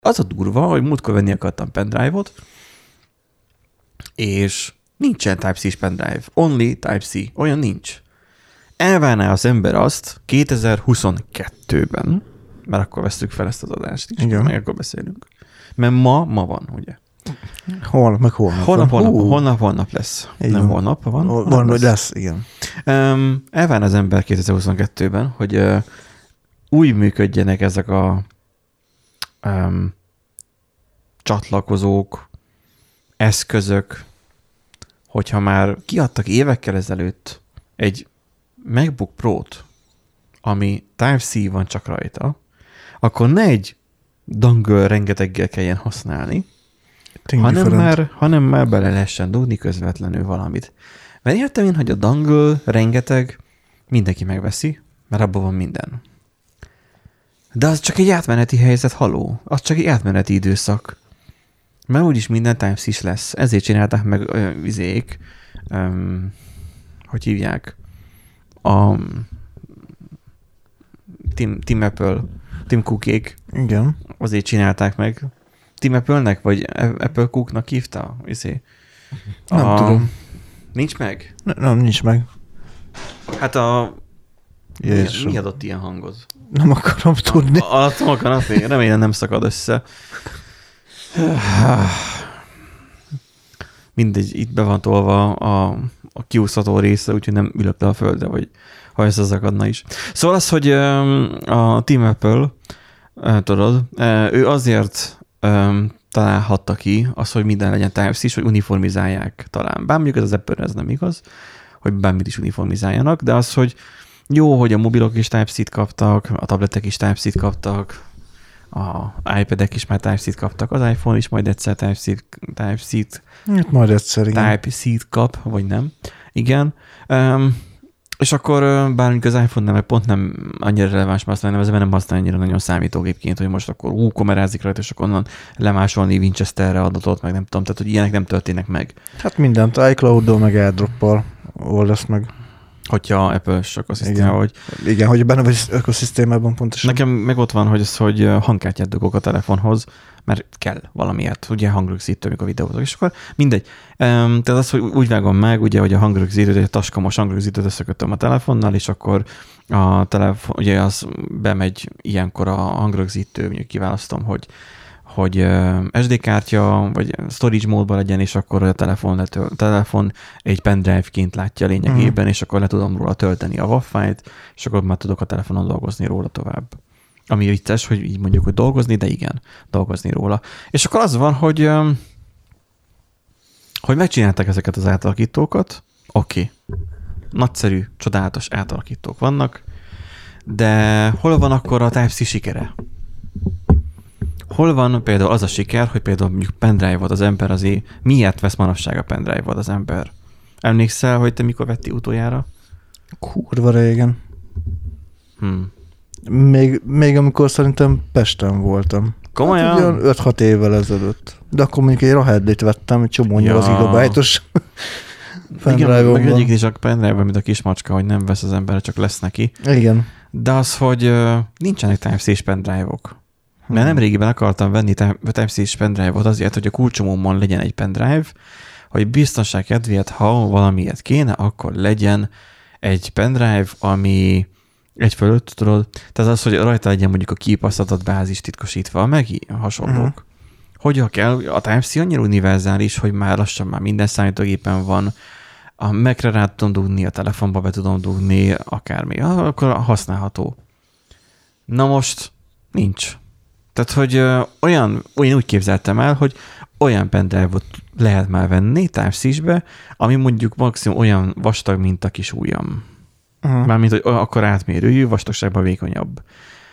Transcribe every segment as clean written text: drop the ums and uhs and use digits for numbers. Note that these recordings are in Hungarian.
Az a durva, hogy múltkor venni akartam pendrive-ot, és nincsen Type-C pendrive. Only Type-C. Olyan nincs. Elvárná az ember azt 2022-ben, mert akkor vesztük fel ezt az adást is, meg akkor beszélünk. Mert ma van, ugye? Holnap Holnap lesz. Így nem holnap van. Holnap lesz, igen. Elvárná az ember 2022-ben, hogy úgy működjenek ezek a csatlakozók, eszközök, hogyha már kiadtak évekkel ezelőtt egy MacBook Pro-t, ami Type-C van csak rajta, akkor ne egy dongle rengeteggel kelljen használni, hanem már bele lehessen dugni közvetlenül valamit. Mert értem én, hogy a dongle rengeteg, mindenki megveszi, mert abban van minden. De az csak egy átmeneti helyzet, haló. Az csak egy átmeneti időszak. Mert úgyis minden Type-C is lesz. Ezért csinálták meg vizék, hogy hívják, a Tim Apple, Tim Cookék. Igen. Azért csinálták meg. Tim Apple-nek, vagy Apple Cooknak hívta? Nem tudom. Nincs meg? Nem, nincs meg. Hát mi adott ilyen hangot? Nem akarom tudni. Alattam a kanapé? Remélem nem szakad össze. Mindegy, itt be van tolva a kiúszható része, úgyhogy nem ülök le a földre, vagy ha összezakadna is. Szóval az, hogy a Tim Apple, tudod, ő azért találhatta ki azt, hogy minden legyen Type-C, hogy uniformizálják talán. Bár mondjuk ez Apple ez nem igaz, hogy bármit is uniformizáljanak, de az, hogy jó, hogy a mobilok is Type-C-t kaptak, a tabletek is Type-C-t kaptak, a iPad-ek is már Type-C-t kaptak, az iPhone is majd egyszer Type-C-t majd egyszer, igen. Type-C-t kap, vagy nem. Igen. És akkor bármikor az iPhone nem, pont nem annyira releváns használni, mert nem használ annyira nagyon számítógépként, hogy most akkor kamerázik rajta, és akkor onnan lemásolni Winchesterre adatot, meg nem tudom, tehát hogy ilyenek nem történnek meg. Hát mindent iCloud-dól, meg AirDrop-pal oldasz meg. Hogyha Apple-s ökoszisztéma vagy. Igen, hogy benne vagy ökoszisztémában pontosan. Nekem meg ott van, hogy hangkártyát dugok a telefonhoz, mert kell valamiért, ugye hangrögzítő, amikor videózok, és akkor mindegy. Tehát az, hogy úgy vágom meg, ugye, hogy a hangrögzítőt, egy taskamos hangrögzítőt összekötöm a telefonnal, és akkor a telefon, ugye az bemegy ilyenkor a hangrögzítő, mondjuk kiválasztom, hogy SD kártya, vagy storage módban legyen, és akkor a telefon egy pendrive-ként látja lényegében, és akkor le tudom róla tölteni a WAV-fájlt, és akkor már tudok a telefonon dolgozni róla tovább. Ami vicces, hogy így mondjuk, hogy dolgozni, de igen, dolgozni róla. És akkor az van, hogy megcsinálták ezeket az átalakítókat, oké. Nagyszerű, csodálatos átalakítók vannak, de hol van akkor a Type-C sikere? Hol van például az a siker, hogy például mondjuk pendrive-ot az ember azért, miért vesz manapság a pendrive-ot az ember? Emlékszel, hogy te mikor vettél utoljára? Kurva régen. Még amikor szerintem Pesten voltam. Komolyan? Hát, 5-6 évvel ezelőtt. De akkor mondjuk egy Raheddit vettem, egy csomó 8 gigabájtos pendrive-on. Meg egyik is a pendrive-ben, mint a kismacska, hogy nem vesz az ember, csak lesz neki. Igen. De az, hogy nincsenek Type-C-s pendrive-ok. Mert nemrégiben akartam venni Type-C-s pendrive-ot azért, hogy a kulcsomon legyen egy pendrive, hogy biztonság kedvéért, ha valamiért kéne, akkor legyen egy pendrive, ami egy fölött, tudod. Tehát az, hogy rajta legyen mondjuk a kipasztatott bázis titkosítva, meg hasonlók. Hogy kell, a Type-C annyira univerzális, hogy már lassan már minden számítógépen van, a Mac-re rá tudom dugni, a telefonba be tudom dugni, akármi, akkor használható. Na most nincs. Tehát, hogy én úgy képzeltem el, hogy olyan pendrive-ot lehet már venni Type-C-sbe, ami mondjuk maximum olyan vastag, mint a kis ujjam. Mármint, hogy akkor átmérőjű, vastagságban vékonyabb.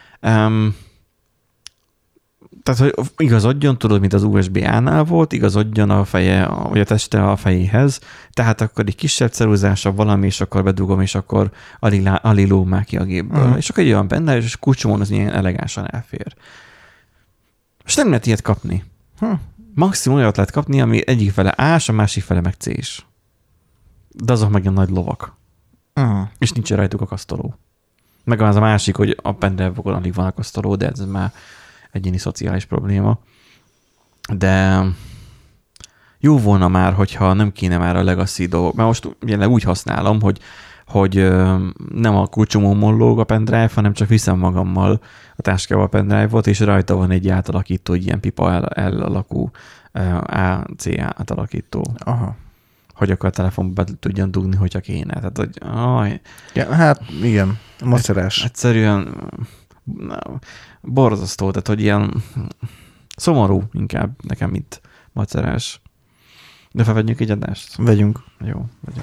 Tehát, hogy igazodjon, tudod, mint az USB-A-nál volt, igazodjon a feje, vagy a teste a fejéhez, tehát akkor egy kisebb ceruzásabb valami, és akkor bedugom, és akkor alig lóg már ki a gépből. És akkor egy olyan pendrive, és kulcsomon az ilyen elegánsan elfér. És nem lehet ilyet kapni. Maximum olyat lehet kapni, ami egyik fele A-s, a másik fele meg C-s. De azok meg ilyen nagy lovak. És nincs rajtuk akasztoló. Meg az a másik, hogy a pendrive-okon alig van akasztoló, de egyéni szociális probléma. De jó volna már, hogyha nem kéne már a legacy dolgok, mert most jelenleg úgy használom, hogy nem a kulcsomon lóg a pendrive, hanem csak viszem magammal a táskával a pendrive-ot, és rajta van egy átalakító, egy ilyen pipa L alakú AC átalakító. Aha. Hogy akkor a telefonba be tudjon dugni, hogyha kéne. Tehát, hogy Ja, hát igen, macerás. Egyszerűen borzasztó, tehát hogy ilyen szomorú inkább nekem, mint macerás. De felvegyünk egy adást? Vegyünk. Jó, vegyünk.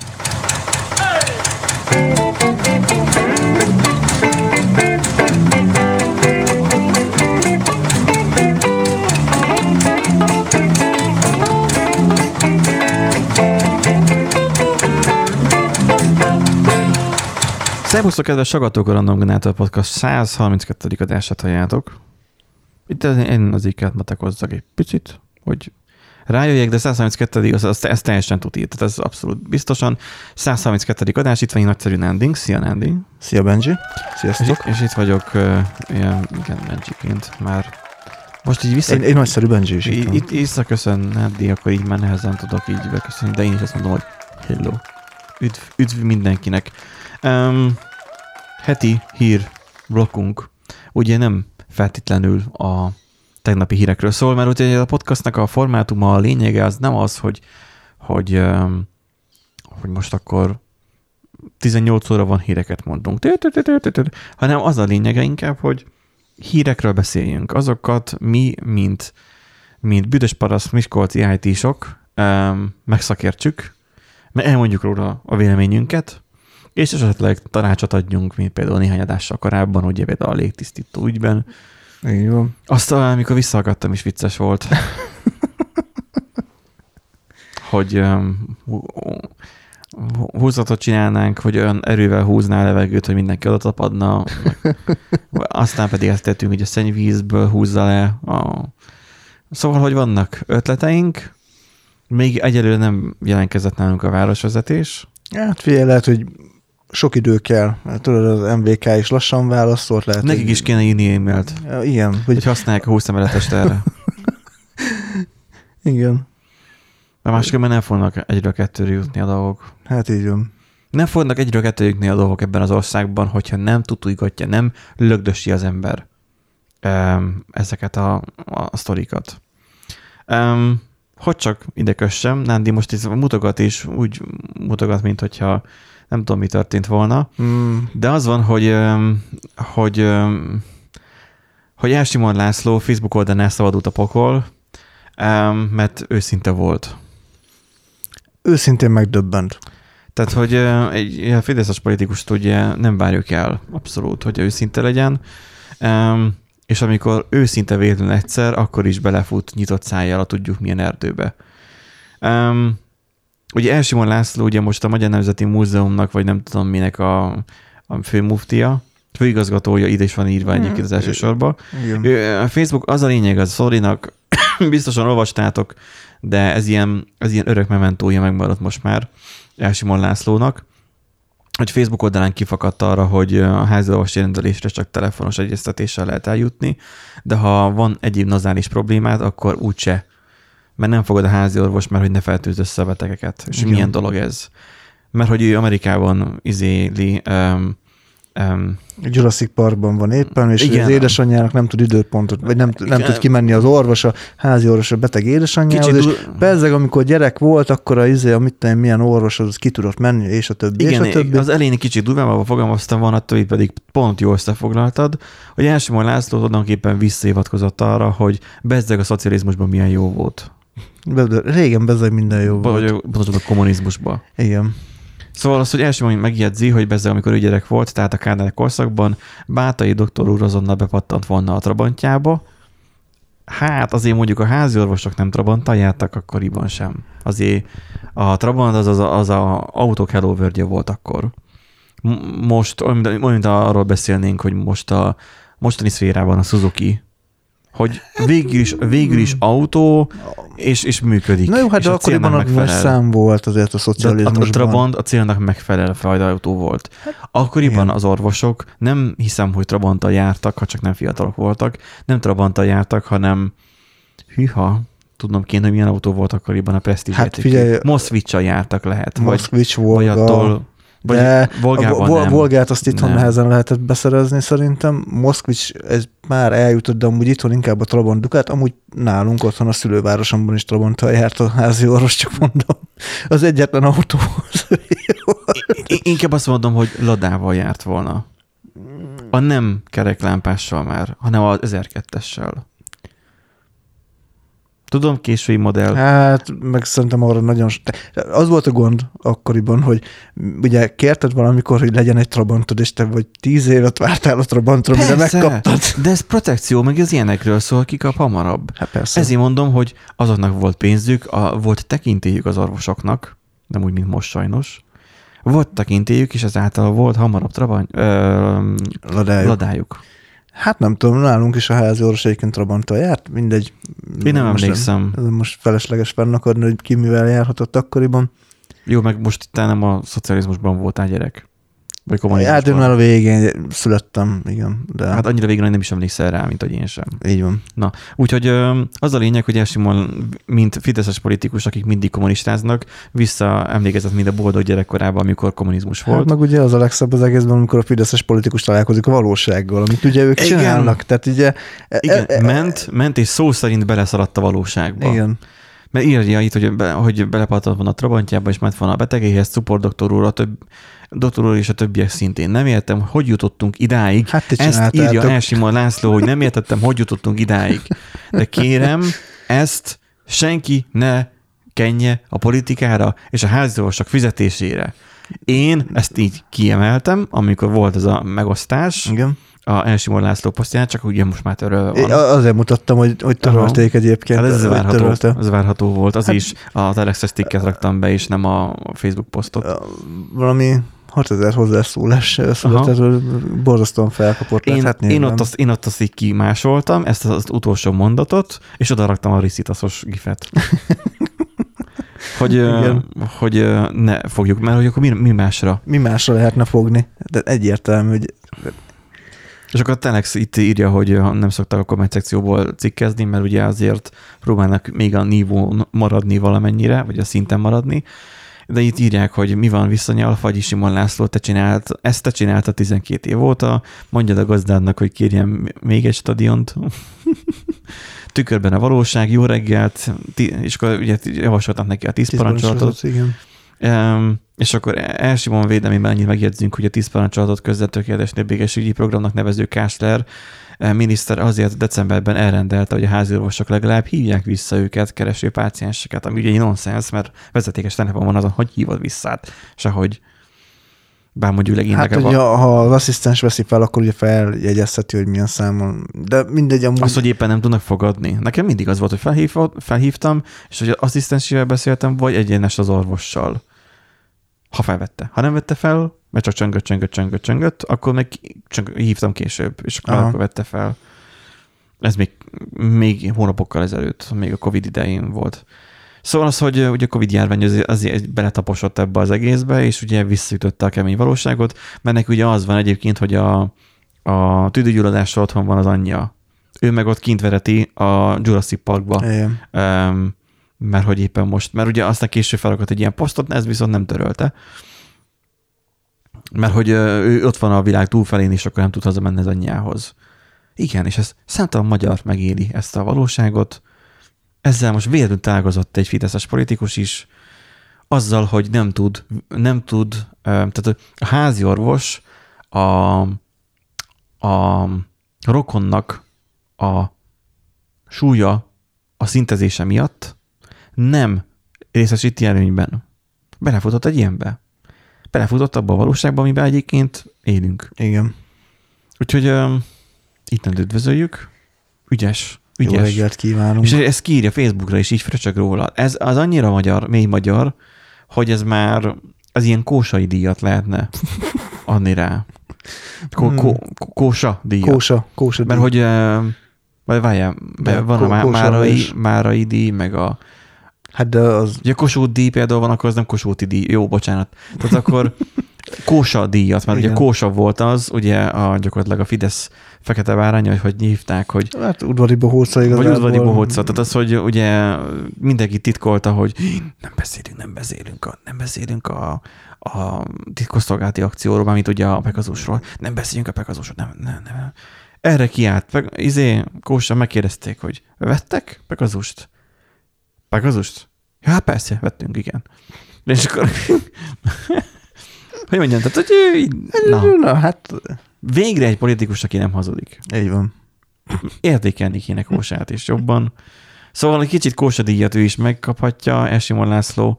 Szervusztok, kedves hallgatók, a Random Generator Podcast 132. adását halljátok. Itt én az így kellett matekozzak egy picit, hogy rájöjjek, de 132. Ez teljesen tuti, tehát ez abszolút biztosan. 132. adás, itt van egy nagyszerű Nanding. Szia, Nandi. Szia, Benji. Sziasztok. És itt vagyok, igen, Benjiként már. Most így vissza... Egy nagyszerű Benji is itt visszaköszön, Nandi, akkor így már nehezen tudok így beköszönni, de én is azt mondom, hogy hello. Üdv mindenkinek. Heti hír blokkunk ugye nem feltétlenül a tegnapi hírekről szól, mert ugye a podcastnak a formátuma, a lényege az nem az, hogy most akkor 18 óra van híreket mondunk, hanem az a lényege inkább, hogy hírekről beszéljünk. Azokat mi, mint büdös paraszt miskolci IT-sok megszakértsük, mert elmondjuk róla a véleményünket, és esetleg tanácsot adjunk, mint például néhány adással korábban, ugye például a légtisztító ügyben. Így van. Aztán, amikor visszahallgattam, is vicces volt, hogy húzatot csinálnánk, hogy olyan erővel húzná a levegőt, hogy mindenki oda tapadna. Aztán pedig ezt tettünk, hogy a szennyvízből húzza le. Szóval, hogy vannak ötleteink, még egyelőre nem jelentkezett nálunk a városvezetés. Hát figyelj, lehet, hogy sok idő kell. Tudod, az MVK is lassan válaszolt. Lehet, nekik is kéne írni e-mailt. Ja, igen. Hogy használják a 20 emeletest erre. Igen. De másképpen nem fognak egyről kettőre jutni a dolgok. Hát így van. Nem fognak egyről kettőre jutni a dolgok ebben az országban, hogyha nem tutujgatja, nem lögdösi az ember ezeket a sztorikat. Hogy csak ide kössem, Nándi most itt mutogat is, úgy mutogat, mint hogyha nem tudom, mi történt volna. De az van, hogy Elsimon László Facebook oldalán elszabadult a pokol, mert őszinte volt. Őszintén megdöbbent. Tehát, hogy egy fideszes politikust ugye nem várjuk el abszolút, hogy őszinte legyen, és amikor őszinte véletlenül egyszer, akkor is belefut nyitott szájjal a tudjuk milyen erdőbe. Ugye Elsimon László ugye most a Magyar Nemzeti Múzeumnak, vagy nem tudom minek a főmuftia, főigazgatója, ide is van írva egyébként az első sorban. A Facebook az a lényeg az sztorinak, biztosan olvastátok, de ez ilyen örök mementója megmaradt most már Elsimon Lászlónak, hogy Facebook oldalán kifakadt arra, hogy a házorvosi rendelésre csak telefonos egyeztetéssel lehet eljutni, de ha van egyéb nazális problémát, akkor úgyse, mert nem fogod a házi orvos, mert hogy ne fertőzz össze a betegeket. És milyen dolog ez? Mert hogy ő Amerikában izéli... Jurassic Parkban van éppen, és igen, az édesanyjának nem tud időpontot, vagy nem tud kimenni az orvos, a házi orvos a beteg édesanyjához, és persze, amikor gyerek volt, akkor milyen orvos az ki tudott menni, és a többi, igen, és a többi. Az elején kicsit durvában fogalmaztam volna, attól pedig pont jól összefoglaltad, hogy Elsimon László tulajdonképpen visszahivatkozott arra, hogy bezzeg a szocializmusban milyen jó volt. Régen bezzeg minden jó volt. Vagy a kommunizmusban. Igen. Szóval az, hogy Elsimon megjegyzi, hogy bezzeg, amikor ő gyerek volt, tehát a Kádár korszakban, Bátai doktor úr azonnal bepattant volna a trabantjába. Hát azért mondjuk a házi orvosok nem trabanttal jártak akkoriban sem. Azért a trabant az a autók Hello World-je volt akkor. Most, olyan, arról beszélnénk, hogy most a mostani szférában a Suzuki, hogy végül is autó, És működik. Na jó, hát de akkoriban nagy szám volt azért a szocializmusban. A Trabant a célnak megfelelő fajdautó volt. Akkoriban az orvosok nem hiszem, hogy Trabanttal jártak, ha csak nem fiatalok voltak, nem Trabanttal jártak, hanem tudnom kéne, hogy milyen autó volt akkoriban a Prestige. Hát figyelj, Moszkvics-sal jártak lehet. Moszkvics, Volga. De Volgát azt itthon nehezen lehetett beszerezni szerintem. Moszkvics ez már eljutott, de amúgy itthon inkább a Trabant Ducati. Amúgy nálunk otthon a szülővárosomban is Trabanttal járt a házi orvos, csak mondom. Az egyetlen autó. Inkább azt mondom, hogy Ladával járt volna. A nem kereklámpással már, hanem az 1002-essel. Tudom, késői modell. Hát, meg szerintem arra nagyon... Az volt a gond akkoriban, hogy ugye kérted valamikor, hogy legyen egy Trabantod, és te vagy 10 évet vártál a Trabantra, mire megkaptad. De ez protekció, meg az ilyenekről szól, ki kap hamarabb. Hát persze. Ezért mondom, hogy azoknak volt pénzük, volt tekintélyük az orvosoknak, nem úgy, mint most sajnos. Volt tekintélyük, és ezáltal volt hamarabb ladájuk. Hát nem tudom, nálunk is a házi orvos egyébként Trabanttal járt, mindegy. Én nem emlékszem. Most felesleges fennakadni, hogy ki mivel járhatott akkoriban. Jó, meg most itt nem a szocializmusban voltál gyerek. Vagy kommunizmusban. Hát én már a végén születtem, igen. De... Hát annyira végén, hogy nem is emlékszel rá, mint hogy én sem. Így van. Na, úgyhogy az a lényeg, hogy Elsimon, mint fideszes politikus, akik mindig kommunistáznak, visszaemlékezett mind a boldog gyerekkorában, amikor kommunizmus volt. Hát meg ugye az a legszebb az egészben, amikor a fideszes politikus találkozik a valósággal, amit ugye ők csinálnak. Tehát ugye... Ment és szó szerint beleszaladt a valóságba. Igen. Mert írja itt, hogy belepattant volna a Trabantjába, és ment volna a betegéhez, Cupor doktor úr és a többiek szintén. Nem értem, hogy jutottunk idáig. Hát ezt írja Elsimon László, hogy nem értettem, hogy jutottunk idáig. De kérem, ezt senki ne kenje a politikára és a háziorvosok fizetésére. Én ezt így kiemeltem, amikor volt ez a megosztás. Igen. A Elsimon László posztján, csak ugye most már törölve van. Azért mutattam, hogy törölték egyébként. Hát ez várható volt. Az is a Telexes tikket raktam be, és nem a Facebook posztot. Valami 6000 hozzászólás született, borzasztóan felkapott. Én ott azt így kimásoltam, ezt az utolsó mondatot, és oda raktam a riszitaszos gifet. hogy ne fogjuk, mert hogy akkor mi másra? Mi másra lehetne fogni? De egyértelmű, hogy... És akkor a Telex itt írja, hogy nem szoktak a komment szekcióból cikkezni, mert ugye azért próbálnak még a nívó maradni valamennyire, vagy a szinten maradni. De itt írják, hogy mi van viszonyal, Fagyi Simon László, ezt te csinálta 12 év óta, mondjad a gazdádnak, hogy kérjen még egy stadiont. Tükörben a valóság, jó reggelt, és akkor ugye javasoltak neki a 10 parancsolatot. És akkor Elsimon védelmében annyit megjegyzünk, hogy a 10 parancsolatot közzel tökéletes népbékességügyi programnak nevező Kásler miniszter azért decemberben elrendelte, hogy a háziorvosok legalább hívják vissza őket, kereső pácienseket, ami ugye egy nonsens, mert vezetékes telefon van azon, hogy hívod vissza, sehogy. Bár mondjuk leginkább... Hát ugye, ha az asszisztens veszi fel, akkor ugye feljegyezheti, hogy milyen számon. De mindegy amúgy... Azt, hogy éppen nem tudnak fogadni. Nekem mindig az volt, hogy felhívtam, és hogy az asszisztensével beszéltem, vagy egyenes az orvossal. Ha felvette. Ha nem vette fel, mert csak csöngött, akkor meg hívtam később, és akkor vette fel. Ez még hónapokkal ezelőtt, még a Covid idején volt. Szóval az, hogy ugye a Covid járvány azért beletaposott ebbe az egészbe, és ugye visszaütötte a kemény valóságot, mert neki ugye az van egyébként, hogy a tüdőgyulladással otthon van az anyja. Ő meg ott kint vereti a Jurassic Parkba. Mert hogy éppen most, mert ugye aztán később felrakott egy ilyen posztot, ez viszont nem törölte. Mert hogy ő ott van a világ túlfelén, és akkor nem tud hazamenni az anyjához. Igen, és ez számtalan magyar megéli ezt a valóságot. Ezzel most véletlenül találkozott egy fideszes politikus is, azzal, hogy nem tud, tehát a háziorvos a rokonnak a súlya a szintezése miatt nem részesíti előnyben. Belefutott egy ilyenbe. Belefutott abba a valóságba, amiben egyébként élünk. Igen. Úgyhogy itt nem üdvözöljük. Ügyes. Jó reggelt kívánunk. És ezt kiírja Facebookra, és így fröcsög róla. Ez az annyira magyar, mély magyar, hogy ez már az ilyen kósai díjat lehetne adni rá. Kósa díjat. Kósa díj. Mert hogy Vagy várjál, van a Márai díj, meg a... Hát de az... Ugye Kossuth díj például van, akkor az nem Kossuthi díj. Jó, bocsánat. Tehát akkor Kósa díjat, mert igen. Ugye Kósa volt az, ugye gyakorlatilag a Fidesz fekete báránya, hogy hívták, hogy... Hát udvari bohóca igazából. Vagy udvari bohóca. Tehát az, hogy ugye mindenki titkolta, hogy nem beszélünk a titkosszolgálati akcióról, mint ugye a Pegazusról. Nem beszéljünk a Pegazusról, nem. Erre kiállt. Kósa megkérdezték, hogy vettek Pegazust? Pegazust? Ja, hát persze, vettünk, igen. És akkor... hogy mondjam, tehát, hogy na, hát... Végre egy politikus, aki nem hazudik. Így van. Értékelni kéne Kósát is jobban. Szóval egy kicsit Kósa díjat ő is megkaphatja, Simon László,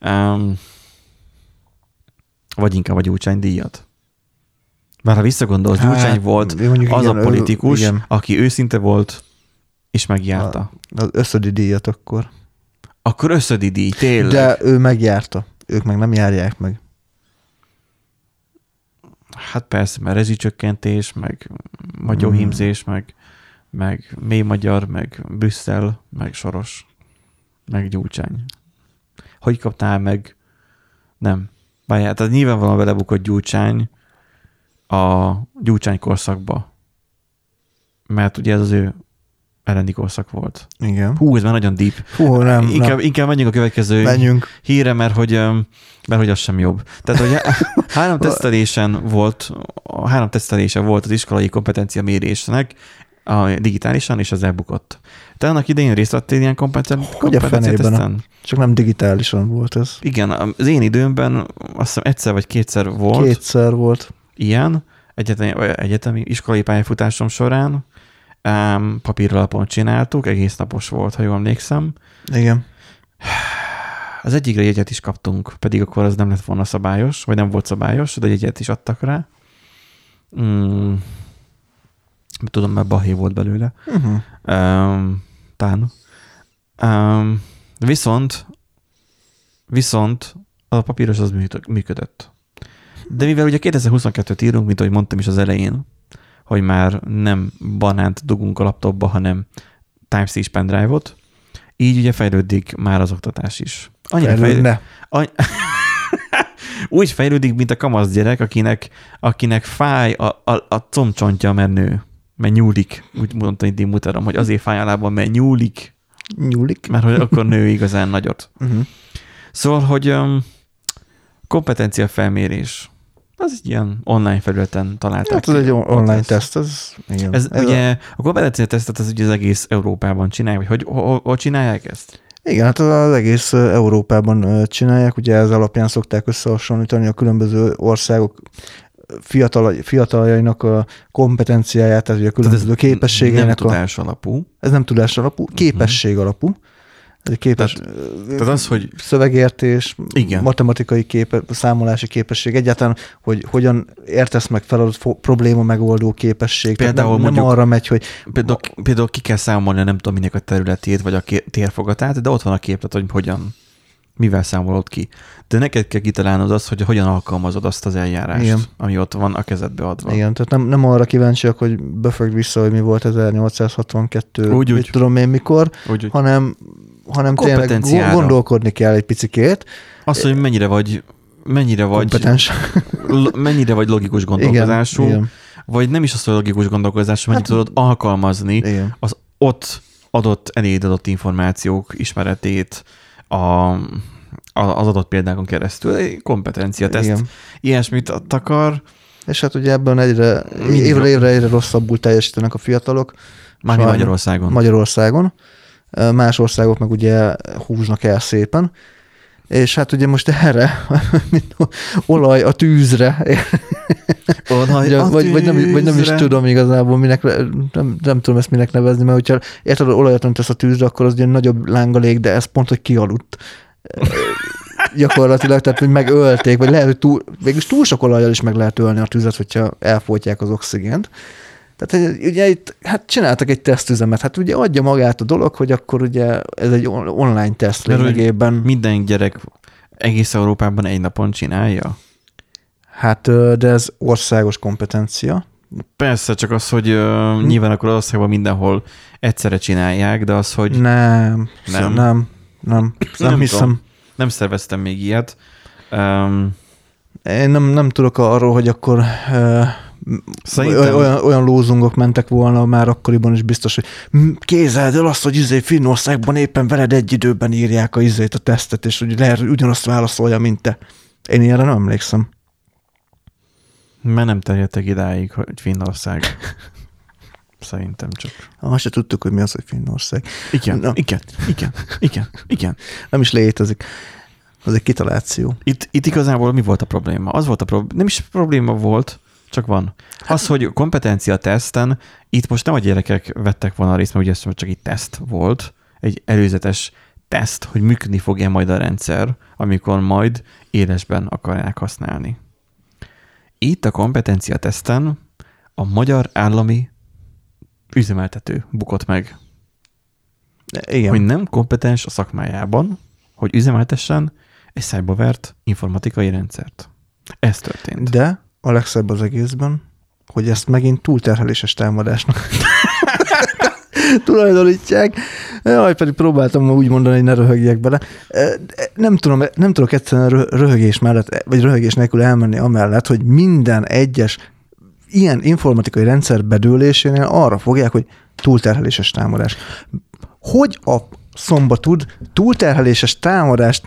vagy inkább a Gyurcsány díjat. Bár ha visszagondolsz, Gyurcsány volt az a politikus, aki őszinte volt, és megjárta. Az összödi díjat akkor. Akkor összödi díj, tényleg. De ő megjárta. Ők meg nem járják meg. Hát persze, mert rezsicsökkentés, meg magyarhímzés, meg mély magyar, meg Brüsszel, meg Soros, meg Gyurcsány. Hogy kaptál meg? Nem. Bárját, tehát nyilvánvalóan belebukott Gyurcsány a Gyurcsány korszakba. Mert ugye ez az ő elleni korszak volt. Igen. Hú, ez már nagyon deep. Hú, nem. Inkább menjünk a következő hírre, mert hogy az sem jobb. Tehát, hogy három tesztelése volt az iskolai kompetencia mérésnek digitálisan, és az elbukott. Te annak idején részt vettél ilyen kompetencia teszten? Csak nem digitálisan volt ez. Igen, az én időmben azt hiszem egyszer vagy kétszer volt. Kétszer volt. Ilyen, egyetemi iskolai pályafutásom során. Papíralapon csináltuk, egész napos volt, ha jól emlékszem. Igen. Az egyikre jegyet is kaptunk, pedig akkor az nem lett volna szabályos, vagy nem volt szabályos, de jegyet is adtak rá. Tudom, mert bahé volt belőle. Viszont a papíros az működött. De mivel ugye 2022-t írunk, mint ahogy mondtam is az elején, hogy már nem banánt dugunk a laptopba, hanem Type-C pendrive-ot, így ugye fejlődik már az oktatás is. Úgy fejlődik, mint a kamasz gyerek, akinek fáj a combcsontja, mert nő, mert nyúlik. Úgy mondta, hogy én mutatom, hogy azért fáj a lábam, mert nyúlik. Mert hogy akkor nő igazán nagyot. Szóval, hogy kompetencia felmérés. Az egy ilyen online felületen találták. Hát ez egy online teszt. Ugye a kompetencia tesztet az ugye az egész Európában csinálják, vagy hogy csinálják ezt? Igen, hát az egész Európában csinálják, ugye ez alapján szokták összehasonlítani a különböző országok fiataljainak a kompetenciáját, tehát ugye a különböző képességeinek. Nem tudás alapú. Ez nem tudás alapú, képesség alapú. Tehát az, hogy szövegértés, igen. Matematikai számolási képesség, egyáltalán, hogy hogyan értesz meg feladat, probléma megoldó képesség. Például nem mondjuk, arra megy, hogy... Például ki kell számolni, nem tudom minek a területét, vagy a térfogatát, de ott van a képlet, hogy hogyan, mivel számolod ki. De neked kell kitalálnod azt, hogy hogyan alkalmazod azt az eljárást, igen. Ami ott van a kezedbe adva. Igen, tehát nem arra kíváncsiak, hogy befögd vissza, hogy mi volt 1862, úgy. Tudom én mikor, hanem tényleg gondolkodni kell egy picikét. Azt, hogy mennyire vagy kompetens. Mennyire vagy logikus gondolkozású, igen. Vagy nem is az, hogy logikus gondolkozású, mennyit tudod alkalmazni igen. Az ott eléd adott információk ismeretét az adott példákon keresztül. Egy kompetencia teszt. Ilyesmit akar. És hát ugye ebben évre egyre rosszabbul teljesítenek a fiatalok. Mármi Magyarországon. Más országok meg ugye húznak el szépen, és hát ugye most erre, mint olaj a tűzre, vagy nem is tudom igazából, nem tudom ezt minek nevezni, mert hogyha érted, olajat nem tesz a tűzre, akkor az ugye nagyobb lángalék, de ez pont, hogy kialudt. Gyakorlatilag, tehát hogy megölték, vagy lehet, hogy végülis túl sok olajjal is meg lehet ölni a tüzet, hogyha elfolytják az oxigént. Tehát ugye itt hát csináltak egy tesztüzemet, hát ugye adja magát a dolog, hogy akkor ugye ez egy online teszt lényegében. Minden gyerek egész Európában egy napon csinálja? Hát, de ez országos kompetencia, Persze, csak az, hogy nyilván akkor országban mindenhol egyszerre csinálják, de az, hogy... Nem hiszem. Nem szerveztem még ilyet. Én nem tudok arról, hogy akkor olyan lózungok mentek volna már akkoriban is biztos, hogy képzeld el azt, hogy Finnországban éppen veled egy időben írják a tesztet, és hogy lehet, hogy ugyanazt válaszolja, mint te. Én ilyenre nem emlékszem. Mert nem terjedtek idáig, hogy Finnország. Szerintem csak. Azt se tudtuk, hogy mi az, hogy Finnország. Igen. Nem is létezik. Az egy kitaláció. Itt igazából mi volt a probléma? Az volt a probléma, nem is probléma volt, csak van. Az, hogy kompetencia teszten, itt most nem a gyerekek vettek volna részt, mert ugye ez csak egy teszt volt, egy előzetes teszt, hogy működni fog-e majd a rendszer, amikor majd élesben akarják használni. Itt a kompetencia teszten a magyar állami üzemeltető bukott meg. Igen. Hogy nem kompetens a szakmájában, hogy üzemeltessen egy szájbavert informatikai rendszert. Ez történt. De a legszebb az egészben, hogy ezt megint túlterheléses támadásnak tulajdonítják. Jaj, pedig próbáltam úgy mondani, hogy ne röhögjek bele. Nem tudok egyszerűen röhögés mellett, vagy röhögés nélkül elmenni amellett, hogy minden egyes ilyen informatikai rendszer bedőlésénél arra fogják, hogy túlterheléses támadás. Hogy a szomba tud túlterheléses támadást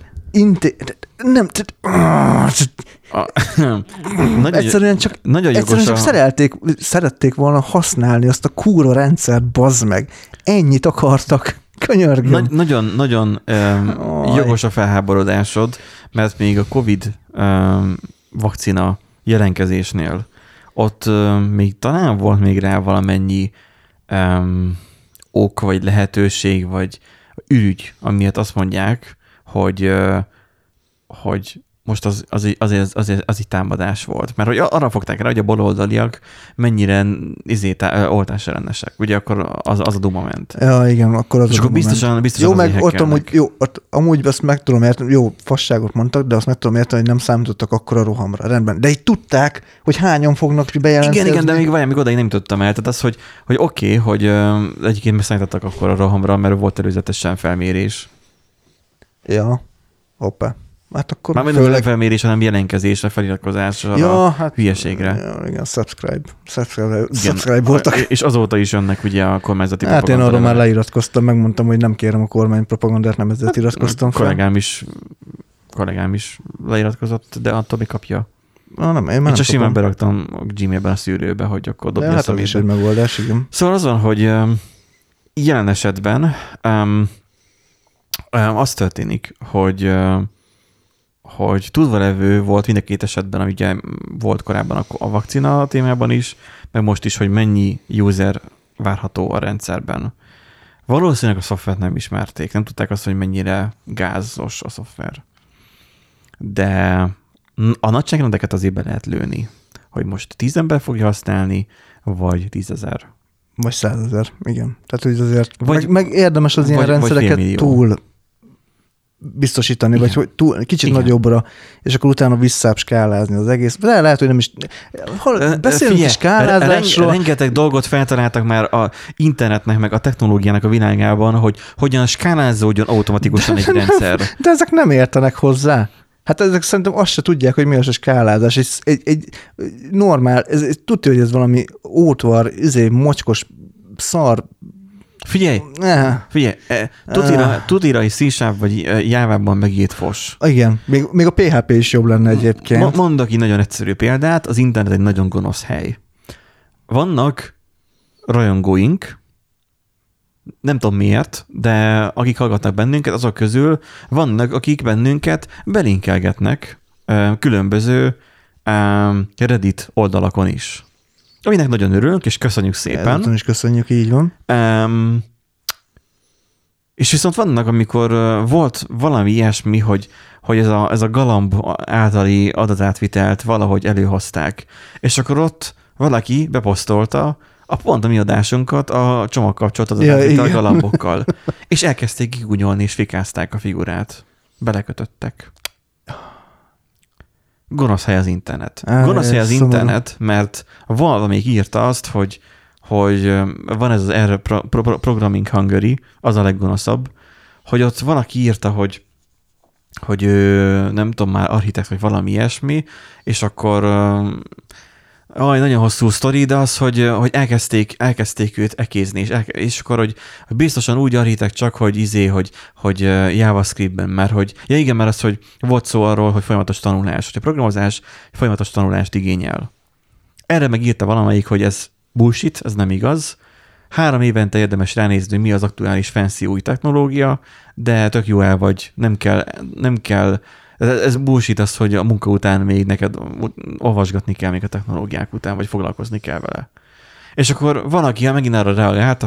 egyszerűen csak szerették volna használni azt a kúra rendszert, bazd meg. Ennyit akartak. Könyörgöm. Nagyon jogos a felháborodásod, mert még a Covid vakcina jelentkezésnél ott még talán volt még rá valamennyi ok, vagy lehetőség, vagy ürügy, amiért azt mondják, hogy most az egy támadás volt. Mert hogy arra fogták rá, hogy a baloldaliak mennyire oltásellenesek. Ugye akkor az a duma ment. Ja, igen, akkor az és a akkor biztosan jó, meg ott amúgy azt meg tudom érteni, jó, fasságot mondtak, de azt meg tudom érteni, hogy nem számítottak akkor a rohamra. Rendben. De így tudták, hogy hányan fognak bejelentkezni. Igen, de még odaig nem tudtam el. Tehát az, hogy oké, hogy egyébként megszállítottak akkor a rohamra, mert volt előzetesen felmérés. Ja, hoppá. Hát akkor már főleg... nem felmérés, hanem jelentkezésre, feliratkozásra, hát, hülyeségre. Ja, igen, subscribe voltak. És azóta is jönnek ugye a kormányzati propaganda. Hát én arra már leiratkoztam, megmondtam, hogy nem kérem a kormány propagandát, nem ezzel iratkoztam fel. Kollégám is leiratkozott, de attól mi kapja. Én csak simán beraktam a Gmailben a szűrőbe, hogy akkor dobja hát az is egy megoldás, igen. Szóval az van, hogy jelen esetben az történik, hogy tudva levő volt mind a két esetben, ami ugye volt korábban a vakcina témában is, meg most is, hogy mennyi user várható a rendszerben. Valószínűleg a szoftvert nem ismerték, nem tudták azt, hogy mennyire gázos a szoftver. De a nagyságrendeket azért be lehet lőni, hogy most 10 ember fogja használni, vagy 10 000. Vagy 100 000, igen. Tehát, hogy azért meg érdemes az ilyen rendszereket túl biztosítani, igen. Vagy hogy kicsit igen. Nagyobbra, és akkor utána visszább skálázni az egész. De lehet, hogy nem is... Beszélünk is skálázásról. Rengeteg dolgot feltaláltak már a internetnek, meg a technológiának a világában, hogy hogyan skálázódjon automatikusan egy rendszer. De ezek nem értenek hozzá. Hát ezek szerintem azt se tudják, hogy mi az a skálázás. Egy normál, tudja, hogy ez valami ótvar, mocskos, szar. Figyelj, tudira egy C# vagy Jávában megírt fos. Igen, még a PHP is jobb lenne egyébként. Mondok így nagyon egyszerű példát, az internet egy nagyon gonosz hely. Vannak rajongóink, nem tudom miért, de akik hallgatnak bennünket, azok közül vannak, akik bennünket belinkelgetnek különböző Reddit oldalakon is. Aminek nagyon örülünk, és köszönjük szépen. Ezután is köszönjük, így van. És viszont vannak, amikor volt valami ilyesmi, hogy ez a galamb általi adatátvitelt valahogy előhozták. És akkor ott valaki beposztolta pont a mi adásunkat a csomagkapcsolat adatátvitel galambokkal. És elkezdték kigunyolni, és fikázták a figurát. Belekötöttek. gonosz hely az internet. Gonosz hely az internet, mert valamelyik írta azt, hogy van ez az R Programming Hungary, az a leggonoszabb, hogy ott valaki írta, hogy nem tudom már architekt, vagy valami ilyesmi, és akkor nagyon hosszú sztori, de az, hogy elkezdték őt ekézni, és akkor, hogy biztosan úgy architekt csak, hogy JavaScriptben, mert az, hogy volt szó arról, hogy folyamatos tanulás, hogy a programozás folyamatos tanulást igényel. Erre megírta valamelyik, hogy ez bullshit, ez nem igaz. 3 évente érdemes ránézni, mi az aktuális fancy új technológia, de tök jó el vagy, nem kell, ez bullshit az, hogy a munka után még neked olvasgatni kell még a technológiák után, vagy foglalkozni kell vele. És akkor van, aki megint arra reagálta,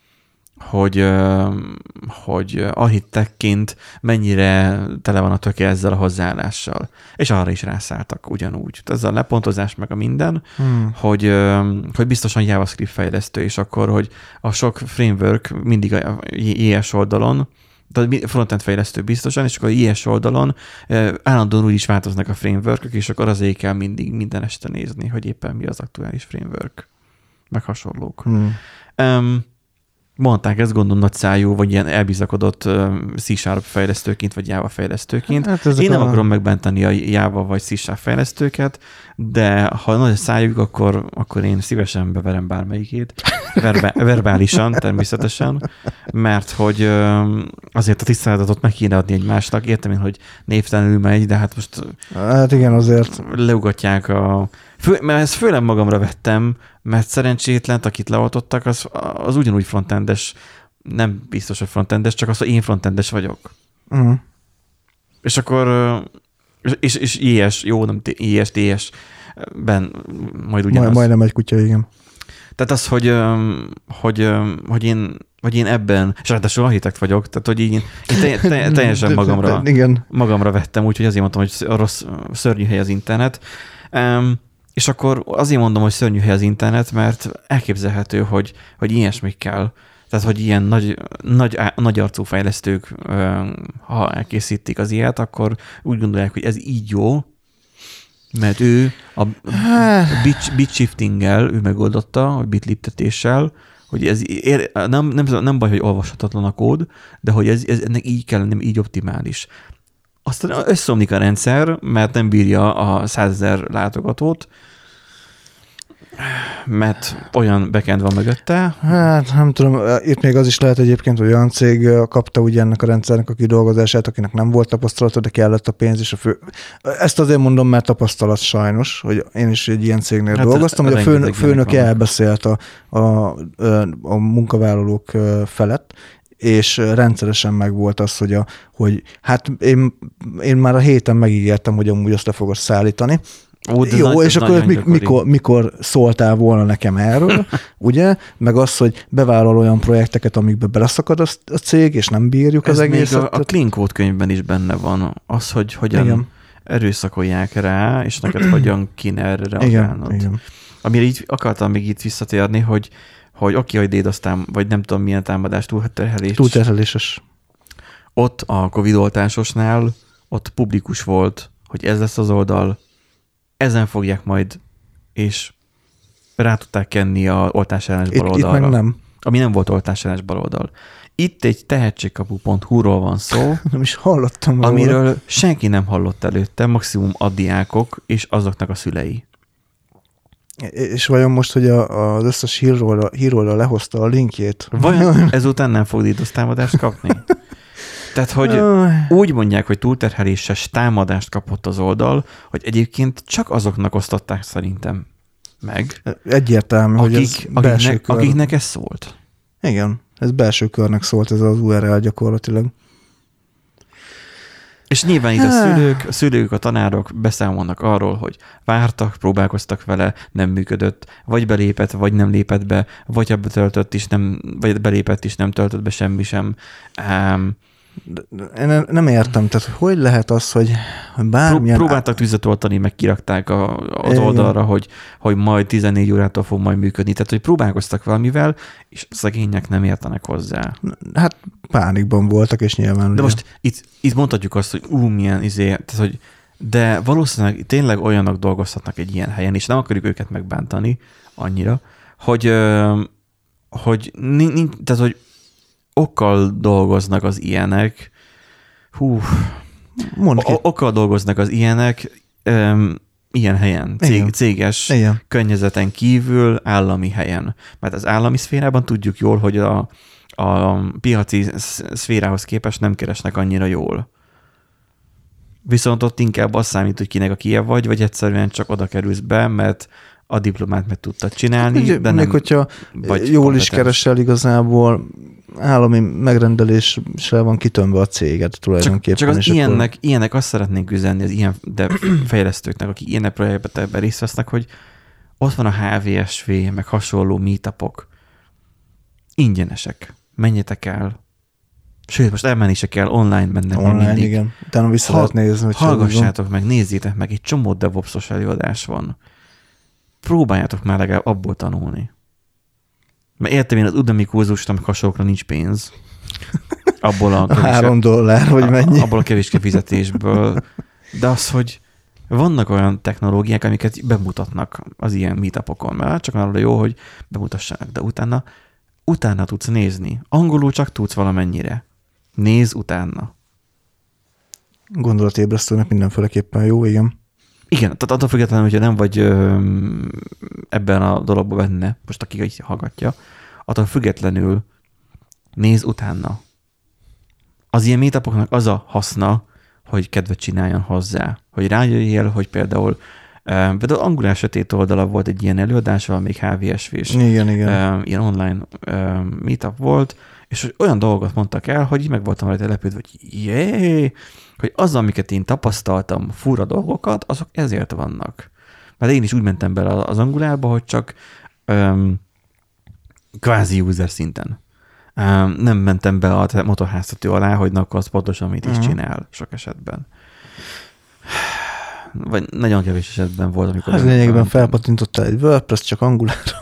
hogy architektként mennyire tele van a töke ezzel a hozzáállással. És arra is rászálltak ugyanúgy. Ez a lepontozás meg a minden, hogy biztosan JavaScript fejlesztő, és akkor, hogy a sok framework mindig a JS oldalon, tehát frontend fejlesztő biztosan, és akkor a JS oldalon állandóan úgy is változnak a frameworkök, és akkor azért kell mindig minden este nézni, hogy éppen mi az aktuális framework, meg hasonlók. Mondták ezt, gondolom nagy szájú, vagy ilyen elbizakodott C# fejlesztőként, vagy Java fejlesztőként. Hát én nem akarom megbántani a Java vagy C# fejlesztőket, de ha nagy szájuk, akkor én szívesen beverem bármelyikét. Verbálisan természetesen, mert hogy azért a tiszteletet meg kéne adni egymásnak. Értem én, hogy névtelenül megy, de hát most hát igen, azért leugatják mert ezt főleg magamra vettem, mert szerencsétlent, akit leoltottak, az ugyanúgy frontendes, nem biztos, hogy frontendes, csak az, hogy én frontendes vagyok. És akkor, és IS, jó, nem IS, TS-ben majd ugyanaz. Majdnem egy kutya, igen. Tehát az, hogy én ebben, és ráadásul architekt vagyok, tehát hogy így én teljesen magamra vettem, úgyhogy azért mondtam, hogy szörnyű hely az internet. És akkor azért mondom, hogy szörnyű hely az internet, mert elképzelhető, hogy ilyesmik kell. Tehát, hogy ilyen nagy arcú fejlesztők, ha elkészítik az ilyet, akkor úgy gondolják, hogy ez így jó, mert ő a bit shiftinggel, ő megoldotta, a bit liptetéssel, hogy ez nem baj, hogy olvashatatlan a kód, de hogy ez ennek így kell, nem így optimális. Aztán összeomlik a rendszer, mert nem bírja a 100 000 látogatót, mert olyan backend van mögötte. Hát nem tudom, itt még az is lehet egyébként, hogy olyan cég kapta ugye ennek a rendszernek a kidolgozását, akinek nem volt tapasztalata, de kellett a pénz és a fő. Ezt azért mondom, mert tapasztalat sajnos, hogy én is egy ilyen cégnél dolgoztam, hogy a főnök elbeszélt a munkavállalók felett, és rendszeresen megvolt az, hogy hát én már a héten megígértem, hogy amúgy azt le fogod szállítani. Jó, és akkor mikor szóltál volna nekem erről, ugye? Meg az, hogy bevállal olyan projekteket, amikbe beleszakad a cég, és nem bírjuk az egészet. Ez még a Clean Code könyvben is benne van, az, hogy hogyan erőszakolják rá, és neked hogyan kéne erre reagálnod. Igen. Amire így akartam még itt visszatérni, hogy oké, hogy DDoS vagy nem tudom milyen támadás, túlterheléses. Ott a Covid oltásosnál, ott publikus volt, hogy ez lesz az oldal, ezen fogják majd, és rá tudták kenni a oltásellenes baloldalra. Itt meg nem. Ami nem volt oltásellenes baloldal. Itt egy tehetségkapu.hu-ról van szó. Nem is hallottam róla. Amiről senki nem hallott előtte, maximum a diákok és azoknak a szülei. És vajon most, hogy az összes hírról lehozta a linkjét? Vajon ezután nem fog DDoS támadást kapni? Tehát, hogy úgy mondják, hogy túlterheléses támadást kapott az oldal, hogy egyébként csak azoknak osztották szerintem meg. Egyértelmű, hogy ez belső kör. Akiknek ez szólt. Igen, ez belső körnek szólt ez az URL gyakorlatilag. És nyilván itt a szülők, a tanárok beszámolnak arról, hogy vártak, próbálkoztak vele, nem működött, vagy belépett, vagy nem lépett be, vagy betöltött is, vagy belépett is, nem töltött be semmi sem. Én nem értem, tehát hogy lehet az, hogy bármilyen... Próbáltak tüzet oltani, meg kirakták az oldalra, hogy majd 14 órától fog majd működni. Tehát, hogy próbálkoztak valamivel, és szegények nem értenek hozzá. Hát pánikban voltak, és nyilván... De most itt mondhatjuk azt, hogy milyen tehát, hogy De valószínűleg tényleg olyanok dolgozhatnak egy ilyen helyen, és nem akarjuk őket megbántani annyira, tehát, hogy okkal dolgoznak az ilyenek, okkal dolgoznak az ilyenek ilyen helyen, céges környezeten kívül, állami helyen. Mert az állami szférában tudjuk jól, hogy a piaci szférához képest nem keresnek annyira jól. Viszont ott inkább az számít, hogy kinek a Kiev vagy egyszerűen csak oda kerülsz be, mert a diplomát meg tudtad csinálni, de nem hogyha vagy jól is keresel igazából, állami megrendeléssel van kitömve a céged tulajdonképpen. Csak az ilyenek azt szeretnénk üzenni, az ilyen fejlesztőknek, akik ilyen projektben részt vesznek, hogy ott van a HVSV, meg hasonló meetupok. Ingyenesek. Menjetek el. Sőt, most elmenni se kell, online mennem. Online, igen. Utána vissza lehet nézni. Hallgassátok meg, nézzétek meg, egy csomó DevOps-os előadás van. Próbáljátok már legalább abból tanulni. Mert értem én az Udemy kurzust, amik hasonlókra nincs pénz. Abból a $3, vagy mennyi. Abból a kevéske fizetésből. De az, hogy vannak olyan technológiák, amiket bemutatnak az ilyen meetupokon, mert csak arra jó, hogy bemutassanak, de utána tudsz nézni. Angolul csak tudsz valamennyire. Nézz utána. Gondolatébresztőnek mindenféleképpen jó, igen. Igen, tehát attól függetlenül, hogyha nem vagy ebben a dologban benne, most aki így hallgatja, attól függetlenül nézz utána. Az ilyen meetupoknak az a haszna, hogy kedvet csináljon hozzá. Hogy rájöjjél, hogy például Angular sötét oldala volt egy ilyen előadás, még HVSV-s ilyen online meetup volt, és hogy olyan dolgokat mondtak el, hogy így meg voltam rajta lepődve, hogy hogy az, amiket én tapasztaltam, fura dolgokat, azok ezért vannak. Mert én is úgy mentem bele az Angularba, hogy csak kvázi user szinten. Nem mentem be a motorháztető alá, hogy akkor az pontosan mit is csinál sok esetben. Vagy nagyon kevés esetben volt, amikor... Hát lényegében felpatintottál egy WordPress csak Angularra.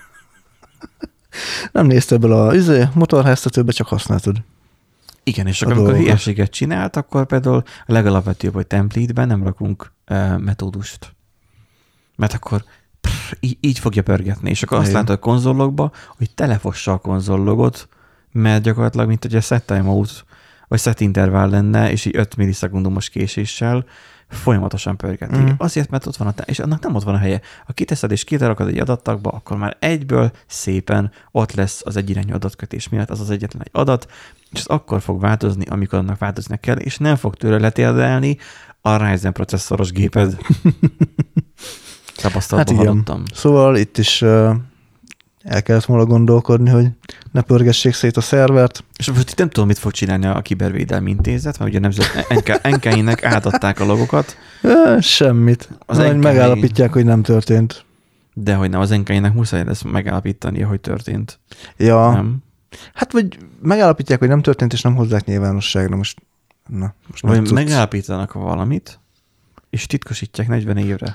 Nem néztél bele a motorháztetőbe, csak használtad. Igen, és akkor amikor hülyeséget csinált, akkor például a legalapvetőbb, hogy template-ben nem rakunk metódust. Mert akkor így fogja pörgetni. És akkor azt látod a konzollogba, hogy telefossa a konzollogot, mert gyakorlatilag, mint hogy a set timeout, vagy set interval lenne, és így 5 millisekundumos késéssel folyamatosan pörgeti. Azért, mert ott van és annak nem ott van a helye. Ha kiteszed és kiterakod egy adattagba, akkor már egyből szépen ott lesz az egyirányú adatkötés miatt az egyetlen egy adat, és az akkor fog változni, amikor annak változnia kell, és nem fog tőle letérdelni a Ryzen processzoros géped. Tapasztalatban hallottam. Szóval itt is el kellett volna gondolkodni, hogy ne pörgessék szét a szervert. És most itt nem tudom, mit fog csinálni a Kibervédelmi Intézet, mert ugye nemzet NKI-nek átadták a logokat. Semmit. Megállapítják, hogy nem történt. De hogy nem, az NKI-nek muszáj lesz megállapítania, hogy történt. Ja. Nem? Hát vagy megállapítják, hogy nem történt, és nem hozzák nyilvánosságra. Most vagy megállapítanak valamit, és titkosítják 40 évre.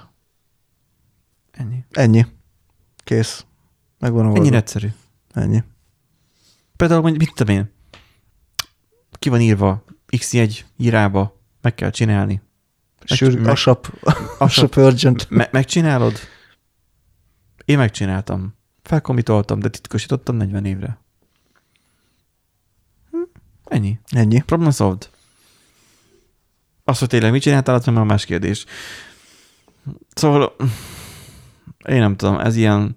Ennyi. Kész. Megvan a ennyire egyszerű. Ennyi. Például mondjuk, mit tudom én, ki van írva X1 írába, meg kell csinálni. ASAP urgent. Megcsinálod? Én megcsináltam. Felkomitoltam, de titkosítottam 40 évre. Ennyi. Problem solved. Azt, hogy tényleg mit csináltál, az már más kérdés. Szóval én nem tudom, ez ilyen...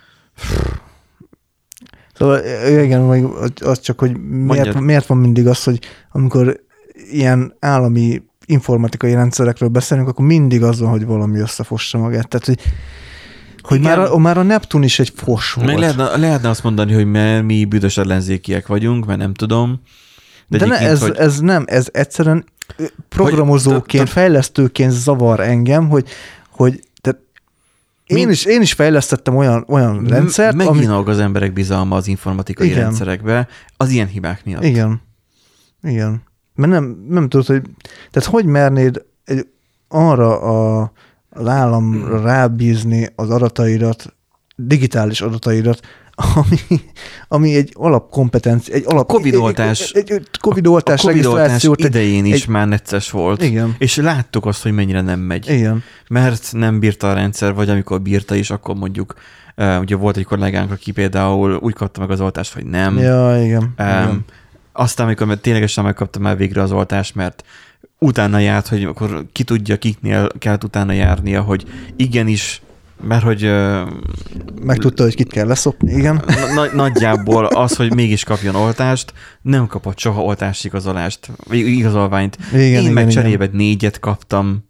Szóval igen, az csak, hogy miért van mindig az, hogy amikor ilyen állami informatikai rendszerekről beszélünk, akkor mindig az van, hogy valami összefossa magát. Tehát, hogy már a Neptun is egy fos volt. Lehetne azt mondani, hogy mi büdös ellenzékiek vagyunk, mert nem tudom. De ez egyszerűen programozóként, fejlesztőként zavar engem, hogy én is fejlesztettem olyan rendszert, megint az emberek bizalma az informatikai rendszerekbe az ilyen hibák miatt. Igen. Mert nem tudod, hogy... Tehát hogy mernéd arra az államra rábízni az adataidat, digitális adataidat, ami egy alapkompetencia, egy alap... Covid-oltás. Egy Covid-oltás regisztrációt idején is már necces volt. Igen. És láttuk azt, hogy mennyire nem megy. Igen. Mert nem bírta a rendszer, vagy amikor bírta is, akkor mondjuk ugye volt egy kollégánk, aki például úgy kapta meg az oltást, hogy nem. Ja, igen. Igen. Aztán, amikor ténylegesen megkapta már végre az oltást, mert utána járt, hogy akkor ki tudja, kiknél kellett utána járnia, hogy igenis, mert hogy... Megtudta, hogy kit kell leszopni, igen. Nagyjából az, hogy mégis kapjon oltást, nem kapott soha oltásigazolást, igazolványt. Én meg cserébe 4 kaptam.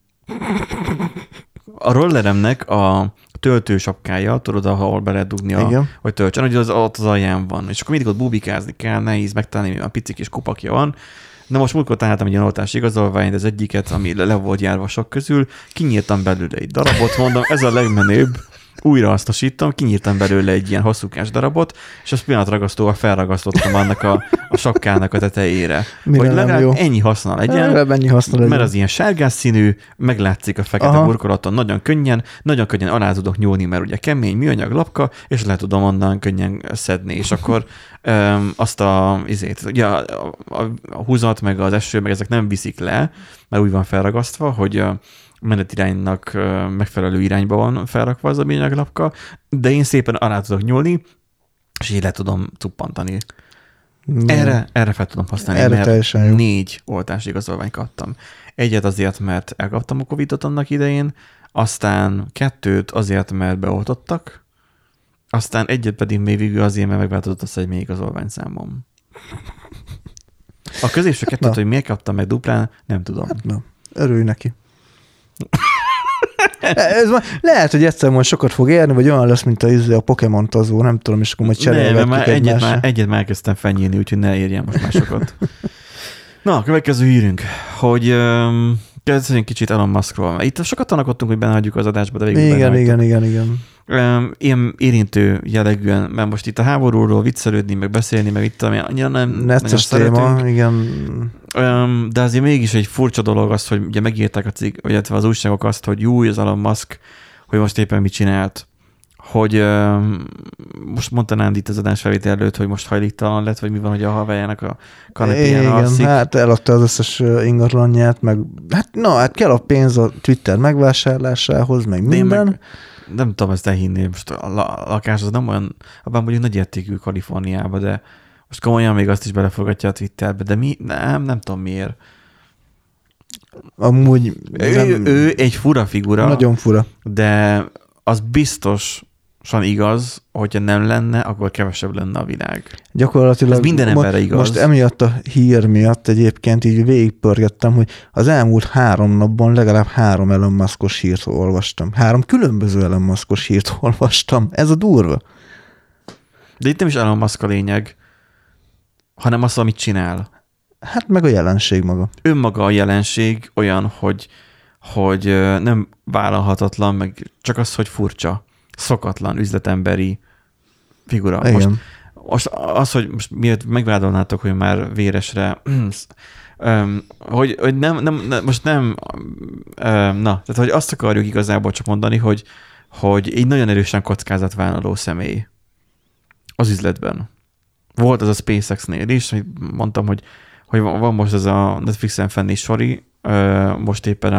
A rolleremnek a töltősapkája, tudod, ahol be lehet dugni, hogy töltsön, hogy ott az alján van. És akkor mindig ott bubikázni kell, nehéz megtalálni, mert a pici kis kupakja van. Na most múltkor találtam egy ilyen oltási igazolványt, az egyiket, ami le volt járva sok közül, kinyírtam belőle egy darabot, mondom, ez a legmenőbb, újra hasznosítom, kinyírtam belőle egy ilyen hosszúkás darabot, és azt pillanatragasztóval felragasztottam annak a sapkának a tetejére. Mire hogy legalább ennyi haszna legyen, mert az ilyen sárgás színű, meglátszik a fekete burkolaton nagyon könnyen alá tudok nyúlni, mert ugye kemény műanyag lapka, és le tudom onnan könnyen szedni, és akkor azt ugye a húzat, meg az eső, meg ezek nem viszik le, mert úgy van felragasztva, hogy a menetiránynak megfelelő irányba van felrakva az a műanyaglapka, de én szépen alá tudok nyúlni, és így le tudom cuppantani. Erre fel tudom használni, erre mert 4 oltási igazolványt kaptam. Egyet azért, mert elkaptam a Covid-ot annak idején, aztán 2 azért, mert beoltottak, aztán egyet pedig még végül azért, mert megváltozott az egy még igazolványszámom. A középső 2-t, hogy miért kaptam meg duplán, nem tudom. Hát nem. Örülj neki. Lehet, hogy egyszer majd sokat fog érni, vagy olyan lesz, mint a Pokémon tazó, nem tudom, és akkor majd cserélvetjük egyet már elkezdtem fenyírni, úgyhogy ne érjen most már sokat. Na, a következő hírünk, hogy kezdjünk kicsit Elon Muskról. Itt sokat tanakodtunk, hogy benehagyjuk az adásba, de végül igen. Ilyen érintő jellegűen, mert most itt a háborúról viccelődni, meg beszélni, meg itt annyira nem necces téma, igen. De azért mégis egy furcsa dolog az, hogy ugye megírták illetve az újságok azt, hogy az Elon Musk, hogy most éppen mit csinált. Hogy most mondta Nándi itt az adás felvétel előtt, hogy most hajléktalan lett, vagy mi van, hogy a haverjának a kanapéján alszik. Igen, hát eladta az összes ingatlanját, meg hát kell a pénz a Twitter megvásárlásához, meg minden. Nem tudom ezt elhinni, most a lakás az nem olyan, abban mondjuk nagy értékű Kaliforniában, de most komolyan még azt is beleforgatja a Twitterbe, de nem tudom miért. Amúgy... Ő egy fura figura. Nagyon fura. De az biztosan igaz, hogyha nem lenne, akkor kevesebb lenne a világ. Gyakorlatilag ez minden emberre igaz. Most emiatt a hír miatt egyébként így végigpörgettem, hogy az elmúlt 3 napban legalább 3 Elon Muskos hírt olvastam. 3 különböző Elon Muskos hírt olvastam. Ez a durva. De itt nem is Elon Musk a lényeg, hanem az, amit csinál. Hát meg a jelenség maga. Önmaga a jelenség olyan, hogy nem vállalhatatlan, meg csak az, hogy furcsa, szokatlan, üzletemberi figura. Most az, hogy miért megvádolnátok, hogy már véresre, hogy nem, tehát hogy azt akarjuk igazából csak mondani, hogy egy nagyon erősen kockázatvállaló személy az üzletben. Volt az a SpaceX-nél is, hogy mondtam, hogy van most ez a Netflixen fenni sori, most éppen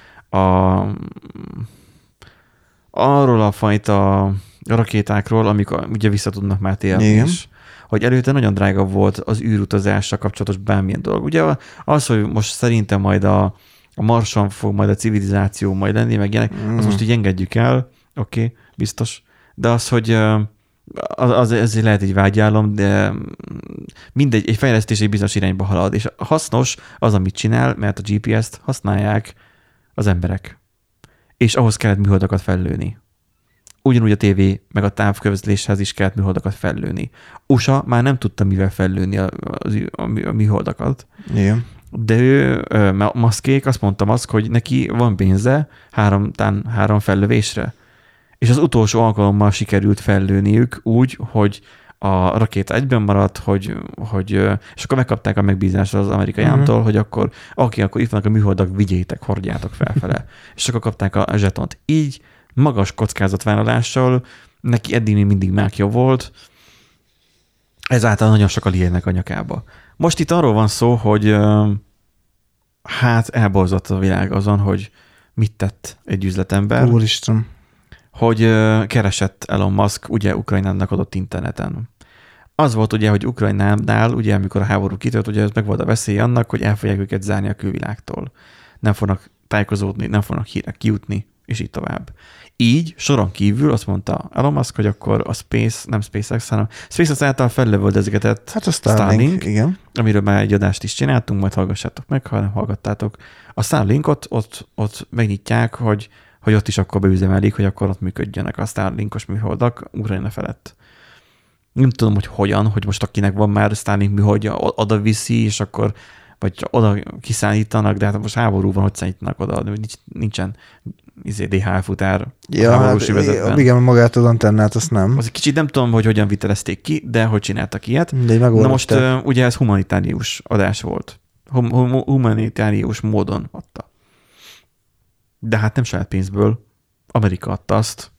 arról a fajta rakétákról, amik ugye vissza tudnak már térni is, hogy előtte nagyon drága volt az űrutazással kapcsolatos bármilyen dolog. Ugye az, hogy most szerintem majd a Marson fog majd a civilizáció majd lenni, meg ilyenek, azt most így engedjük el, oké, biztos, de az, hogy ezért lehet egy vágyálom, de mindegy, egy fejlesztés egy bizonyos irányba halad, és hasznos az, amit csinál, mert a GPS-t használják az emberek. És ahhoz kellett műholdakat fellőni. Ugyanúgy a tévé, meg a távközléshez is kellett műholdakat fellőni. USA már nem tudta mivel fellőni a műholdakat. Igen. De Muskék azt mondta Musk, hogy neki van pénze 3 fellövésre. És az utolsó alkalommal sikerült fellőniük úgy, hogy a rakéta egyben maradt, és akkor megkapták a megbízást az amerikai államtól, hogy akkor itt vannak a műholdak, vigyétek, hordjátok felfele. És akkor kapták a zsetont. Így magas kockázatvállalással, neki eddig még mindig mákja volt, Ezáltal nagyon sokan élnek a nyakába. Most itt arról van szó, hogy hát elborzott a világ azon, hogy mit tett egy üzletember. Úristen. Hogy keresett Elon Musk ugye Ukrajnának adott interneten. Az volt ugye, hogy Ukrajnánál, ugye amikor a háború kitört, ugye ez meg volt a veszély annak, hogy el fogják őket zárni a külvilágtól. Nem fognak tájékozódni, nem fognak hírek kijutni, és így tovább. Így soron kívül azt mondta Elon Musk, hogy akkor a SpaceX, hanem SpaceX által fellövöldezgetett hát a Starlink, igen. Amiről már egy adást is csináltunk, majd hallgassátok meg, ha nem hallgattátok. A Starlinkot ott megnyitják, hogy ott is akkor beüzemelik, hogy akkor ott működjenek a Starlinkos műholdak Ukrajna felett. Nem tudom, hogy hogyan, hogy most akinek van már Starlink műholdja, oda viszi, és akkor vagy oda kiszállítanak, de hát most háború van, hogy szállítanak oda, nincsen DHL futár háborús övezetben. Igen, magát az antennát, azt nem. Az egy kicsit nem tudom, hogy hogyan vitelezték ki, de hogy csináltak ilyet. De na most ugye ez humanitárius adás volt. Humanitárius módon adta. De hát nem saját pénzből. Amerika adta azt.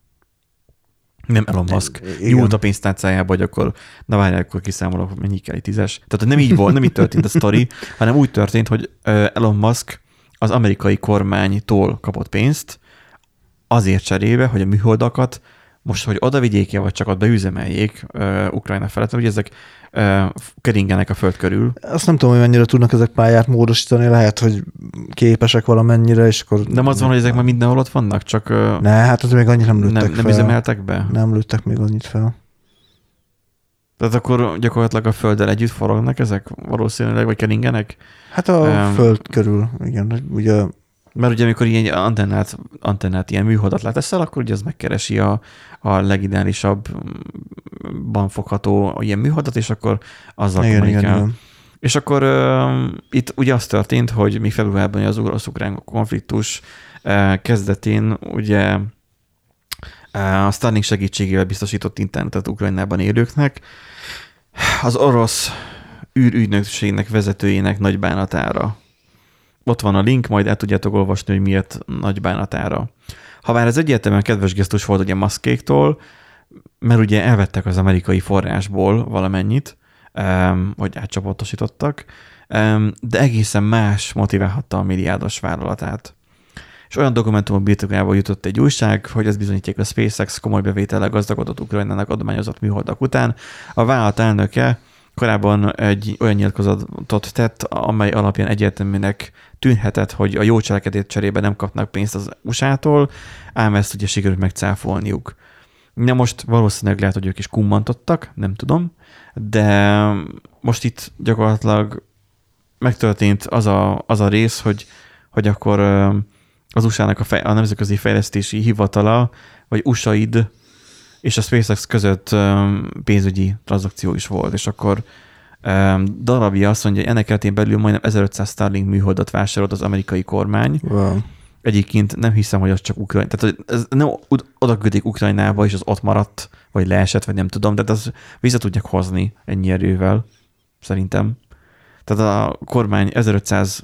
Nem Elon Musk. Nyúlt a pénztárcájába, hogy akkor, na várjál, akkor kiszámolok, hogy mennyi kell egy 10-es. Tehát nem így volt, nem így történt a sztori, hanem úgy történt, hogy Elon Musk az amerikai kormánytól kapott pénzt azért cserébe, hogy a műholdakat most, hogy oda vigyék, vagy csak ott beüzemeljék Ukrajna felett, ugye ezek keringenek a föld körül. Azt nem tudom, hogy mennyire tudnak ezek pályát módosítani, lehet, hogy képesek valamennyire, és akkor... Nem az van, hogy ezek már mindenhol ott vannak, csak... Ne, hát az még annyit nem lőttek fel. Nem üzemeltek be? Nem lőttek még annyit fel. Tehát akkor gyakorlatilag a földdel együtt forognak ezek valószínűleg, vagy keringenek? Hát a föld körül, igen. Ugye... Mert ugye amikor ilyen antennát ilyen műholdat leteszel, akkor ugye az megkeresi a legideálisabban fogható ilyen műholdat, és akkor azzal kommunikál. Igen. És akkor itt ugye az történt, hogy még februárban az orosz-ukrán konfliktus kezdetén ugye a Starlink segítségével biztosított internetet Ukrajnában élőknek az orosz űrügynökségnek vezetőjének nagy bánatára. Ott van a link, majd el tudjátok olvasni, hogy miért nagy bánatára. Habár ez egyértelműen kedves gesztus volt ugye Muskéktól, mert ugye elvettek az amerikai forrásból valamennyit, vagy átcsoportosítottak, de egészen más motiválhatta a milliárdos vállalatát. És olyan dokumentumok birtokába jutott egy újság, hogy ez bizonyítják, a SpaceX komoly bevétellel gazdagodott Ukrajnának adományozott műholdak után. A vállalat elnöke korábban egy olyan nyilatkozatot tett, amely alapján egyértelműnek tűnhetett, hogy a jó cselekedet cserébe nem kapnak pénzt az USA-tól, ám ezt ugye sikerült megcáfolniuk. Na most valószínűleg lehet, hogy ők is kummantottak, nem tudom, de most itt gyakorlatilag megtörtént az a rész, hogy akkor az USA-nak a Nemzetközi Fejlesztési Hivatala, vagy USAID és a SpaceX között pénzügyi tranzakció is volt, és akkor darabja azt mondja, hogy ennek keretén belül majdnem 1500 Starlink műholdat vásárolt az amerikai kormány. Wow. Egyébként nem hiszem, hogy az csak Ukrajna. Tehát ez nem oda kötik Ukrajnába, és az ott maradt, vagy leesett, vagy nem tudom, de az vissza tudják hozni ennyi erővel, szerintem. Tehát a kormány 1500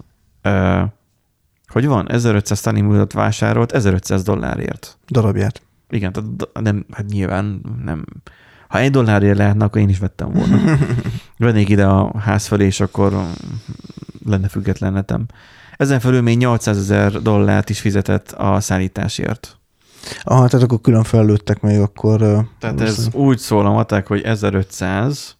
hogy van? 1500 Starlink műholdat vásárolt $1500 darabját. Igen, tehát nem, hát nyilván nem. Ha $1 lehetne, akkor én is vettem volna. Vennék ide a ház felé, és akkor lenne független netem. Ezen felül még $800,000 is fizetett a szállításért. Aha, tehát akkor külön fellőttek még akkor... Tehát ez úgy szól a matek, hogy 1500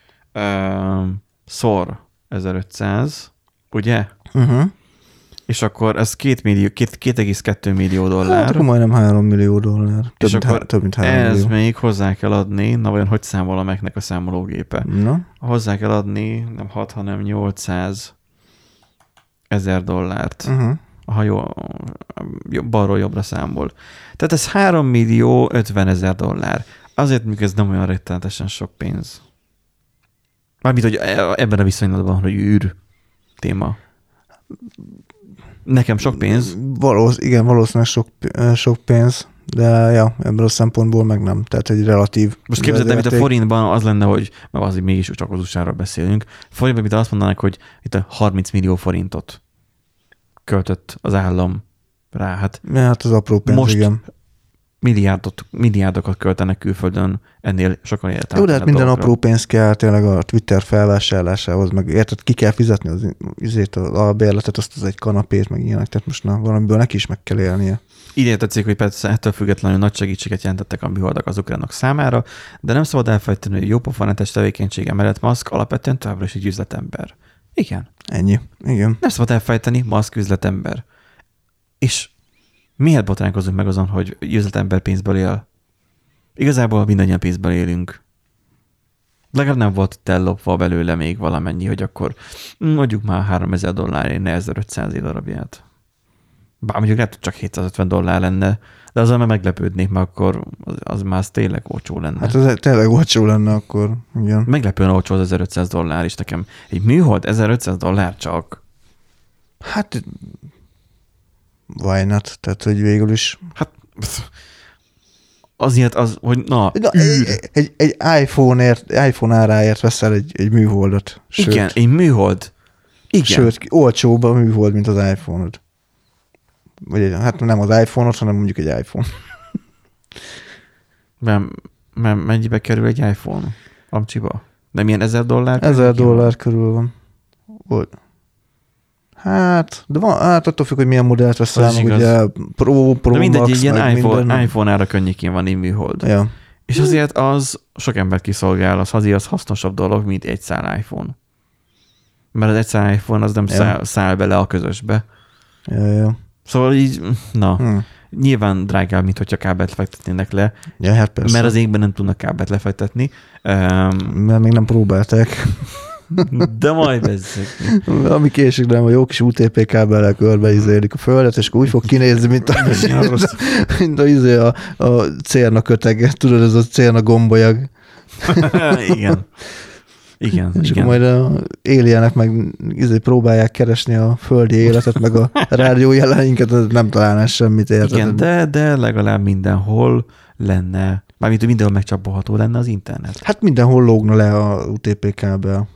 szor 1500, ugye? Uh-huh. És akkor ez $2,2 millió. Hát akkor majdnem $3 millió. Több mint 3 millió. Ez még hozzá kell adni, na vajon hogy számol a Mac-nek a számológépe? Na? Hozzá kell adni nem 6, hanem $800,000. Uh-huh. Ha jó, balról jobbra számol. Tehát ez $3,050,000. Azért még ez nem olyan rettenetesen sok pénz. Mármint, hogy ebben a viszonylatban, hogy űr téma. Nekem sok pénz. Igen, valószínűleg sok pénz, de ja, ebből a szempontból meg nem. Tehát egy relatív... Most képzeld el, mint a forintban az lenne, hogy mert azért mégis csak az USA-ról beszélünk. Forintban, mint azt mondanak, hogy itt a 30 millió forintot költött az állam rá. Hát ja, hát az apró pénz, most igen. milliárdokat költenek külföldön ennél sokkal értelmetlenebb. Jó, de hát minden apró pénz kell tényleg a Twitter felvásárlásához, meg érted, ki kell fizetni az albérletet, azt az egy kanapét, meg ilyenek, tehát most valamiből neki is meg kell élnie. Így tetszik, hogy persze ettől függetlenül nagy segítséget jelentettek a műholdak az ukránok számára, de nem szabad elfelejteni, hogy jópofanetes tevékenysége mellett Musk alapvetően továbbra is egy üzletember. Igen. Ennyi. Igen. Nem szabad elfelejteni, Musk üzletember. És miért botránkozunk meg azon, hogy üzletember pénzből él? Igazából mindannyian pénzből élünk. Legalább nem volt ellopva belőle még valamennyi, hogy akkor mondjuk már $3000 ne 1500 darabját. Bár mondjuk lehet, hogy csak $750 lenne, de azzal már meglepődnék, mert akkor az már tényleg olcsó lenne. Hát ez tényleg olcsó lenne akkor, igen. Meglepően olcsó az $1500 is nekem. Egy műhold $1500 csak. Hát why not? Tehát, hogy végül is... Hát azért az, hogy egy iPhone áráért veszel egy műholdat. Sőt, igen, egy műhold. Igen. Sőt, olcsóbb a műhold, mint az iPhone-od. Vagy hát nem az iPhone-ot, hanem mondjuk egy iPhone. Mennyibe kerül egy iPhone? Amcsiba? Nem ilyen $1000? $1000 körül van. Hát, de van, hát attól függ, hogy milyen modellt veszel, ugye Pro de mindegy, Max, egy ilyen iPhone ára könnyékén van egy műhold. Ja. És azért az sok embert kiszolgál, az hasznosabb dolog, mint egy szál iPhone. Mert az egy szál iPhone az nem száll bele a közösbe. Ja. Szóval így, nyilván drágább, mint hogyha kábelt fektetnének le. Ja, hát persze. Mert az égben nem tudnak kábelt lefektetni. Mert még nem próbálták. De majd bezzeg. Ami késik, nem a jó kis UTP kábellel körbeizélik a földet, és akkor úgy fog kinézni, mint a cérna köteg. Tudod, ez a cérna gombolyag. Igen. És akkor majd a alienek meg próbálják keresni a földi életet, meg a rádiójeleinket, nem találnál semmit, érted? Igen, de legalább mindenhol lenne, mármint mindenhol megcsapolható lenne az internet. Hát mindenhol lógna le a UTP kábel.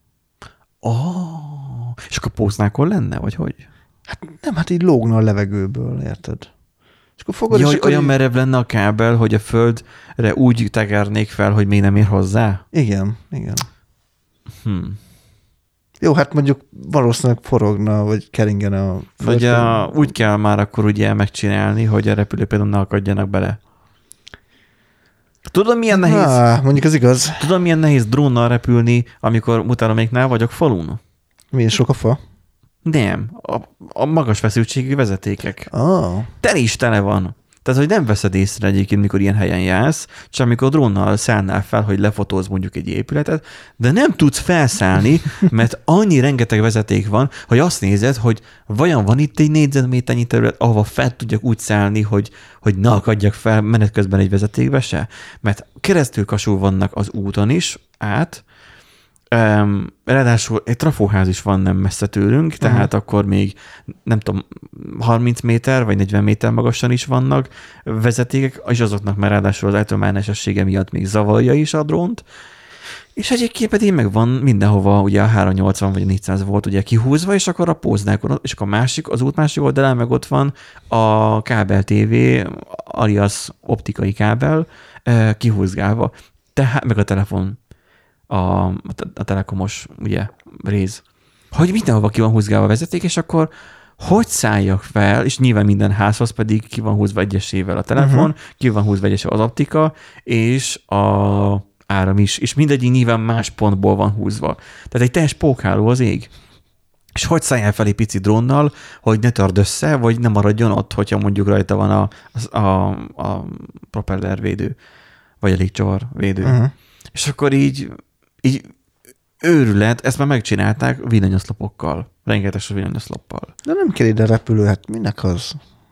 És akkor póznákon lenne, vagy hogy? Hát nem, hát így lógna a levegőből, érted? És akkor fogod, és olyan így... merev lenne a kábel, hogy a földre úgy tekernék fel, hogy még nem ér hozzá? Igen. Jó, hát mondjuk valószínűleg forogna, vagy keringene a föld. Vagy úgy kell már akkor ugye megcsinálni, hogy a repülő például ne akadjanak bele. Tudod, milyen nehéz? Mondjuk ez igaz. Tudod, milyen nehéz drónnal repülni, amikor Mutaroméknál vagyok falun? Milyen sok a fa? Nem. A magas feszültségű vezetékek. Tele is tele van. Tehát, hogy nem veszed észre egyébként, mikor ilyen helyen jársz, csak amikor drónnal szállnál fel, hogy lefotóz mondjuk egy épületet, de nem tudsz felszállni, mert annyi rengeteg vezeték van, hogy azt nézed, hogy vajon van itt egy négyzetméternyi terület, ahova fel tudjak úgy szállni, hogy ne akadjak fel menet közben egy vezetékbe se. Mert keresztülkasul vannak az úton is át, ráadásul egy trafóház is van nem messze tőlünk, tehát akkor még nem tudom, 30 méter vagy 40 méter magasan is vannak vezetékek, és azoknak már ráadásul az elektromágnesessége miatt még zavarja is a drónt, és egyébként pedig megvan mindenhova ugye a 380 vagy 400 volt ugye kihúzva, és akkor a póznákon, és akkor az út másik oldalán meg ott van a kábel TV, alias optikai kábel kihúzgálva, tehát meg a telefon. A telekomos ugye rész, hogy mindenhova ki van húzgálva a vezeték, és akkor hogy szálljak fel, és nyilván minden házhoz pedig ki van húzva egyesével a telefon, ki van húzva egyesével az optika, és a áram is, és mindegyik nyilván más pontból van húzva. Tehát egy teljes pókháló az ég. És hogy szálljál fel egy pici drónnal, hogy ne tard össze, vagy ne maradjon ott, hogyha mondjuk rajta van a propellervédő, vagy a légcsavarvédő. És akkor így őrület, ezt már megcsinálták villanyoszlopokkal. Rengetes villanyoszloppal. De nem kell ide repülő, hát minek az?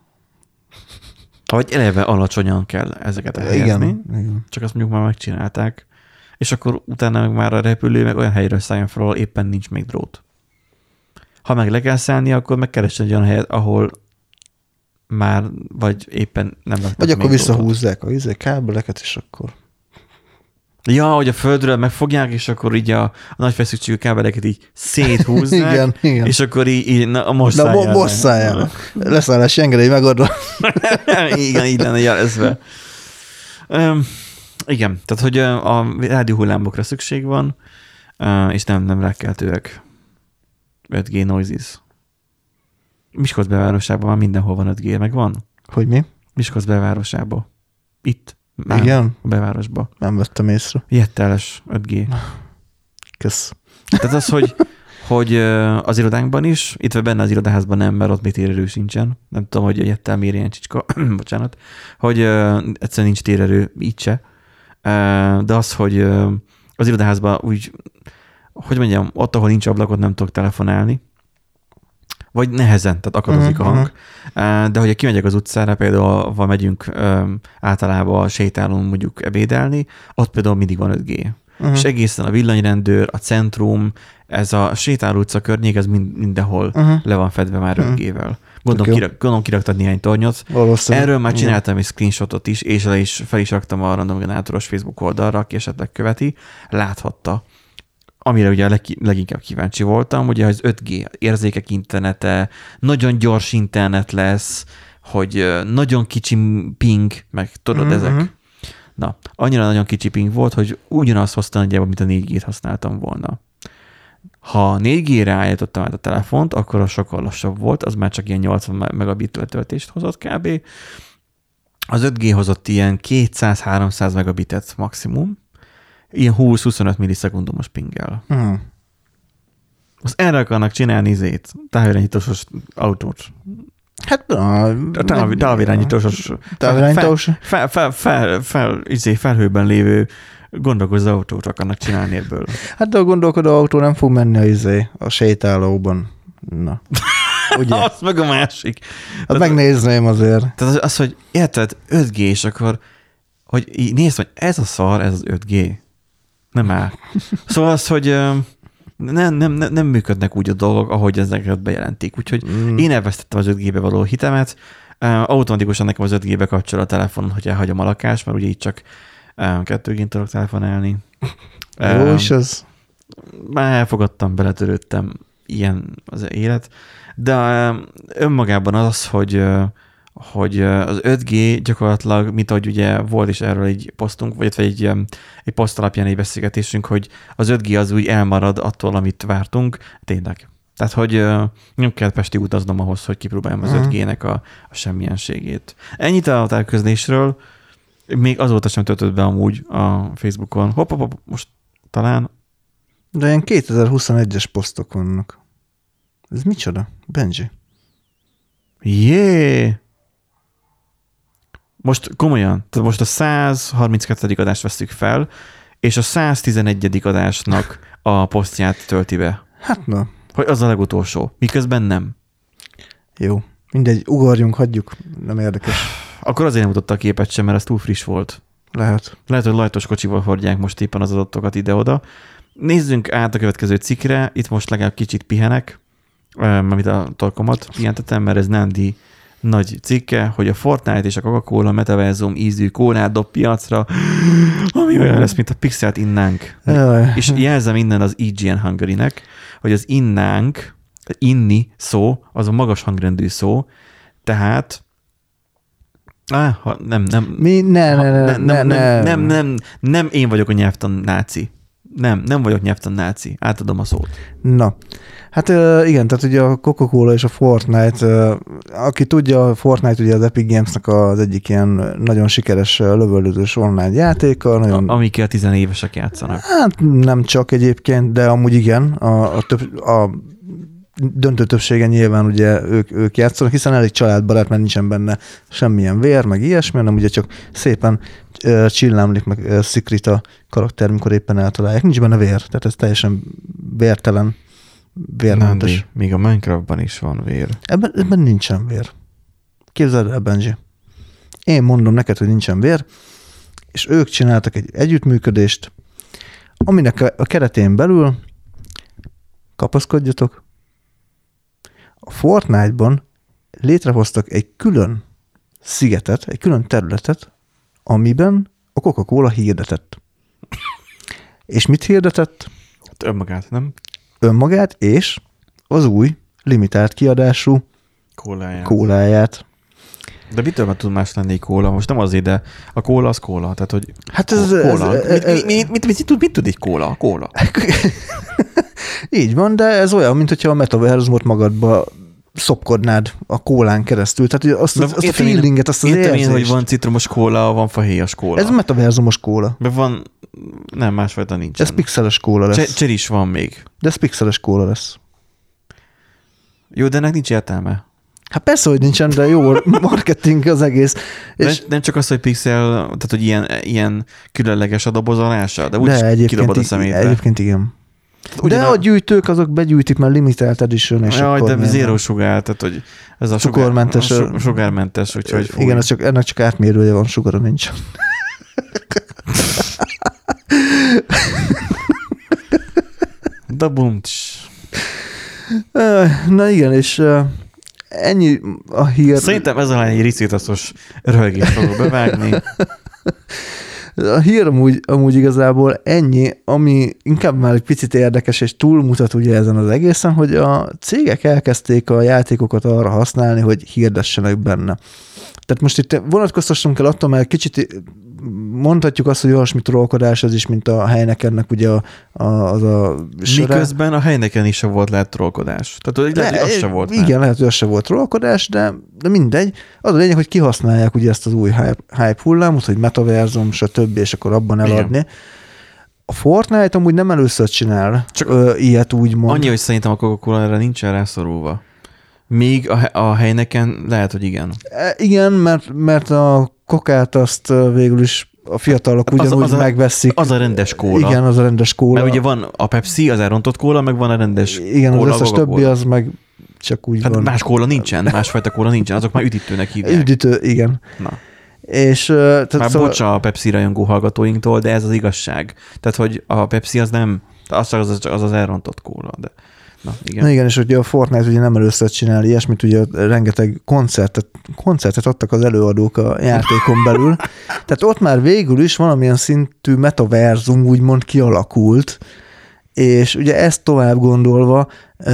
Vagy eleve alacsonyan kell ezeket elhelyezni. Igen. Csak azt mondjuk már megcsinálták. És akkor utána meg már a repülő meg olyan helyről szálljon fel, ahol éppen nincs még drót. Ha meg le kell szállni, akkor megkeresni egy olyan helyet, ahol már, vagy éppen nem. Vagy akkor visszahúzzák a kábeleket, és akkor Ja, hogy a földről megfogják, és akkor így a nagy feszültségű kábeleket így széthúzzák, igen. és akkor így most szálljál. Most szálljál. Leszállási engedély megadva. Igen, így lenne jelezve. Igen, tehát hogy a rádióhullámokra szükség van, és nem rákkeltőek. 5G noises. Miskolc belvárosában már mindenhol van 5G, meg van. Hogy mi? Miskolc belvárosában. Itt. Igen? A belvárosban. Nem vettem észre. Jetteles 5G. Kösz. Tehát az, hogy az irodánkban is, itt vagy benne az irodaházban nem, mert ott még térerő sincsen. Nem tudom, hogy a jettel miért ilyen csicska. Bocsánat. Hogy egyszerűen nincs térerő, így se. De az, hogy az irodaházban úgy, hogy mondjam, ott, ahol nincs ablakot, nem tudok telefonálni. Vagy nehezen, tehát akadozik a hang. De hogyha kimegyek az utcára, például ha megyünk általában sétálunk mondjuk ebédelni, ott például mindig van 5G. És egészen a villanyrendőr, a centrum, ez a sétáló utca környék, ez mindenhol le van fedve már 5G-vel. Gondolom kiraktak néhány tornyot. Erről már csináltam egy screenshotot is, és fel is raktam a Random Generátoros Facebook oldalra, aki esetleg követi, láthatta. Amire ugye leginkább kíváncsi voltam, ugye az 5G érzékek internete, nagyon gyors internet lesz, hogy nagyon kicsi ping, meg tudod ezek. Na, annyira nagyon kicsi ping volt, hogy ugyanazt hozta nagyjából, mint a 4G-t használtam volna. Ha 4G-re állítottam át a telefont, akkor az sokkal lassabb volt, az már csak ilyen 80 megabit letöltést hozott kb. Az 5G hozott ilyen 200-300 megabitet maximum, ilyen 20-25 millisekundumos pinggel. Azt erre akarnak csinálni távirányítós autót. Hát távirányítós felhőben lévő gondolkozó autót akarnak csinálni ebből. Hát de a gondolkodó autó nem fog menni a sétálóban. Na. Ugye? Az meg a másik. Hát megnézném azért. Tehát az, hogy érted, 5G, és akkor, hogy így nézd, hogy ez a szar, ez az 5G. Nem áll. Szóval az, hogy nem működnek úgy a dolgok, ahogy ezeket bejelentik. Úgyhogy én elvesztettem az 5G-be való hitemet. Automatikusan nekem az 5G-be kapcsol a telefonon, hogy elhagyom a lakást, mert ugye itt csak 2G-n tudok telefonálni. Jó is az. Már elfogadtam, beletörődtem, ilyen az élet. De önmagában az, hogy az 5G gyakorlatilag, mint ahogy ugye volt is erről egy posztunk, vagy egy poszt alapján egy beszélgetésünk, hogy az 5G az úgy elmarad attól, amit vártunk, tényleg. Tehát, hogy nem kell Pestig utaznom ahhoz, hogy kipróbáljam az 5G-nek a semmilyenségét. Ennyit a távközlésről, még azóta sem töltött be amúgy a Facebookon. Hopp, most talán. De ilyen 2021-es posztok vannak. Ez micsoda? Benji. Jé! Most komolyan, tehát most a 132. adást veszük fel, és a 111. adásnak a posztját tölti be. Hát na. Hogy az a legutolsó. Miközben nem. Jó. Mindegy, ugorjunk, hagyjuk. Nem érdekes. Akkor azért nem mutatta a képet sem, mert ez túl friss volt. Lehet, hogy lajtos kocsival hordják most éppen az adatokat ide-oda. Nézzünk át a következő cikkre. Itt most legalább kicsit pihenek, amit a torkomat pihentetem, mert ez Nandi nagy cikke, hogy a Fortnite és a Coca-Cola metaverzum ízű kólát dob piacra, ami olyan lesz, mint a pixelt innánk. És jelzem innen az IGN Hungary-nek, hogy az innánk, inni szó, az a magas hangrendű szó, tehát nem én vagyok a nyelvtan náci. Nem vagyok nyelvtan náci. Átadom a szót. Na, hát igen, tehát ugye a Coca-Cola és a Fortnite, aki tudja, a Fortnite ugye az Epic Games-nak az egyik ilyen nagyon sikeres lövöldözős online játéka. Nagyon... Amikkel 10 évesek játszanak. Hát nem csak egyébként, de amúgy igen, a döntő többsége nyilván ugye ők játszanak, hiszen elég családbarát, mert nincsen benne semmilyen vér, meg ilyesmi, hanem ugye csak szépen csillámlik, meg szikrit a karakter, mikor éppen eltalálják. Nincs benne vér, tehát ez teljesen vértelen, vérmentes. Még a Minecraftban is van vér. Ebben nincsen vér. Képzeld el, Benji. Én mondom neked, hogy nincsen vér, és ők csináltak egy együttműködést, aminek a keretén belül kapaszkodjatok, a Fortnite-ban létrehoztak egy külön szigetet, egy külön területet, amiben a Coca-Cola hirdetett. És mit hirdetett? Hát önmagát, nem? Önmagát, és az új limitált kiadású kóláját. De mitől tud más lenni kóla? Most nem azért, de a kóla az kóla. Tehát, hogy hát kóla. Mit tud egy kóla? Kóla. Így van, de ez olyan, mint hogyha a metaverzumot magadba szopkodnád a kólán keresztül. Tehát azt a feelinget, azt az érzést. Értem én, hogy van citromos kóla, van fahéjas kóla. Ez metaverzumos kóla. De van, nem, másfajta nincsen. Ez pixeles kóla lesz. Cseris van még. De ez pixeles kóla lesz. Jó, de ennek nincs értelme. Hát persze, hogy nincsen, de jó marketing az egész. És nem csak az, hogy pixel, tehát hogy ilyen különleges a dobozolása, de úgy kidobod a szemétre. Egyébként igen. De a gyűjtők azok begyűjtik, mert limitált edition, és jaj, de zero sugár, tehát hogy ez a sugármentes, úgyhogy fúj. Igen, ennek csak átmérője van, sugara nincs. Dabumcs. Na igen, és ennyi a hír. Szerintem ez alá egy ricitaszos röhögést fogok bevágni. A hír amúgy igazából ennyi, ami inkább már egy picit érdekes, és túlmutat ugye ezen az egészen, hogy a cégek elkezdték a játékokat arra használni, hogy hirdessenek benne. Tehát most itt vonatkoztassunk el attól, mert kicsit mondhatjuk azt, hogy olyasmi trollkodás ez is, mint a Heinekennek ugye az a sora. Miközben a Heineken is volt lehet trollkodás. Tehát lehet, hogy az se volt. Igen, lehet, hogy az se volt trollkodás, de mindegy. Az a lényeg, hogy kihasználják ugye ezt az új hype hullámot, hogy metaverzum, stb., és akkor abban eladni. Igen. A Fortnite amúgy nem először csinál ilyet úgymond. Annyi, hogy szerintem a Coca-Cola-ra nincsen rászorulva. Míg a Heineken lehet, hogy igen. Igen, mert a kokát azt végül is a fiatalok ugyanúgy megveszik. Az a rendes kóla. Igen, az a rendes kóla. Mert ugye van a Pepsi, az elrontott kóla, meg van a rendes igen, kóla. Igen, az összes többi az meg csak úgy hát van. Más kóla nincsen, másfajta kóla nincsen, azok már üdítőnek hívják. Üdítő, igen. Na. És, már bocsa a Pepsi rajongó hallgatóinktól, de ez az igazság. Tehát, hogy a Pepsi az nem, az elrontott kóla, de... Na, igen. Na igen, és ugye a Fortnite ugye nem először csinál ilyesmit, ugye rengeteg koncertet adtak az előadók a játékon belül, tehát ott már végül is valamilyen szintű metaverzum úgymond kialakult, és ugye ezt tovább gondolva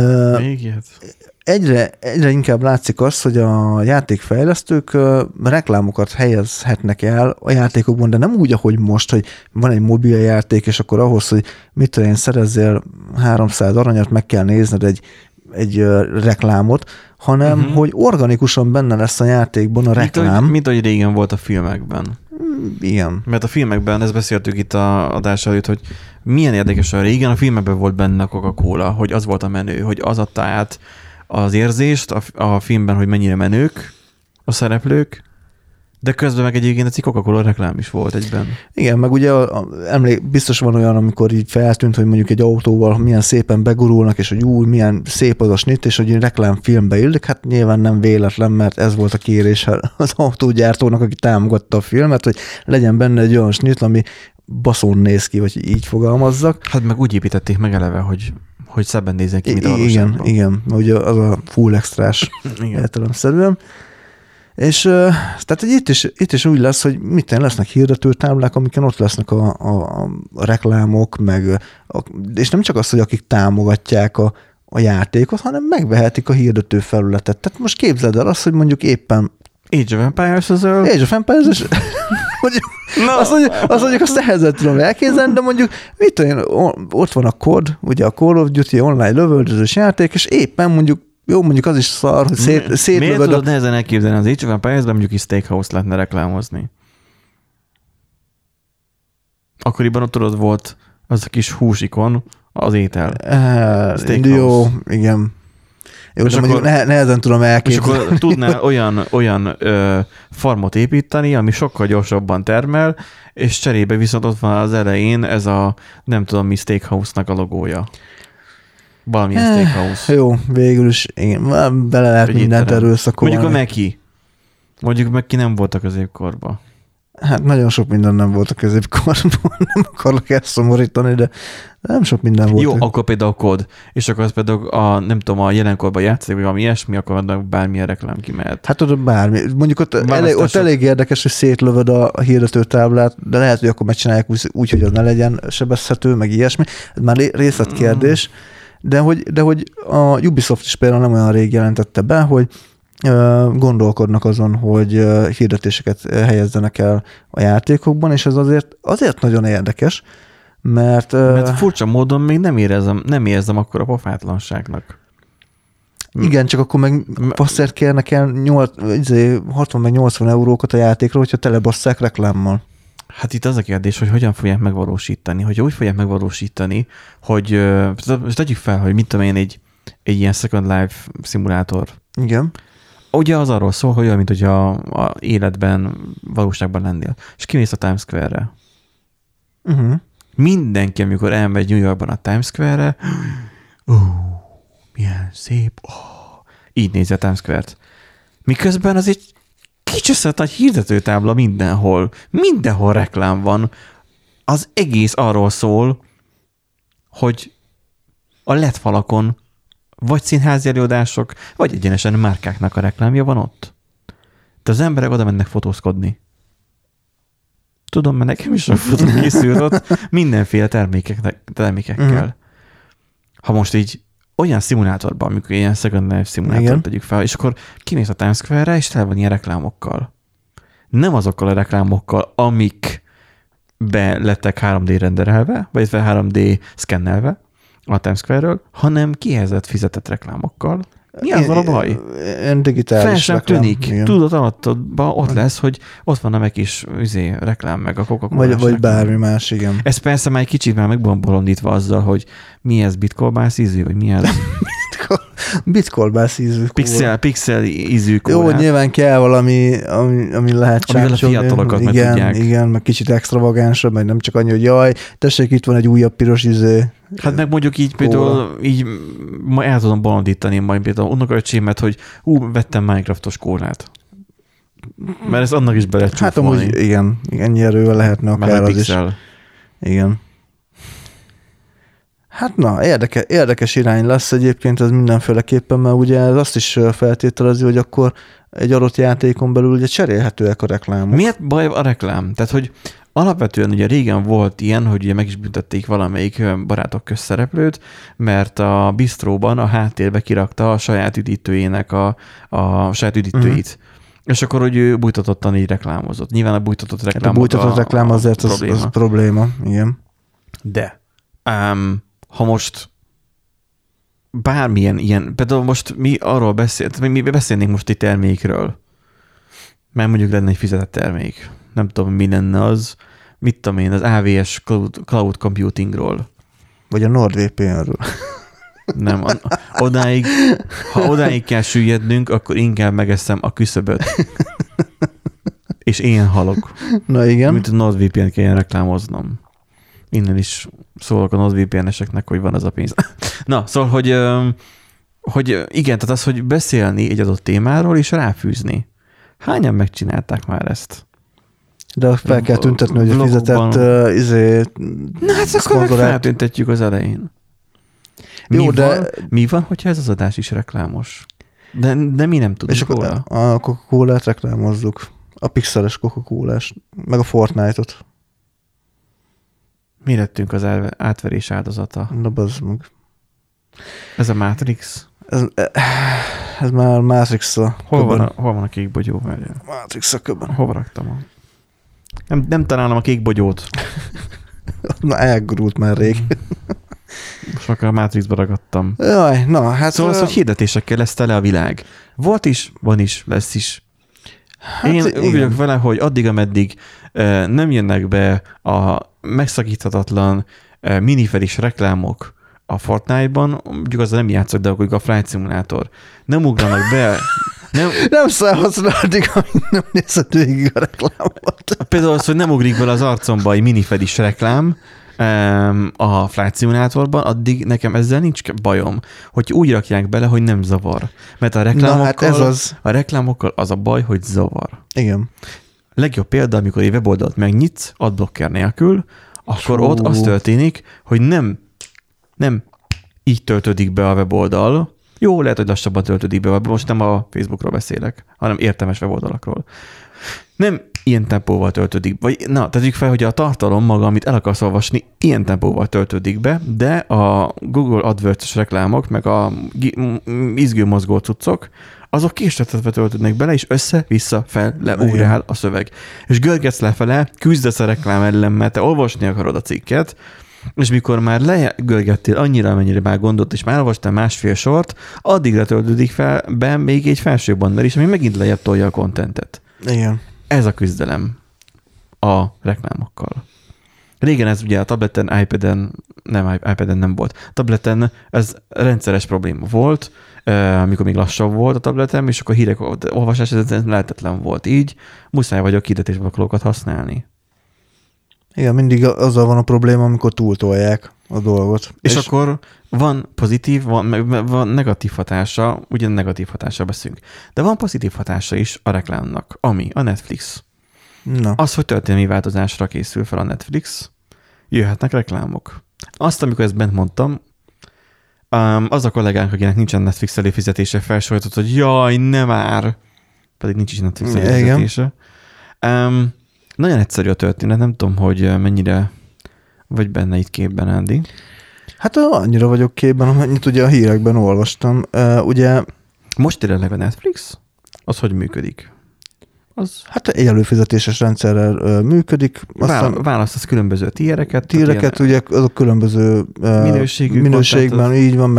egyre inkább látszik az, hogy a játékfejlesztők reklámokat helyezhetnek el a játékokban, de nem úgy, ahogy most, hogy van egy mobiljáték, és akkor ahhoz, hogy mit tudom én, szerezzél 300 aranyat, meg kell nézned egy reklámot, hanem hogy organikusan benne lesz a játékban a reklám. Mint ahogy régen volt a filmekben. Igen. Mert a filmekben, ezt beszéltük itt a adás előtt, hogy milyen érdekes, hogy régen a filmekben volt benne a Coca-Cola, hogy az volt a menő, hogy az adta át az érzést a filmben, hogy mennyire menők a szereplők, de közben meg egyébként egy Coca-Cola reklám is volt egyben. Igen, meg ugye biztos van olyan, amikor így feltűnt, hogy mondjuk egy autóval milyen szépen begurulnak, és hogy milyen szép az a snit, és hogy reklámfilmbe illik, hát nyilván nem véletlen, mert ez volt a kérés az autógyártónak, aki támogatta a filmet, hogy legyen benne egy olyan snit, ami baszón néz ki, vagy így fogalmazzak. Hát meg úgy építették meg eleve, hogy szebben nézzen ki, mint a valóságban. Igen, ugye az a full extrás értelemszerűen. És tehát itt is úgy lesz, hogy mitten lesznek hirdetőtáblák, amiken ott lesznek a reklámok, és nem csak az, hogy akik támogatják a játékot, hanem megvehetik a hirdető felületet. Tehát most képzeld el azt, hogy mondjuk éppen Age of Empires azt mondjuk azt nehezen tudom elképzelni, de mondjuk ott van a COD, ugye a Call of Duty online lövöldözős játék, és éppen mondjuk az is szar, hogy szétlövöd. Miért tudod nehezen elképzelni az Age of Empires-ben mondjuk is Steakhouse lehetne reklámozni? Akkoriban ott tudod volt az a kis húsikon, az étel. Jó, igen. Jó, és de mondjuk nehezen tudom elképzelni. És akkor tudnál olyan farmot építeni, ami sokkal gyorsabban termel, és cserébe viszont ott van az elején ez a nem tudom mi Steakhouse-nak a logója. Valamilyen Steakhouse. Jó, végül is igen, bele lehet mindent erőszakolni. Mondjuk a Meki. Mondjuk Meki nem volt a középkorban. Hát nagyon sok minden nem volt a középkorban, nem akarok elszomorítani, de nem sok minden volt. Jó, akkor például kód, és akkor az például nem tudom, a jelenkorban játszik, vagy valami ilyesmi, akkor annak bármilyen reklám kimehet. Hát ott bármi. Mondjuk ott elég érdekes, hogy szétlövöd a hirdetőtáblát, de lehet, hogy akkor megcsinálják úgy, hogy az ne legyen sebezhető, meg ilyesmi. Ez már részletkérdés. De hogy a Ubisoft is például nem olyan rég jelentette be, hogy gondolkodnak azon, hogy hirdetéseket helyezzenek el a játékokban, és ez azért nagyon érdekes, mert furcsa módon még nem érzem akkor a pofátlanságnak. Igen, csak akkor meg passzert kérnek el 60 meg 80 eurókat a játékra, hogyha telebasszák reklámmal. Hát itt az a kérdés, hogy hogyan fogják megvalósítani. Hogyha úgy fogják megvalósítani, hogy tegyük fel, hogy mit tudom én, egy ilyen Second Life szimulátor. Igen. Ugye az arról szól, hogy olyan, mint hogy a életben, valóságban lennél. És kimész a Times Square-re. Mindenki, amikor elmegy New Yorkban a Times Square-re, milyen szép, így nézi a Times Square-t. Miközben az egy kicseszett nagy hirdetőtábla mindenhol. Mindenhol reklám van. Az egész arról szól, hogy a LED falakon vagy színházi előadások, vagy egyenesen márkáknak a reklámja van ott. De az emberek oda mennek fotózkodni. Tudom, mert nekem is a fotó készült ott mindenféle termékekkel. Ha most így olyan szimulátorban, amikor ilyen Second Life szimulátort tegyük fel, és akkor kimész a Times Square-re, és tele van ilyen reklámokkal. Nem azokkal a reklámokkal, amik be lettek 3D renderelve, vagy 3D szkennelve a Times Square-ről, hanem kihelyezett fizetett reklámokkal. Mi az a baj? Digitális fel sem reklám. tűnik. Igen. Tudod, alattadban ott lesz, hogy ott van a meg is reklám, meg a Coca-Cola. Vagy bármi más, igen. Ez persze már egy kicsit már meg van bolondítva azzal, hogy mi ez, bitkolbász ízű, vagy mi ez? Bitkolbász ízű kóla. Pixel ízű kóla. Jó, nyilván kell valami, ami lehet csápcsogni. Amivel a fiatalokat meg tudják. Igen, meg kicsit extravagánsabb, meg nem csak annyi, hogy jaj, tessék, itt van egy újabb piros Hát meg mondjuk így például így ma el tudom bolondítani majd például unokaöcsémet, hogy vettem Minecraftos kólát. Mert ez annak is be lehet csúfolni. Hát amúgy igen, ennyi erővel lehetne akár az is. Igen. Hát na, érdekes irány lesz egyébként ez mindenféleképpen, mert ugye ez azt is feltételezi, hogy akkor egy adott játékon belül ugye cserélhetőek a reklámok. Miért baj a reklám? Tehát, hogy alapvetően ugye régen volt ilyen, hogy ugye meg is büntették valamelyik barátok közszereplőt, mert a bistróban a háttérbe kirakta a saját üdítőjének a saját üdítőit. És akkor, hogy ő bújtatottan így reklámozott. Nyilván a bújtatott reklám a bújtatott reklám azért az probléma. Igen. De ha most bármilyen ilyen, például most mi arról mi beszélnénk most egy termékről, mert mondjuk lenne egy fizetett termék. Nem tudom, mi lenne az, mit tudom én, az AWS Cloud Computingról. Vagy a NordVPN-ről. Nem, ha odáig kell süllyednünk, akkor inkább megeszem a küszöböt. És én halok. Na igen. Mint a NordVPN-t kelljen reklámoznom. Innen is szólok a NordVPN-eseknek, hogy van ez a pénz. Na, szóval, hogy igen, tehát az, hogy beszélni egy adott témáról és ráfűzni. Hányan megcsinálták már ezt? De fel kell tüntetni, hogy a fizetett Na hát akkor meg feltüntetjük az elején. Mi van, hogyha ez az adás is reklámos? De mi nem tudunk és róla. A Coca-Colát reklámozzuk. A pixeles Coca-Colás. Meg a Fortnite-ot. Mi lettünk az átverés áldozata? Na bazd meg. Ez a Matrix? Ez már Matrix-a hol van a kék bogyó? Matrix-a köbben. Hova raktam? Nem találom a kék bogyót. Na, elgurult már rég. Most akkor a Matrixba ragadtam. Jaj, na, hát... Szóval az, hogy hirdetésekkel lesz tele a világ. Volt is, van is, lesz is. Hát én úgy vagyok vele, hogy addig, ameddig nem jönnek be a megszakíthatatlan minifelis reklámok a Fortnite-ban, mondjuk azzal nem játszok, de akkor a Flight Simulator. Nem ugranak be... Nem szállhatsz rá addig, amíg nem nézed végig a reklámot. Például az, hogy nem ugrik bele az arcomba egy minifedis reklám a Flight Simulatorban, addig nekem ezzel nincs bajom, hogy úgy rakják bele, hogy nem zavar. Mert a reklámokkal, hát ez az. A reklámokkal az a baj, hogy zavar. Igen. legjobb példa, amikor egy weboldalt megnyitsz, adblocker nélkül, akkor ott az történik, hogy nem így töltődik be a weboldal. Jó, lehet, hogy lassabban töltődik be, most nem a Facebookról beszélek, hanem értelmes weboldalakról. Nem ilyen tempóval töltődik, vagy tegyük fel, hogy a tartalom maga, amit el akarsz olvasni, ilyen tempóval töltődik be, de a Google AdWords-es reklámok, meg a izgő mozgó cuccok, azok késletetve töltődnek bele, és össze-vissza fel leugrál a szöveg. És görgetsz lefele, küzdesz a reklám ellen, mert te olvasni akarod a cikket, és mikor már legörgettél annyira, amennyire már gondolt, és már olvastál másfél sort, addigra töltődik fel be még egy felső banner is, ami megint lejjebb tolja a kontentet. Igen. Ez a küzdelem a reklámokkal. Régen ez ugye a tableten, iPaden nem volt. A tableten ez rendszeres probléma volt, amikor még lassabb volt a tabletem, és akkor hírek olvasás ez lehetetlen volt. Így muszáj vagyok hirdetésblokolókat használni. Igen, mindig azzal van a probléma, amikor túltolják a dolgot. És akkor van pozitív, van negatív hatása, ugyan negatív hatása beszélünk, de van pozitív hatása is a reklámnak, ami a Netflix. Na. Az, hogy történelmi változásra készül fel a Netflix, jöhetnek reklámok. Azt, amikor ezt bent mondtam, az a kollégánk, akinek nincsen Netflix előfizetése, felsoroltott, hogy jaj, ne már! Pedig nincs is Netflix előfizetése. Nagyon egyszerű a történet, nem tudom, hogy mennyire vagy benne itt képben, Andy. Hát annyira vagyok képben, amennyit ugye a hírekben olvastam. Ugye... Most jelenleg a Netflix? Az hogy működik? Hát egy előfizetéses rendszerrel működik. Választasz különböző tiereket. Tiereket, ugye azok különböző minőségben, így van,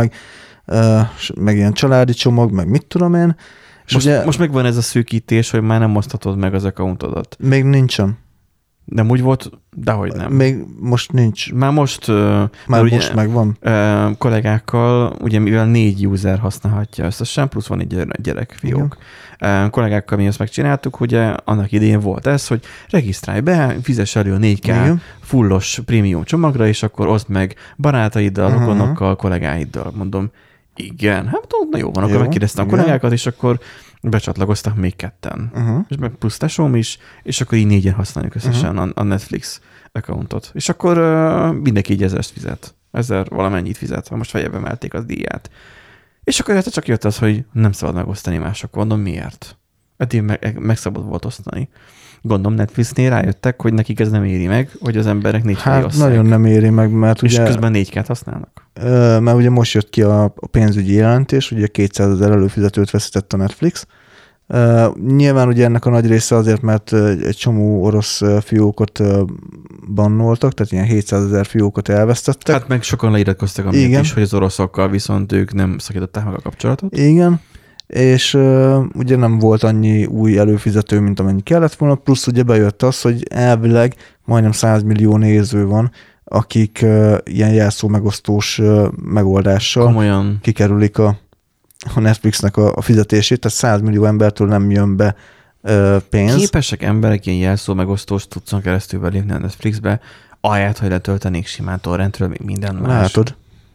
meg ilyen családi csomag, meg mit tudom én. Most megvan ez a szűkítés, hogy már nem oszthatod meg az accountodat. Még nincsen. Nem úgy volt, dehogy nem. Még most nincs. Már most most megvan. Kollégákkal, ugye mivel 4 user használhatja összesen, plusz van egy gyerek, fiók. Kollégákkal mi ezt megcsináltuk, ugye annak idején volt ez, hogy regisztrálj be, fizess elő a 4K fullos prémium csomagra, és akkor oszd meg barátaiddal, rokonokkal, kollégáiddal. Mondom, igen, hát na jó van, akkor megkérdeztem a kollégákat, és akkor becsatlakoztak még ketten. És meg plusz tesóm is, és akkor így 4-en használjuk összesen a Netflix accountot. És akkor mindenki így 1000-t fizet. 1000 valamennyit fizet, most fejjel emelték a díját. És akkor csak jött az, hogy nem szabad megosztani másokkal. Mondom, miért? Eddig meg szabad volt osztani. Gondolom Netflixnél rájöttek, hogy nekik ez nem éri meg, hogy az emberek 4K Hát nagyon nem éri meg, mert és ugye... És közben 4K-t használnak? Mert ugye most jött ki a pénzügyi jelentés, ugye 200 000 előfizetőt veszített a Netflix. Nyilván ugye ennek a nagy része azért, mert egy csomó orosz fiókot bannoltak, tehát ilyen 700 000 fiókot elvesztettek. Hát meg sokan leiratkoztak amiatt is, hogy az oroszokkal viszont ők nem szakították meg a kapcsolatot. Igen, és ugye nem volt annyi új előfizető, mint amennyi kellett volna, plusz ugye bejött az, hogy elvileg majdnem 100 millió néző van, akik ilyen jelszó megosztós megoldással komolyan kikerülik a Netflixnek a fizetését, tehát 100 millió embertől nem jön be pénz. Képesek emberek ilyen jelszó megosztós tudszon keresztül belépni a Netflixbe, ahelyett, hogy letöltenék simán torrentről, még minden más. Látod.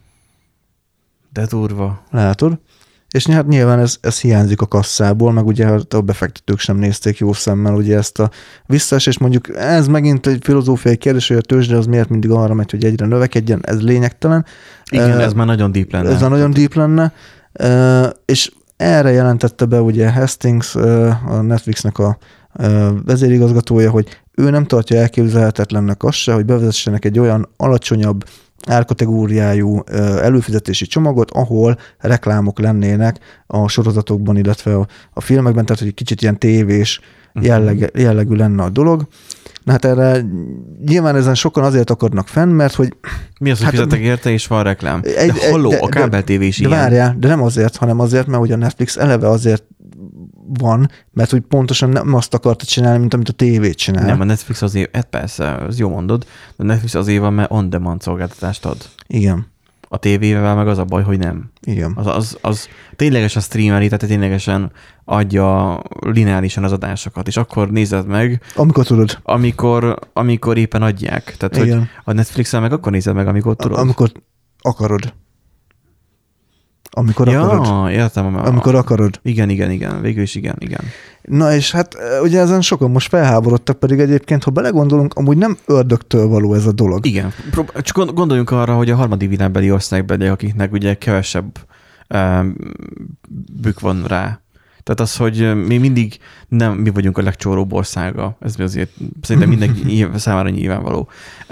De durva. Látod. És hát nyilván ez hiányzik a kasszából, meg ugye a befektetők sem nézték jó szemmel ugye ezt a visszaesést. Mondjuk ez megint egy filozófiai kérdés, hogy a tőzsde az miért mindig arra megy, hogy egyre növekedjen, ez lényegtelen. Igen, ez már nagyon deep lenne. Ez már nagyon deep lenne. És erre jelentette be ugye Hastings, a Netflixnek a vezérigazgatója, hogy ő nem tartja elképzelhetetlennek azt se, hogy bevezessenek egy olyan alacsonyabb árkategóriájú előfizetési csomagot, ahol reklámok lennének a sorozatokban, illetve a filmekben, tehát hogy egy kicsit ilyen tévés jellegű lenne a dolog. Na hát erre nyilván ezen sokan azért akadnak fenn, mert hogy... Mi az, hogy fizetek érte, és van reklám? A kábel tévé is ilyen. De várjál, de nem azért, hanem azért, mert ugye a Netflix eleve azért van, mert hogy pontosan nem azt akarta csinálni, mint amit a tévét csinál. Nem, a Netflix azért, persze, az jó mondod, de a Netflix azért van, mert on-demand szolgáltatást ad. Igen. A tévével meg az a baj, hogy nem. Igen. Az ténylegesen streameli, tehát ténylegesen adja lineárisan az adásokat, és akkor nézed meg. Amikor tudod. Amikor éppen adják. Tehát, igen. Hogy a Netflixen meg akkor nézed meg, amikor tudod. Amikor akarod. amikor akarod. Ja, értem. Amikor akarod. Igen. Végül is igen. Na és hát ugye ezen sokan most felháborodtak, pedig egyébként, ha belegondolunk, amúgy nem ördögtől való ez a dolog. Igen. Csak gondoljunk arra, hogy a harmadik világbeli országbeli, akiknek ugye kevesebb bük van rá. Tehát az, hogy mi mindig nem mi vagyunk a legcsóróbb országa. Ez azért szerintem mindenki számára nyilvánvaló.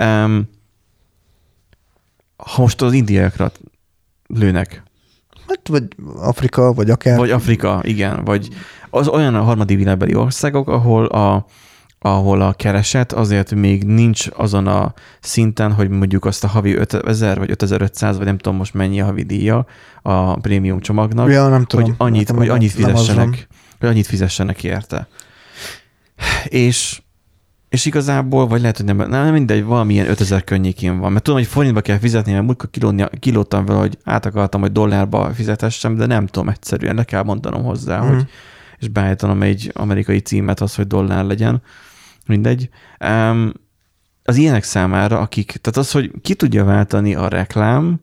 Ha most az indiaiakra lőnek. Hát vagy Afrika, vagy akár. Vagy Afrika, igen. Vagy az olyan a harmadik világbeli országok, ahol a kereset azért még nincs azon a szinten, hogy mondjuk azt a havi 5000 vagy 5500, vagy nem tudom most mennyi a havi díja a prémium csomagnak, ja, nem tudom. hogy annyit fizessenek érte. És igazából, vagy lehet, hogy nem mindegy, valamilyen 5000 környékén van. Mert tudom, hogy forintba kell fizetni, mert múltkor kilóttam vele, hogy át akartam, hogy dollárba fizetessem, de nem tudom egyszerűen, le kell mondanom hozzá, hogy és beállítanom egy amerikai címet az, hogy dollár legyen. Mindegy. Az ilyenek számára, tehát az, hogy ki tudja váltani a reklám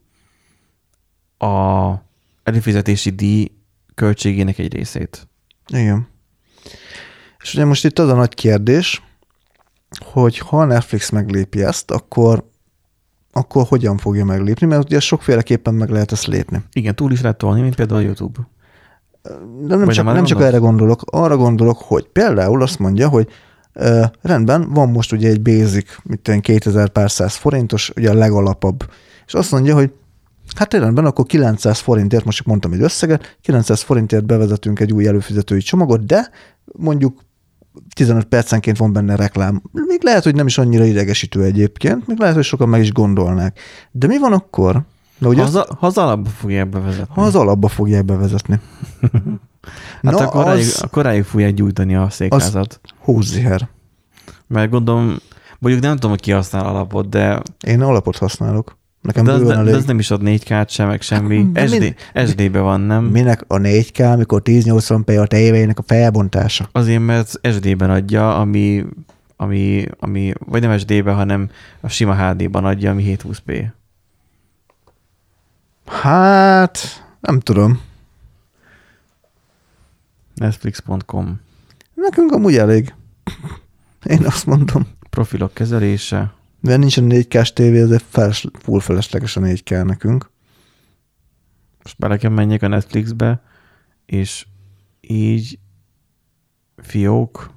a előfizetési díj költségének egy részét. Igen. És ugye most itt az a nagy kérdés, hogy ha a Netflix meglépi ezt, akkor hogyan fogja meglépni, mert ugye sokféleképpen meg lehet ezt lépni. Igen, túl is lehet tolni, mint például a YouTube. De nem csak erre gondolok, arra gondolok, hogy például azt mondja, hogy rendben, van most ugye egy basic, 2000 pár száz forintos, ugye a legalapabb, és azt mondja, hogy hát rendben, akkor 900 forintért, most csak mondtam egy összeget, 900 forintért bevezetünk egy új előfizetői csomagot, de mondjuk 15 percenként van benne reklám. Még lehet, hogy nem is annyira idegesítő egyébként, még lehet, hogy sokan meg is gondolnák. De mi van akkor? Ha az alapba fogják bevezetni. Ha az alapba fogják bevezetni. Hát akkor rájuk fogják gyújtani a székházat. Hóziher. Mert gondolom, mondjuk nem tudom, hogy ki használ alapot, de... Én alapot használok. Nekem de ez nem is ad 4K-t sem, meg semmi. SD-be van, nem? Minek a 4K, amikor 1080p a tévének a felbontása? Azért, mert SD-ben adja, ami vagy nem SD-ben, hanem a sima HD-ban adja, ami 720p. Hát, nem tudom. Netflix.com. Nekünk amúgy elég. Én azt mondom. Profilok kezelése. De nincsen 4K-s tévé, ezért full felesleges a 4K nekünk. Most bele kell menjek a Netflixbe, és így fiók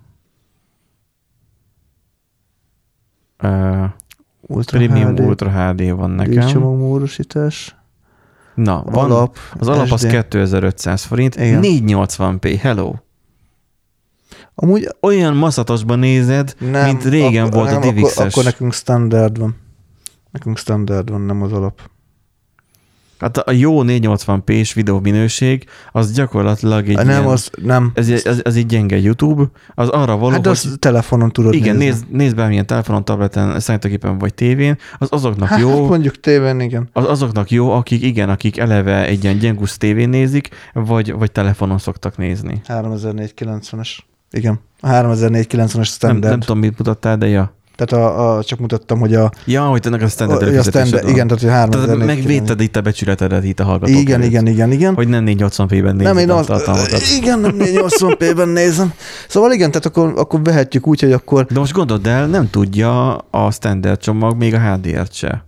Premium Ultra HD van nekem. Díjcsomagmódosítás. Na, van, az alap az 2500 forint, igen. 480p, hello. Amúgy olyan maszatosban nézed, nem, mint régen volt a DivX-es. Akkor nekünk standard van. Nekünk standard van, nem az alap. Hát a jó 480p-s videó minőség, az gyakorlatilag egy nem. Ez egy gyenge YouTube, az arra való, hát az telefonon tudod igen, nézni. nézd bármilyen telefonon, tableten, számítógépen vagy tévén, az azoknak jó. Mondjuk tévén, igen. Az azoknak jó, akik eleve egy ilyen gyengusz tévén nézik, vagy telefonon szoktak nézni. 3490-es. Igen. A 3490-es standard. Nem tudom, mit mutattál, de ja. Tehát csak mutattam, hogy ja, hogy ennek a standard előfizetésed igen, tehát hogy 3490. Megvédted itt a becsületedet itt a hallgatók Igen. Hogy nem 480p-ben nézed a tartalmakat. Igen, nem 480p-ben nézem. Szóval igen, tehát akkor vehetjük úgy, hogy akkor... De most gondold el, nem tudja a standard csomag még a HDR-t se.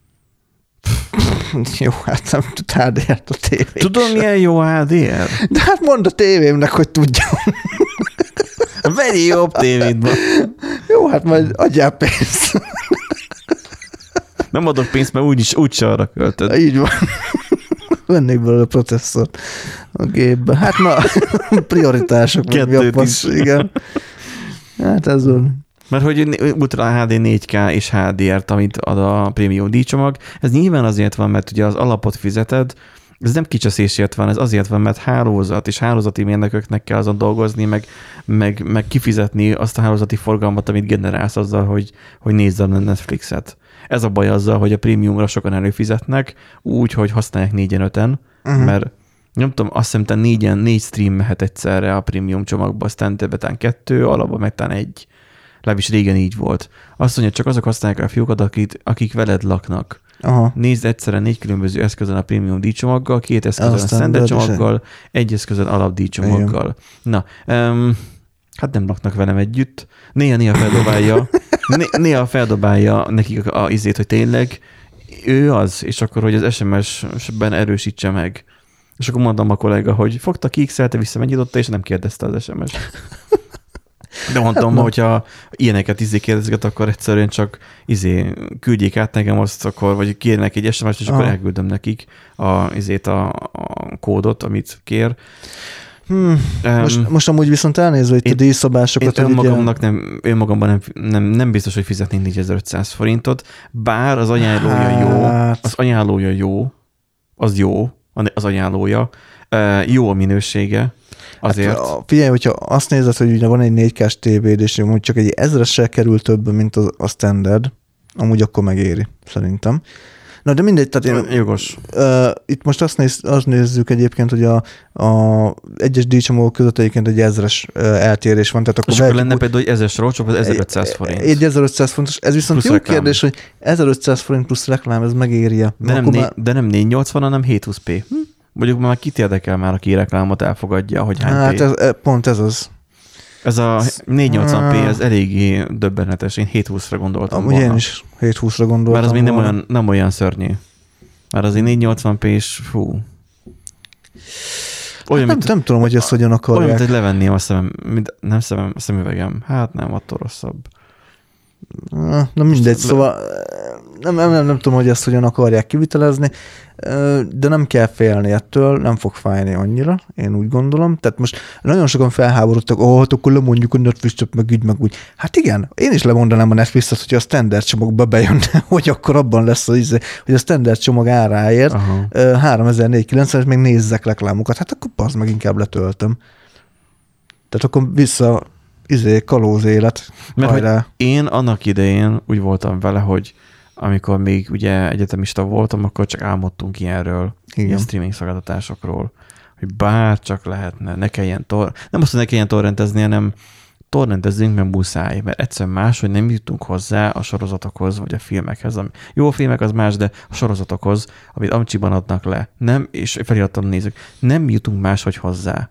Jó, hát nem tud HDR-t a tévé. Tudom, milyen jó a HDR? De hát mondd a tévémnek, hogy tudja. Vegyél jobb tévédbe. Jó, hát majd adjál pénzt. Nem adok pénzt, mert úgyse arra költöd. Így van. Vennék belőle a processzort a gépbe. Hát na, prioritások. Kettőt is. Igen. Hát ez van. Mert hogy Ultra HD 4K és HDR-t, amit ad a prémium díjcsomag, ez nyilván azért van, mert ugye az alapot fizeted, ez nem kicseszésért van, ez azért van, mert hálózat és hálózati mérnököknek kell azon dolgozni, meg kifizetni azt a hálózati forgalmat, amit generálsz azzal, hogy nézzem a Netflixet. Ez a baj azzal, hogy a prémiumra sokan előfizetnek, úgy, hogy használják 4-5-en, mert nem tudom, azt hiszem, 4 stream mehet egyszerre a prémium csomagba, aztán többetán 2, alapban meg talán 1. Legalábbis régen így volt. Azt mondja, csak azok használják a fiókat, akik veled laknak. Aha. Nézd egyszerre 4 különböző eszközön a prémium díjcsomaggal, 2 eszközön a standard csomaggal, 1 eszközön alap díjcsomaggal. Na, hát nem laknak velem együtt. Néha feldobálja nekik a izét, hogy tényleg ő az, és akkor, hogy az SMS-ben erősítse meg. És akkor mondom a kollega, hogy fogta, kiixelte, visszamennyitotta, és nem kérdezte az SMS-t. De mondtam, hát, hogyha ilyeneket kérdezget, akkor egyszerűen csak küldjék át nekem azt, akkor, vagy kérnek egy SMS-t, és akkor elküldöm nekik a kódot, amit kér. Most amúgy viszont elnézve itt a díjszabásokat. Önmagamban nem biztos, hogy fizetnénk 4500 forintot, bár az ajánlója jó, az ajánlója jó, az jó, az ajánlója, jó a minősége, azért. Hát, figyelj, hogyha azt nézed, hogy ugye van egy 4K-s tévéd, és amúgy csak egy 1000-essel kerül több, mint a standard, amúgy akkor megéri, szerintem. Na, de mindegy, tehát jogos. Itt most azt nézzük egyébként, hogy a egyes díjcsomagok között egyébként egy 1000-es eltérés van. Tehát akkor lenne például, hogy 1000-es rócsok, az 1500 forint. Egy 1500 forintos. Ez viszont plusz jó reklám. Kérdés, hogy 1500 forint plusz reklám, ez megéri-e? De nem 480, hanem 720p. Mondjuk már kit érdekel már, aki reklámot elfogadja, hogy hány hát pont ez az. Ez a 480p, ez eléggé döbbenetes. Én 720-ra gondoltam volna. Én is 720-ra gondoltam. Már az még nem olyan szörnyű. Már azért 480p és fú. Olyan, hát nem tudom, hogy ezt hogyan akarják. Olyan, mint hogy levenném a szemüvegem. Hát nem, attól rosszabb. Na mindegy, szóval nem tudom, hogy ezt hogyan akarják kivitelezni, de nem kell félni ettől, nem fog fájni annyira, én úgy gondolom. Tehát most nagyon sokan felháborodtak, hát akkor lemondjuk a Netflixet, meg így, meg úgy. Hát igen, én is lemondanám a Netflixet, hogyha a standard csomagba bejönne, hogy akkor abban lesz, hogy a standard csomag áráért 3490, még nézzek reklámokat, hát akkor bazd meg inkább letöltöm. Tehát akkor vissza kalóz élet. Mert én annak idején úgy voltam vele, hogy amikor még ugye egyetemista voltam, akkor csak álmodtunk ilyenről, ilyen streaming szolgáltatásokról, hogy bár csak lehetne, ne kelljen nem azt, hogy ne kelljen torrentezni, hanem torrentezzünk, mert muszáj, mert egyszerűen más, hogy nem jutunk hozzá a sorozatokhoz, vagy a filmekhez. Jó, a filmek az más, de a sorozatokhoz, amit Amcsiban adnak le, nem, és felirattal nézzük, nem jutunk máshogy hozzá.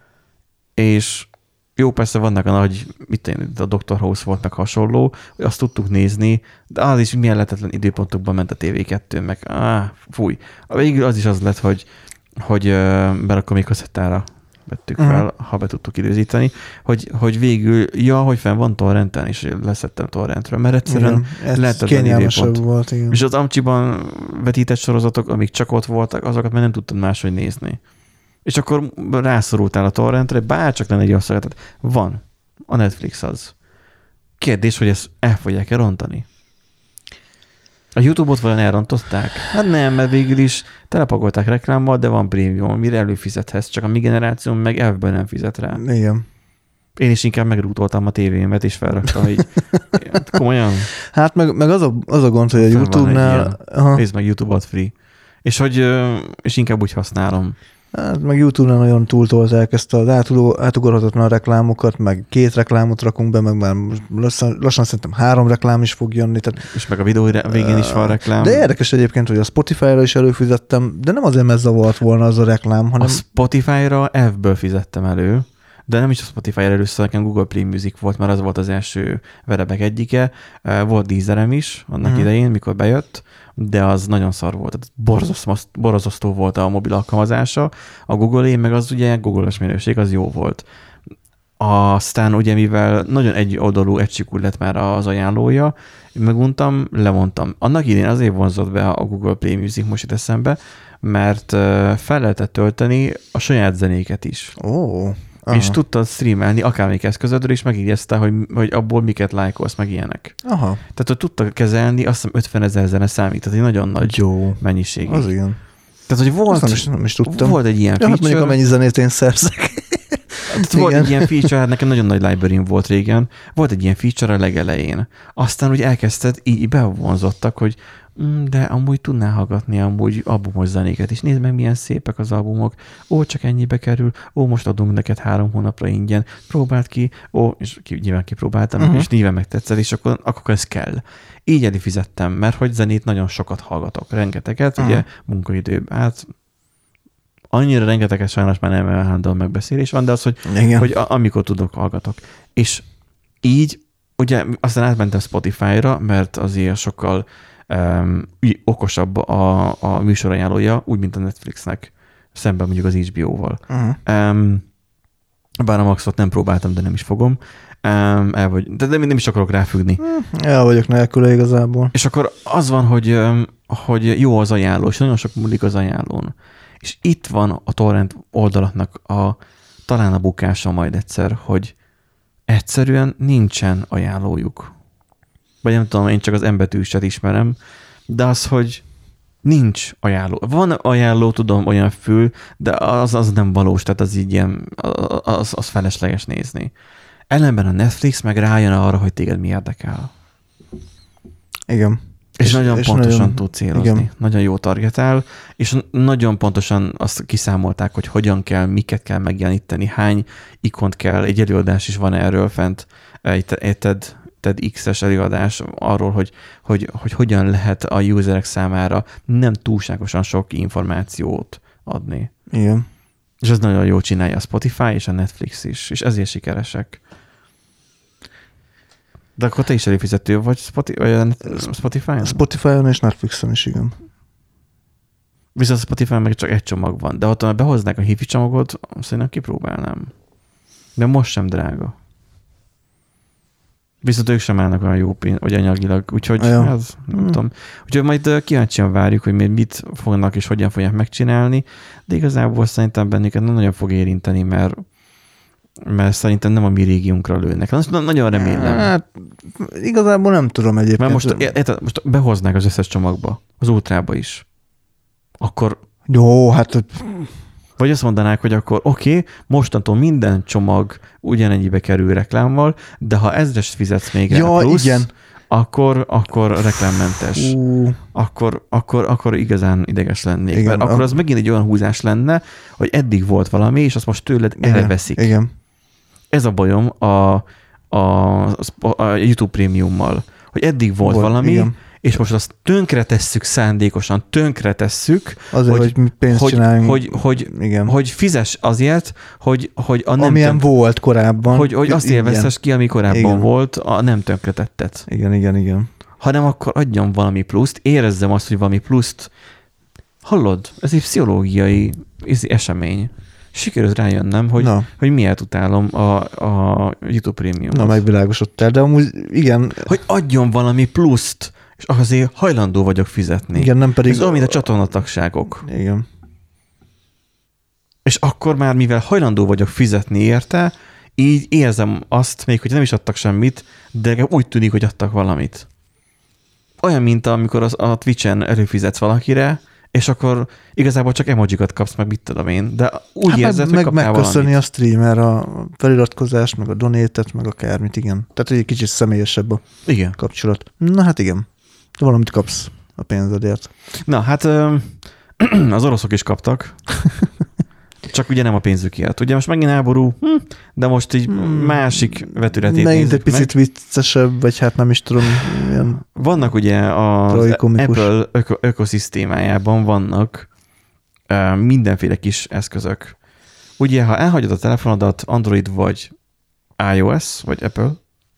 És jó, persze vannak a nagy, a Dr. House volt meg hasonló, hogy azt tudtuk nézni, de az is milyen lehetetlen időpontokban ment a TV2, meg fúj. Végül az is az lett, hogy berakom még kazettára vettük fel, ha be tudtuk időzíteni, hogy végül, hogy fenn van torrenten, és leszettem torrentről, mert egyszerűen lehetetlen időpont. Volt, igen. És az Amcsiban vetített sorozatok, amik csak ott voltak, azokat már nem tudtad máshogy nézni. És akkor rászorultál a torrentre, bárcsak lenne egy osztagat. Van. A Netflix az. Kérdés, hogy ezt el fogják-e rontani? A YouTube-ot vajon elrontották? Hát nem, mert végül is telepagolták reklámmal, de van prémium, mire előfizethetsz, csak a mi generáció meg elvben nem fizet rá. Igen. Én is inkább megrútoltam a tévémet, és felraktam, hogy komolyan. Hát meg az a gond, hogy a YouTube-nál... Nézd meg, YouTube-ot free. És inkább úgy használom. Hát meg YouTube-nál nagyon túltolták ezt az átugorhatatlan reklámokat, meg 2 reklámot rakunk be, meg már lassan szerintem 3 reklám is fog jönni. Tehát, és meg a videó végén is van reklám. De érdekes egyébként, hogy a Spotify-ra is előfizettem, de nem azért, mert zavart volna az a reklám, hanem... A Spotify-ra elfből fizettem elő, de nem is a Spotify-ra először, nekem Google Play Music volt, mert az volt az első verebek egyike. Volt Deezerem is annak idején, mikor bejött, de az nagyon szar volt. Borzasztó volt a mobil alkalmazása. A Google-é, meg az ugye Google-os minőség, az jó volt. Aztán ugye, mivel nagyon egysíkú lett már az ajánlója, meguntam, lemondtam. Annak idén azért vonzott be a Google Play Music, most itt eszembe, mert fel lehetett tölteni a saját zenéket is. Aha. És tudtad streamelni akármelyik eszközödről, és megígyezte, hogy abból miket lájkolsz, meg ilyenek. Aha. Tehát, hogy tudtak kezelni, azt hiszem 50 000 zene számít, tehát egy nagyon nagy mennyiség. Az igen. Tehát, hogy nem is tudtam. Volt egy ilyen feature. Hát mondjuk amennyi zenét én szerzek. Volt egy ilyen feature, hát nekem nagyon nagy library volt régen, volt egy ilyen feature a legelején. Aztán úgy elkezdted, így bevonzottak, hogy de amúgy tudnál hallgatni amúgy albumos zenéket is. Nézd meg, milyen szépek az albumok. Ó, csak ennyibe kerül. Ó, most adunk neked 3 hónapra ingyen. Próbáld ki. Ó, és nyilván kipróbáltam, és nyilván megtetszed, és akkor ez kell. Így előfizettem, mert hogy zenét nagyon sokat hallgatok. Rengeteget, ugye munkaidő. Hát annyira rengeteget sajnos már nem elhándol megbeszélés van, de az, hogy amikor tudok, hallgatok. És így, ugye aztán átmentem Spotify-ra, mert azért sokkal okosabb a műsorajánlója, úgy, mint a Netflixnek, szemben mondjuk az HBO-val. Bár a Maxot nem próbáltam, de nem is fogom. De nem is akarok ráfüggni. El vagyok nélküle igazából. És akkor az van, hogy jó az ajánló, és nagyon sok múlik az ajánlón. És itt van a torrent oldalaknak talán a bukása majd egyszer, hogy egyszerűen nincsen ajánlójuk. Vagy nem tudom, én csak az M-betűset ismerem, de az, hogy nincs ajánló. Van ajánló, tudom, olyan fül, de az nem valós, tehát az így ilyen, az felesleges nézni. Ellenben a Netflix meg rájön arra, hogy téged mi érdekel. Igen. És nagyon pontosan tud célozni. Igen. Nagyon jó targetál, és nagyon pontosan azt kiszámolták, hogy hogyan kell, miket kell megjeleníteni, hány ikont kell. Egy előadás is van erről fent, egy TEDx-es előadás arról, hogy hogyan lehet a userek számára nem túlságosan sok információt adni. Igen. És ez nagyon jól csinálja a Spotify és a Netflix is, és ezért sikeresek. De akkor te is előfizető vagy Spotify-on? Spotify-on és Netflixen is, igen. Viszont a Spotify-on meg csak egy csomag van, de ha behoznák a hifi csomagot, szerintem kipróbálnám. De most sem drága. Viszont ők sem állnak olyan jó pénz, vagy anyagilag, úgyhogy ez, nem tudom. Úgyhogy majd kíváncsian várjuk, hogy mit fognak és hogyan fogják megcsinálni, de igazából szerintem bennünket nem nagyon fog érinteni, mert szerintem nem a mi régiónkra lőnek. Nagyon remélem. Hát, igazából nem tudom egyébként. Mert most behoznák az összes csomagba, az Ultrába is. Akkor... Jó, hát... Vagy azt mondanák, hogy akkor oké, mostantól minden csomag ugyanennyibe kerül reklámmal, de ha 1000-est fizetsz még rá plusz, igen. Akkor reklámmentes. Akkor igazán ideges lennék. Igen, mert akkor az megint egy olyan húzás lenne, hogy eddig volt valami, és azt most tőled elveszik. Igen. Ez a bajom a YouTube Premiummal, hogy eddig volt valami, igen. És most azt tönkretesszük szándékosan, azért, hogy mi pénzt csináljunk. Hogy fizess azért, hogy a nem amilyen volt korábban. Hogy azt élvezhess ki, ami korábban volt, a nem tönkretettet. Igen. Hanem akkor adjon valami pluszt, érezzem azt, hogy valami pluszt. Hallod? Ez egy pszichológiai esemény. Sikerült rájönnem, hogy miért utálom a YouTube Premium-ot. Na, megvilágosodtál, de amúgy igen. Hogy adjon valami pluszt, és azért hajlandó vagyok fizetni. Igen, nem pedig... Ez olyan, mint a csatornatagságok. Igen. És akkor már, mivel hajlandó vagyok fizetni érte, így érzem azt, még hogy nem is adtak semmit, de úgy tűnik, hogy adtak valamit. Olyan, mint amikor a Twitch-en előfizetsz valakire, és akkor igazából csak emojikat kapsz, meg mit tudom én, de úgy érzed, hogy kapnál megköszöni a streamer a feliratkozást, meg a donate-et, meg akármit, igen. Tehát egy kicsit személyesebb a kapcsolat. Na hát igen, de valamit kapsz a pénzedért. Na hát az oroszok is kaptak, csak ugye nem a pénzükért. Ugye most megint háború, de most így másik vetületét nézzük egy picit viccesebb, vagy hát nem is tudom. Ilyen vannak ugye az Apple ökoszisztémájában vannak mindenféle kis eszközök. Ugye, ha elhagyod a telefonodat, Android vagy iOS, vagy Apple,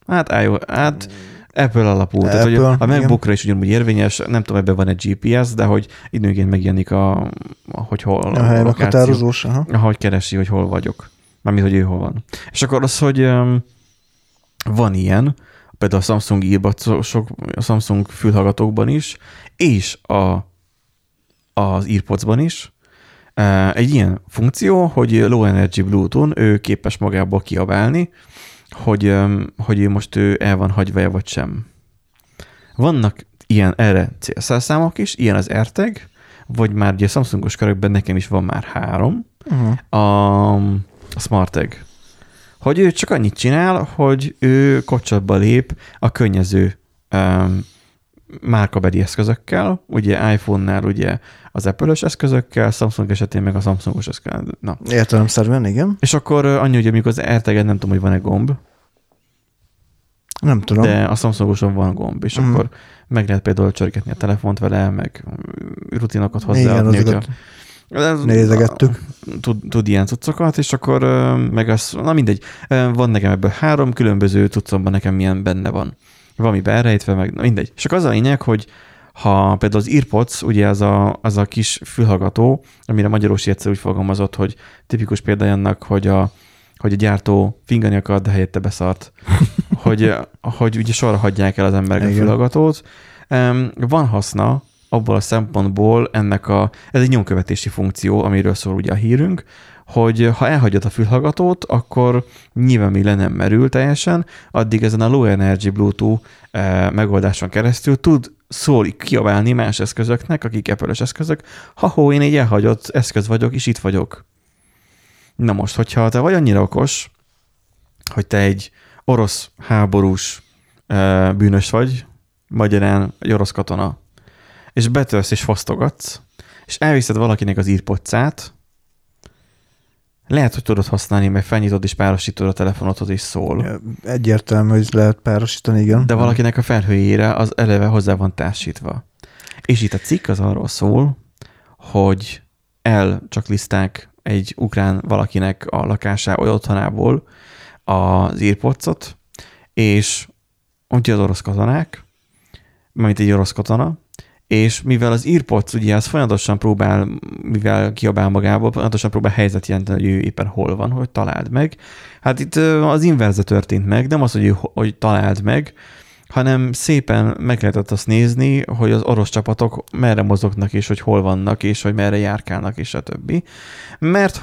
Apple alapú. Apple, tehát, hogy a MacBookra is ugyanúgy érvényes, nem tudom, ebben van egy GPS, de hogy időnként megjelenik hogy hol a hely meghatározós. Ahogy keresi, hogy hol vagyok. Mármint, hogy ő hol van. És akkor az, hogy van ilyen, például a Samsung earbudsok, a Samsung fülhallgatókban is, és az EarPods-ban is, egy ilyen funkció, hogy Low Energy Bluetooth ő képes magából kiabálni, hogy ő most el van hagyva vagy sem. Vannak ilyen erre célszerszámok is, ilyen az AirTag, vagy már ugye a Samsungos körökben nekem is van már 3, a SmartTag. Hogy ő csak annyit csinál, hogy ő kapcsolatba lép a könnyező márkabeli eszközökkel, ugye iPhone-nál ugye az Apple-ös eszközökkel, Samsung esetén meg a Samsung-os eszközökkel. Na. Értelemszerűen, igen. És akkor annyi, hogy amikor az AirTag-en nem tudom, hogy van-e gomb. Nem tudom. De a Samsungoson van gomb, és akkor meg lehet például csörgetni a telefont vele, meg rutinokat hozzáadni. Igen, nézegettük. Tud ilyen cuccokat, és akkor meg az, na mindegy, van nekem ebből 3 különböző cuccomban nekem milyen benne van. Valami berejtve, meg na mindegy. És akkor az a lényeg, hogy ha például az AirPods, ugye az a kis fülhallgató, amire Magyarósi egyszer úgy fogalmazott, hogy tipikus példája annak, hogy a gyártó fingani akart, de helyette beszart. hogy ugye sorra hagyják el az emberek a fülhallgatót. Van haszna abból a szempontból ez egy nyomkövetési funkció, amiről szól ugye a hírünk, hogy ha elhagyod a fülhallgatót, akkor nyilván még le nem merül teljesen, addig ezen a Low Energy Bluetooth megoldáson keresztül tud kiabálni más eszközöknek, akik Apple-ös eszközök, én egy elhagyott eszköz vagyok, és itt vagyok. Na most, hogyha te vagy annyira okos, hogy te egy orosz háborús bűnös vagy, magyarán egy orosz katona, és betörsz és fosztogatsz, és elviszed valakinek az AirPods-át, lehet, hogy tudod használni, mert felnyitod és párosítod a telefonodhoz, és szól. Egyértelmű, hogy lehet párosítani, igen. De valakinek a felhőjére az eleve hozzá van társítva. És itt a cikk az arról szól, hogy elcsakliszták egy ukrán valakinek a lakásából, vagy otthonából az AirPods-ot, és ugye az orosz katonák, mint egy orosz katona, és mivel az AirPods ugye az folyamatosan próbál, mivel kiabál magából, folyamatosan próbál helyzet jelenteni, hogy ő éppen hol van, hogy találd meg. Hát itt az inverze történt meg, nem az, hogy találd meg, hanem szépen meg lehetett azt nézni, hogy az orosz csapatok merre mozognak, és hogy hol vannak, és hogy merre járkálnak, és a többi. Mert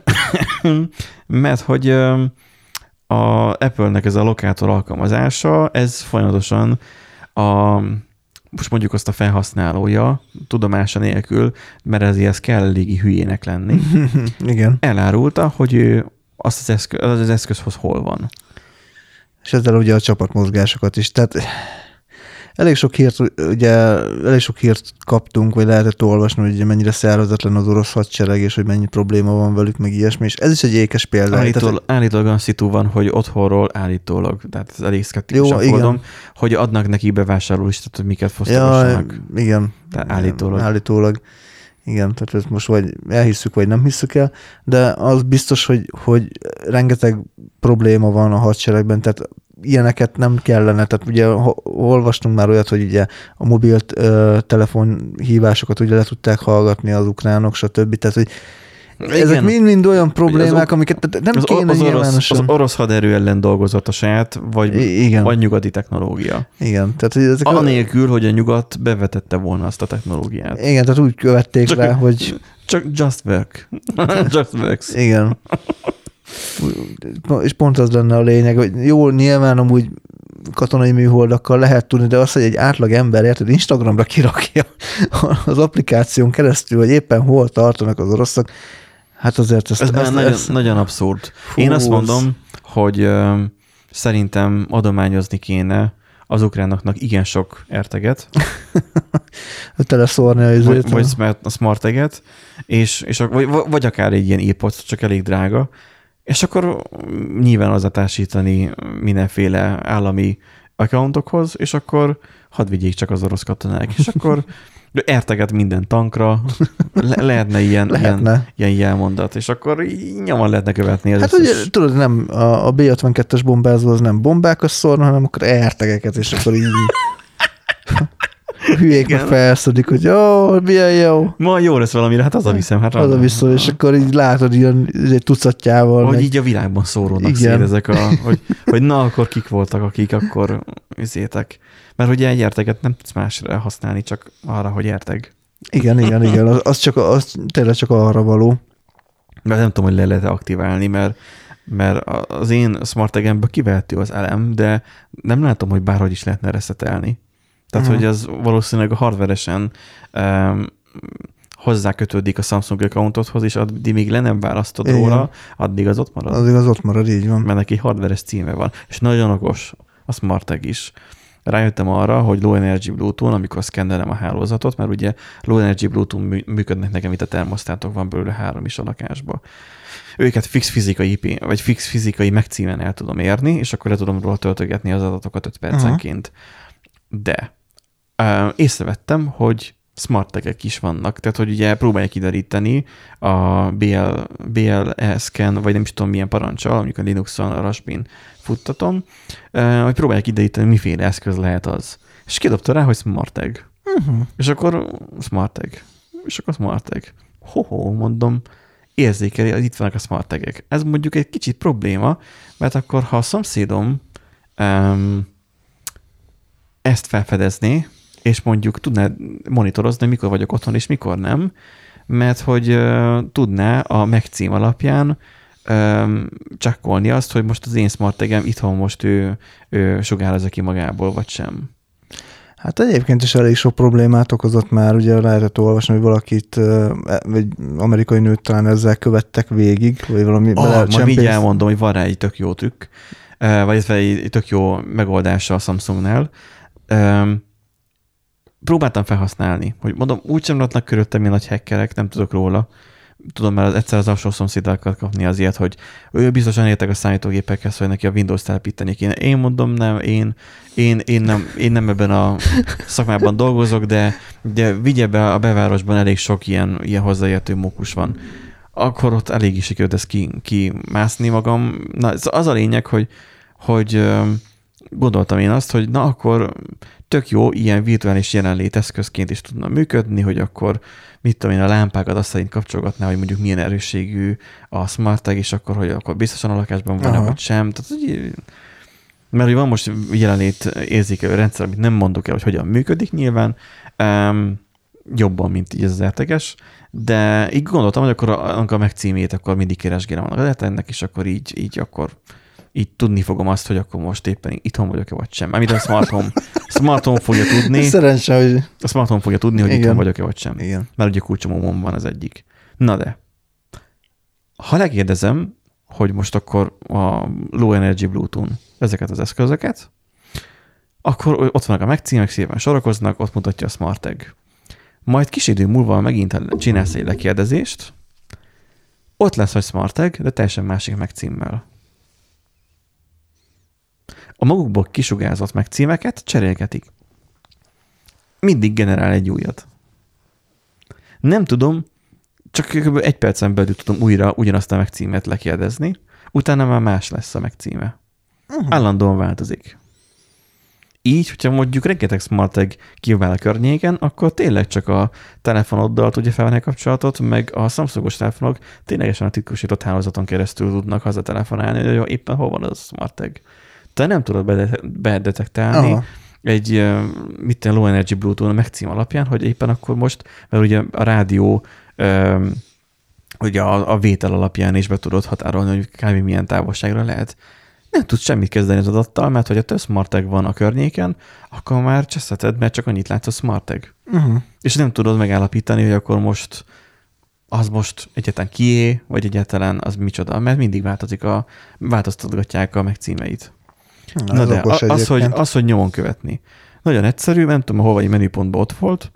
hogy a Apple-nek ez a lokátor alkalmazása, ez folyamatosan most mondjuk azt a felhasználója, tudomása nélkül, mert ezért kell eléggé hülyének lenni. Igen. Elárulta, hogy ő az eszközhoz hol van. És ezzel ugye a csapatmozgásokat is. Tehát elég sok hírt kaptunk, vagy lehetett olvasni, hogy ugye mennyire szervezetlen az orosz hadsereg, és hogy mennyi probléma van velük, meg ilyesmi, és ez is egy ékes példa. Állítólag olyan szitu van, hogy otthonról állítólag, tehát ez elég szkeptikusan fogadom, hogy adnak neki bevásárlólistat, hogy miket fosztogassanak. Ja, igen. Tehát állítólag. Igen, tehát ezt most vagy elhisszük, vagy nem hisszük el, de az biztos, hogy rengeteg probléma van a hadseregben, tehát ilyeneket nem kellene, tehát ugye olvastunk már olyat, hogy ugye a mobil telefonhívásokat ugye le tudták hallgatni az ukránok, stb. Tehát, hogy ezek mind olyan problémák, amiket nem kéne nyilvánosan. Az orosz haderő ellen dolgozott a saját, vagy nyugati technológia. Igen. Tehát, ezek anélkül, hogy a nyugat bevetette volna azt a technológiát. Igen, tehát úgy követték rá, hogy... Csak just work. Just works. Igen. És pont az lenne a lényeg, hogy jó, nyilván amúgy katonai műholdakkal lehet tudni, de az, hogy egy átlag ember, érted, Instagramra kirakja az applikáción keresztül, hogy éppen hol tartanak az oroszok, hát azért ez nagyon abszurd. Én azt mondom, hogy szerintem adományozni kéne az ukránoknak igen sok AirTaget. Teleszórni az vagy a SmartTaget, vagy akár egy ilyen AirPods, csak elég drága, és akkor nyilván az társítani mindenféle állami accountokhoz, és akkor hadd vigyék csak az orosz katonák, és akkor AirTaget minden tankra, lehetne ilyen jelmondat, és akkor nyomon lehetne követni. Hát ugye, tudod, nem, a B-52-es bombázó az nem bombákat szórna, hanem akkor AirTageket, és akkor így hülyék meg felszodik, hogy jó, milyen jó. Ma jó lesz valamire, hát hazaviszem. Hát hazaviszem, és akkor így látod ilyen tucatjával. Hogy így a világban szóródnak szét ezek hogy na, akkor kik voltak, akik akkor üzétek. Mert ugye egy AirTaget nem tudsz másra használni, csak arra, hogy AirTag. Igen. Az tényleg csak arra való. Mert nem tudom, hogy le lehet aktiválni, mert az én SmartTag-emből kivehető az elem, de nem látom, hogy bárhogy is lehetne reszetelni. Tehát, hogy az valószínűleg a hardveresen hozzákötődik a Samsung accountodhoz, és addig még le nem választod róla, addig az ott marad. Addig az ott marad, így van. Mert neki hardveres címe van. És nagyon okos a SmartTag is. rájöttem arra, hogy Low Energy Bluetooth, amikor szkennelem a hálózatot, mert ugye Low Energy Bluetooth működnek nekem itt a termosztátok, van belőle 3 is a lakásba. Őket fix fizikai IP, vagy fix fizikai megcímen el tudom érni, és akkor le tudom róla töltögetni az adatokat 5 percenként. De észrevettem, hogy smart tagek is vannak, tehát hogy ugye próbálják kideríteni a BLE-scan, vagy nem is tudom milyen parancsal, amikor Linuxon, a Raspberry-n futtatom, hogy próbálják kideríteni, miféle eszköz lehet az. És kidobta rá, hogy smart tag. És akkor smart tag. És akkor smart tag. Mondom, érzékeli, hogy itt vannak a smart tagek. Ez mondjuk egy kicsit probléma, mert akkor, ha a szomszédom ezt felfedezné, és mondjuk tudná monitorozni, mikor vagyok otthon, és mikor nem, mert hogy tudná a megcím alapján csekkolni azt, hogy most az én smart tagem itthon most ő sugározza ki magából, vagy sem. Hát egyébként is elég sok problémát okozott már, ugye lehetett olvasni, hogy valakit, egy amerikai nőt talán ezzel követtek végig, vagy valami majd így elmondom, hogy van rá egy tök jó trükk, vagy egy tök jó megoldása a Samsungnál. Próbáltam felhasználni, hogy mondom, úgysem adnak körülöttem ilyen nagy hackerek, nem tudok róla. Tudom már egyszer az alsó szomszédokat kapni azért, hogy ő biztosan értek a számítógépekhez, hogy neki a Windows telepíteni kéne. Én mondom, nem, én nem ebben a szakmában dolgozok, de vigye be, a belvárosban elég sok ilyen hozzáértő mókus van. Akkor ott elég is sikerült ezt kimászni magam. Na, az a lényeg, hogy gondoltam én azt, hogy na akkor tök jó ilyen virtuális jelenlét eszközként is tudna működni, hogy akkor mit tudom én, a lámpákat azt szerint kapcsolgatná, hogy mondjuk milyen erősségű a smart tag, és akkor, hogy akkor biztosan a lakásban van, vagy sem. Tehát, mert hogy van most jelenlét érzékelő rendszer, amit nem mondok el, hogy hogyan működik nyilván, jobban, mint így ez az RTG-es, de így gondoltam, hogy akkor a megcímét akkor mindig keresgélem annak az ennek, és akkor így tudni fogom azt, hogy akkor most éppen itthon vagyok-e, vagy sem. Amit a smart home fogja tudni. Szerencsé, hogy... A smart home fogja tudni, hogy itthon vagyok-e, vagy sem. Igen. Mert ugye kulcsomomon van az egyik. Na de, ha megkérdezem, hogy most akkor a Low Energy Bluetooth ezeket az eszközöket, akkor ott vannak a megcímek, szépen sorakoznak, ott mutatja a smart tag. Majd kis idő múlva megint csinálsz egy lekérdezést, ott lesz a smart tag, de teljesen másik megcímmel. A magukból kisugárzott megcímeket cserélgetik. Mindig generál egy újat. Nem tudom, csak kb. 1 percen belül tudom újra ugyanazt a megcímet lekérdezni, utána már más lesz a megcíme. Állandóan változik. Így, hogyha mondjuk rengeteg smart tag kívül a környéken, akkor tényleg csak a telefonoddal tudja felvenni a kapcsolatot, meg a Samsungos telefonok ténylegesen a titkosított hálózaton keresztül tudnak hazatelefonálni, hogy éppen hol van az a smart tag. Te nem tudod bedetektálni egy Low Energy Bluetooth megcím alapján, hogy éppen akkor most, mert ugye a rádió ugye a vétel alapján is be tudod határolni, hogy kb. Milyen távolságra lehet. Nem tudsz semmit kezdeni az adattal, mert hogyha több smart tag van a környéken, akkor már cseszheted, mert csak annyit látsz a smart tag. És nem tudod megállapítani, hogy akkor most egyáltalán kié, vagy egyáltalán az micsoda, mert mindig változtatgatják a megcímeit. Na de az, hogy nyomon követni. Nagyon egyszerű, nem tudom, hol vagy menüpontban ott volt,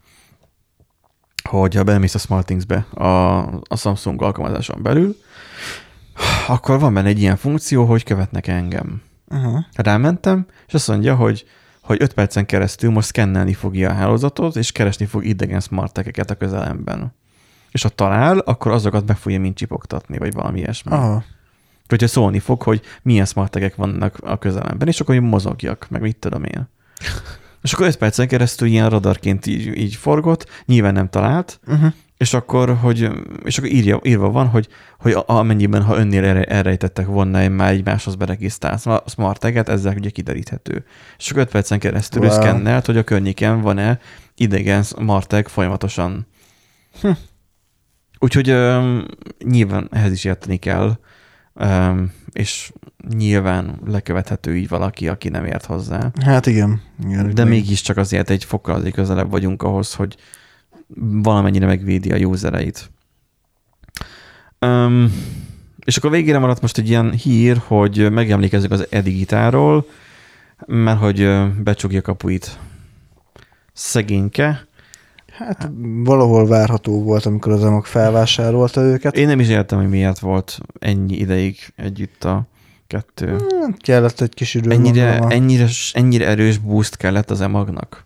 hogy ha bemész a SmartThings-be a Samsung alkalmazáson belül, akkor van benne egy ilyen funkció, hogy követnek engem. Rámentem, és azt mondja, hogy 5 percen keresztül most szkennelni fogja a hálózatot, és keresni fog idegen smart tageket a közelemben. És ha talál, akkor azokat meg fogja mind csipogtatni, vagy valami ilyesmi. Hogyha szólni fog, hogy milyen smart tagek vannak a közelemben, és akkor mozogjak, meg mit tudom én. És akkor 5 percen keresztül ilyen radarként így forgott, nyilván nem talált, és akkor írva van, hogy amennyiben, ha önnél elrejtettek volna már egymáshoz beregisztrálsz a smart taget, ezzel ugye kideríthető. És akkor 5 percen keresztül szkennelt, hogy a környéken van-e idegen smart tag folyamatosan. Úgyhogy nyilván ehhez is érteni kell, és nyilván lekövethető így valaki, aki nem ért hozzá. Hát igen. De mégiscsak azért egy fokkal azért közelebb vagyunk ahhoz, hogy valamennyire megvédi a usereit. És akkor végére maradt most egy ilyen hír, hogy megemlékezzük az e-digitáról. Mert hogy becsukja kapuit. Szegényke. Hát valahol várható volt, amikor az EMAG felvásárolta őket. Én nem is értem, hogy miért volt ennyi ideig együtt a kettő. Kellett egy kis idő. Ennyire erős boost kellett az EMAG-nak.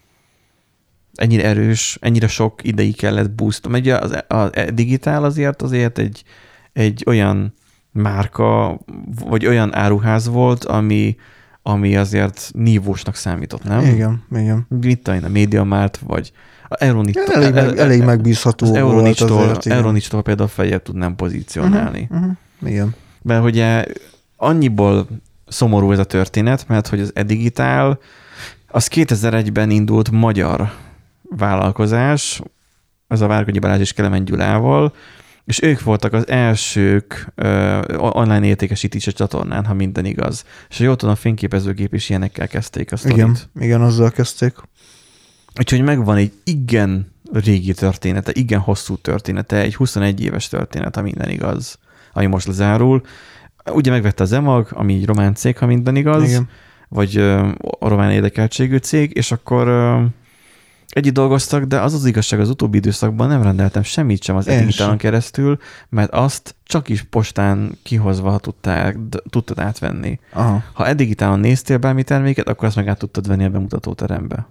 Ennyire erős, ennyire sok ideig kellett boost. Ugye a digitál azért egy olyan márka, vagy olyan áruház volt, ami azért nívósnak számított, nem? Igen. Mit tudom, a MediaMarkt, vagy a Euronics-tól. Elég megbízható az volt azért. Euronics-tól például feljebb tudnám pozícionálni. Igen. Mert ugye annyiból szomorú ez a történet, mert hogy az e-digitál az 2001-ben indult magyar vállalkozás, az a Várkonyi Balázs és Kelemen Gyulával, és ők voltak az elsők online értékesítési csatornán, ha minden igaz. És ha jól tudom, a fényképezőgép is ilyenekkel kezdték a sztorit. Igen, azzal kezdték. Úgyhogy megvan egy igen régi története, igen hosszú története, egy 21 éves történet, ha minden igaz, ami most lezárul. Ugye megvette az EMAG, ami egy román cég, ha minden igaz, igen. Vagy a román érdekeltségű cég, és akkor együtt dolgoztak, de az igazság, az utóbbi időszakban nem rendeltem semmit sem az e-digitálon keresztül, mert azt csak is postán kihozva tudtad átvenni. Aha. Ha e-digitálon néztél bármi terméket, akkor azt meg át tudtad venni a bemutatóterembe.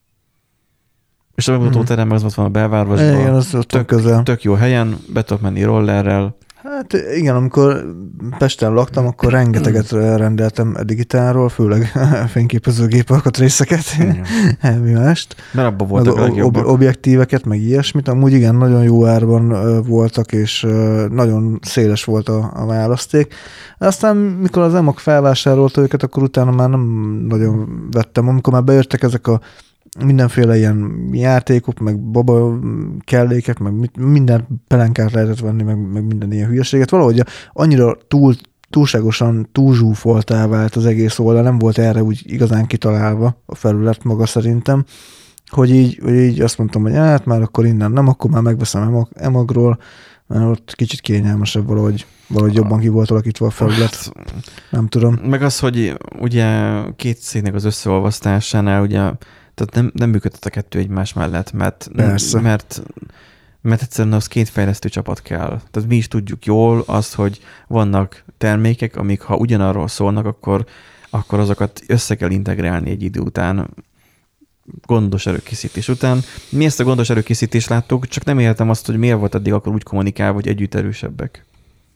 És a bemutatóteremben az volt van a belvárosban. Igen, az tök jó helyen, be tudok menni rollerrel. Hát igen, amikor Pesten laktam, akkor rengeteget rendeltem digitálról, főleg fényképezőgép alkatrészeket, mi mást. Mert abban voltak a legjobbak. Objektíveket, meg ilyesmit. Amúgy igen, nagyon jó árban voltak, és nagyon széles volt a választék. Aztán, mikor az EMAG felvásárolta őket, akkor utána már nem nagyon vettem. Amikor már bejöttek ezek a mindenféle ilyen játékok, meg baba kellékek, meg minden pelenkát lehetett venni, meg minden ilyen hülyeséget. Valahogy annyira túlságosan túlzsúfoltá vált az egész oldal, nem volt erre úgy igazán kitalálva a felület maga szerintem, hogy így azt mondtam, hogy hát már akkor innen nem, akkor már megveszem EMAG-ról, mert ott kicsit kényelmesebb valahogy jobban ki volt alakítva a felület. Nem tudom. Meg az, hogy ugye két cégnek az összeolvasztásánál ugye tehát nem működött a kettő egymás mellett, mert egyszerűen az két fejlesztő csapat kell. Tehát mi is tudjuk jól azt, hogy vannak termékek, amik ha ugyanarról szólnak, akkor azokat össze kell integrálni egy idő után, gondos erőkészítés után. Mi ezt a gondos erőkészítést láttuk, csak nem értem azt, hogy miért volt addig akkor úgy kommunikálva, hogy együtt erősebbek.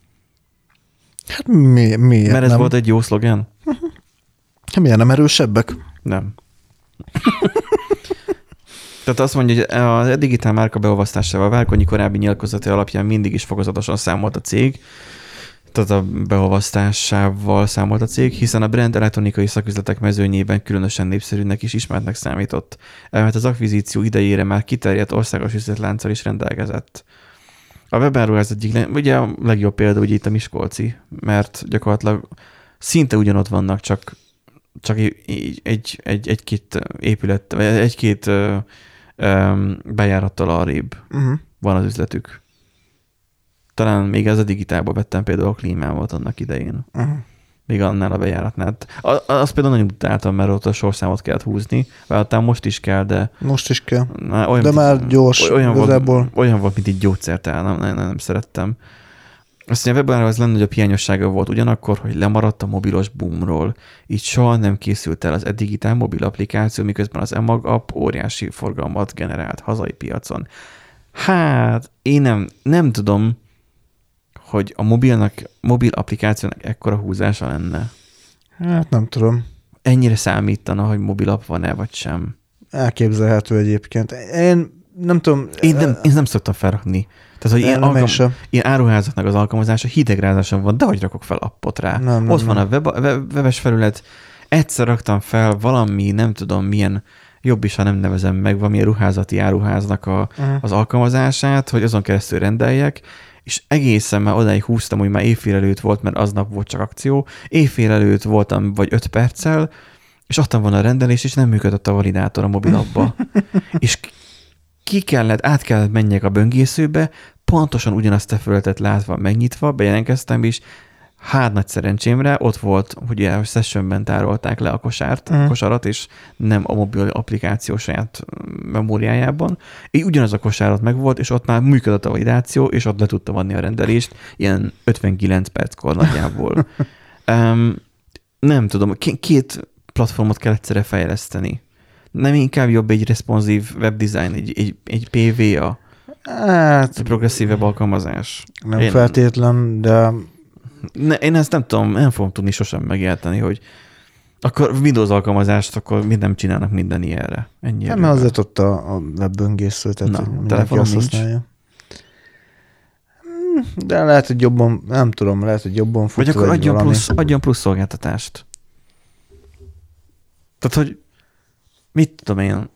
Hát miért Mert ez volt egy jó szlogen? Hát miért nem erősebbek? Nem. Tehát azt mondja, hogy a digitál márka beolvasztásával a Várkonyi korábbi nyilatkozata alapján mindig is fokozatosan számolt a cég, tehát a beolvasztásával számolt a cég, hiszen a brand elektronikai szaküzletek mezőnyében különösen népszerűnek és ismertnek számított. Mert az akvizíció idejére már kiterjedt országos üzletlánccal is rendelkezett. A webáruház egyik, ugye a legjobb példa ugye itt a miskolci, mert gyakorlatilag szinte ugyanott vannak, csak egy-két épület, vagy egy-két bejárattal arrébb van az üzletük. Talán még ez a digitálban vettem például a klímával annak idején. Még annál a bejáratnál. Azt például nagyon utáltam, mert ott a sorszámot kellett húzni, vagy most is kell, de... Most is kell. De már gyors. Olyan volt, mint egy gyógyszertál, nem szerettem. Azt mondja, a webáruház az legnagyobb hiányossága volt ugyanakkor, hogy lemaradt a mobilos boomról. Így soha nem készült el az e-digitál mobil applikáció, miközben az EMAG app óriási forgalmat generált hazai piacon. Hát, én nem tudom, hogy a mobil applikációnak ekkora húzása lenne. Hát nem tudom. Ennyire számítana, hogy mobil app van-e, vagy sem. Elképzelhető egyébként. Én nem tudom. Én nem szoktam felrakni. Tehát, hogy ilyen áruházaknak az alkalmazása hidegrázáson van, de hogy rakok fel appot rá. Ott van a webes felület, egyszer raktam fel valami, nem tudom milyen, jobb is, ha nem nevezem meg, valamilyen ruházati áruháznak az alkalmazását, hogy azon keresztül rendeljek, és egészen már odáig húztam, hogy már évfél előtt volt, mert aznap volt csak akció, évfél előtt voltam vagy 5 perccel, és adtam volna a rendelés, és nem működött a validátor a mobilapba. És át kellett menjek a böngészőbe, pontosan ugyanazt a felületet látva, megnyitva, bejelentkeztem is, Hát nagy szerencsémre ott volt, hogy a sessionben tárolták le a kosarat, és nem a mobil applikáció saját memóriájában. Így ugyanaz a kosárat megvolt, és ott már működött a validáció, és ott le tudta vanni a rendelést, ilyen 59 perckor nagyjából. Nem tudom, két platformot kell egyszerre fejleszteni. Nem inkább jobb egy responsív webdesign, egy PVA, egy progresszív web alkalmazás? Nem feltétlen, de... Én ezt nem tudom, nem fogom tudni sosem megérteni, hogy akkor Windows alkalmazást, akkor nem csinálnak minden ilyenre. Ennyire. Nem, mert azért ott a webböngésző, tehát telefonon nincs. Használja. De lehet, hogy jobban, nem tudom, lehet, hogy jobban fut. Vagy akkor adjon plusz szolgáltatást. Tehát, hogy mit tudom én,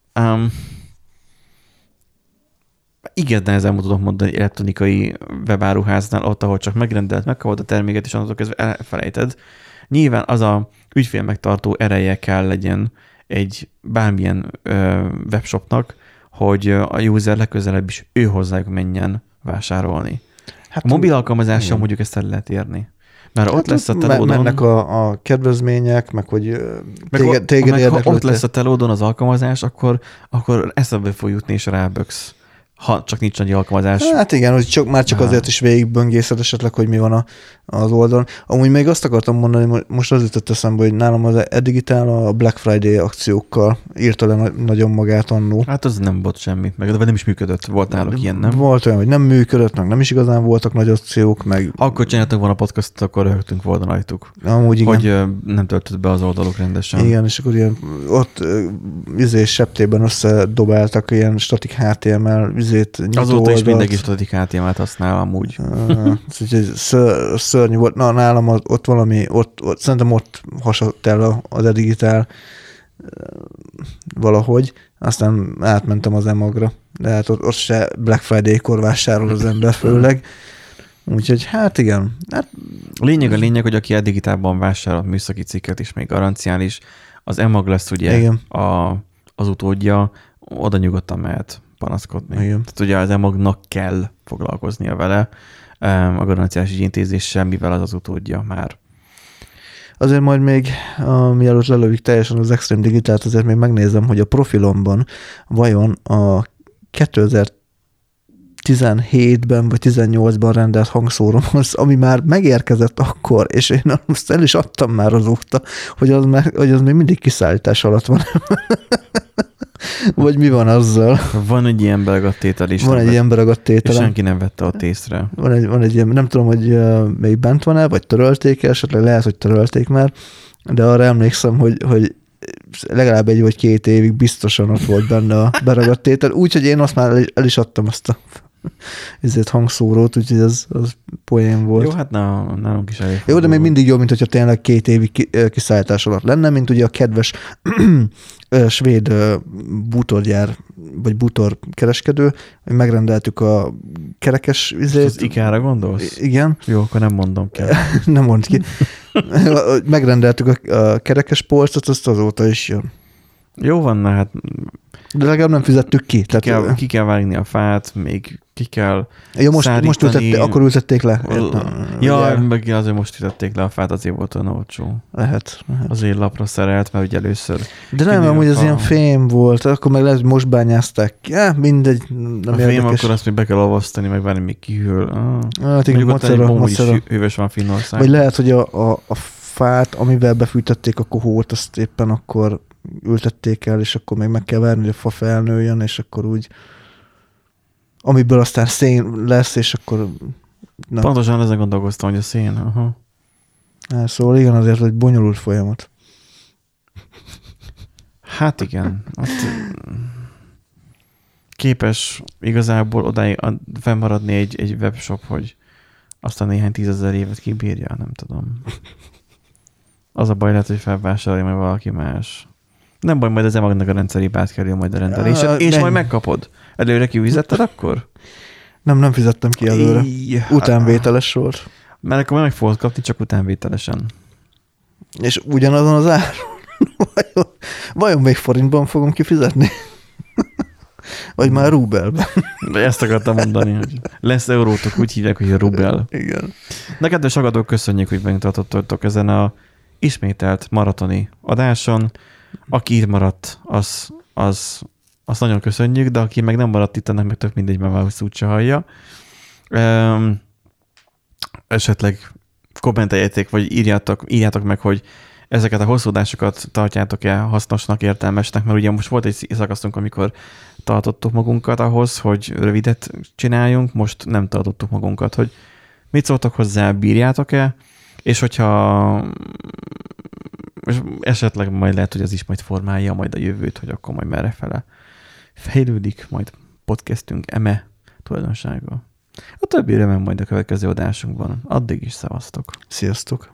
igen, nehezen tudok mondani egy elektronikai webáruháznál, ott, ahol csak megrendelt, megkapod a terméket, és onnantól kezdve elfelejted. Nyilván az a ügyfél megtartó ereje kell legyen egy bármilyen webshopnak, hogy a user legközelebb is ő hozzájuk menjen vásárolni. Hát a mobil alkalmazással mondjuk ezt el lehet érni. Mert ott lesz a telódon... Mennek a kedvezmények, meg hogy téged érdeklődte. Ott lesz a telódon az alkalmazás, akkor eszembe fog jutni, és ráböksz. Ha csak nincs annyi alkalmazás. Hát igen, hogy már csak azért is végigböngészed esetleg, hogy mi van az oldalon. Amúgy még azt akartam mondani, most az jutott eszembe, hogy nálam az Edigitál a Black Friday akciókkal írta le nagyon magát annó. Hát az nem volt semmi, meg nem is működött. Volt náluk ilyen, nem? Volt olyan, hogy nem működött, meg nem is igazán voltak nagy akciók, meg... Akkor csináltak volna podcastot, akkor röhögtünk volna rajtuk. Amúgy igen. Hogy nem töltött be az oldaluk rendesen. Igen, és akkor ilyen ott septében összedobáltak ilyen statik HTML azóta is mindenki statik HTML-t használ amúgy. Úgyhogy szörnyű volt. Na, nálam ott valami, szerintem ott hasadt el az Edigitál valahogy, aztán átmentem az Emagra, de hát ott se Black Friday-kor vásárol az ember főleg. Úgyhogy hát igen. Hát, a lényeg, hogy aki Edigitálban vásárolt műszaki cikket is, még garanciális, az Emag lesz ugye az utódja, oda nyugodtan mehet panaszkodni. Igen. Tehát ugye az Emagnak kell foglalkoznia vele, a garanciás ügyintézéssel, mivel az utódja már. Azért majd még, mielőtt lelövik teljesen az Extreme Digitált, azért még megnézem, hogy a profilomban vajon a 2017-ben vagy 18-ban rendelt hangszóromhoz, ami már megérkezett akkor, és én azt el is adtam már azóta, hogy az még mindig kiszállítás alatt van. Vagy mi van azzal? Van egy ilyen beragadt tétel is. Van egy ilyen beragadt tétel. És senki nem vette ott észre. Van egy ilyen, nem tudom, hogy még bent van-e, vagy törölték-e, esetleg lehet, hogy törölték már, de arra emlékszem, hogy legalább 1 vagy 2 évig biztosan ott volt benne a beragadt tétel, úgyhogy én azt már el is adtam azt a hangszórót, úgyhogy az poén volt. Jó, hát nálunk is elég. Jó, de még mindig jobb, mint hogyha tényleg 2 évig kiszállítás alatt lenne, mint ugye a kedves svéd bútorgyár, vagy bútor kereskedő, hogy megrendeltük a kerekes vizét. Az IKEA-ra gondolsz? Igen. Jó, akkor nem mondom ki. Nem mondd ki. Megrendeltük a kerekes polcot, azt azóta is jön. Jó van, na hát... De legalább nem fizettük ki. Ki kell vágni a fát, még ki kell most akkor ültették le. Ja, meg azért most ültették le a fát, azért volt olyan olcsó. Lehet. Azért lapra szerelt, mert ugye először... De nem, amúgy az ilyen fém volt, akkor meg lehet, hogy most bányázták. Ja, mindegy. Nem a fém, akkor azt még be kell olvasztani, meg várni, még kihűl. Hát igen, macera. Hűvös van Finnország. Vagy lehet, hogy a fát, amivel befűtötték a kohót, azt éppen akkor ültették el, és akkor még meg kell várni, hogy a fa felnőjön, és akkor úgy, amiből aztán szén lesz, és akkor... Na. Pontosan ezen gondolkoztam, hogy a szén. Aha. Szóval igen, azért, hogy bonyolult folyamat. Hát igen. Képes igazából odáig fennmaradni egy webshop, hogy aztán néhány 10 000 évet kibírja, nem tudom. Az a baj lehet, hogy felvásárolja majd valaki más. Nem baj, majd az Emagnak a rendszerhibát kerül majd a rendelésed, és majd megkapod. Előre kifizetted akkor? Nem fizettem ki előre. Utánvételes volt. Mert akkor meg fogod kapni, csak utánvételesen. És ugyanazon az áron? Vajon még forintban fogom kifizetni? Vagy már rubelben. Ezt akartam mondani, hogy lesz eurótok, úgy hívják, hogy rubel. Igen. De kedves hallgatók, köszönjük, hogy megtartottatok ezen a ismételt maratoni adáson. Aki itt maradt, az nagyon köszönjük, de aki meg nem maradt itt, ennek meg tök mindegy, mert már úgyse hallja. Esetleg kommenteljetek, vagy írjátok meg, hogy ezeket a hosszú adásokat tartjátok-e hasznosnak, értelmesnek, mert ugye most volt egy szakaszunk, amikor tartottuk magunkat ahhoz, hogy rövidet csináljunk, most nem tartottuk magunkat, hogy mit szóltok hozzá, bírjátok-e, és hogyha és esetleg majd lehet, hogy az is majd formálja majd a jövőt, hogy akkor majd merrefele fejlődik, majd podcastünk eme tulajdonsága. A többire meg majd a következő adásunkban. Addig is szevasztok. Sziasztok!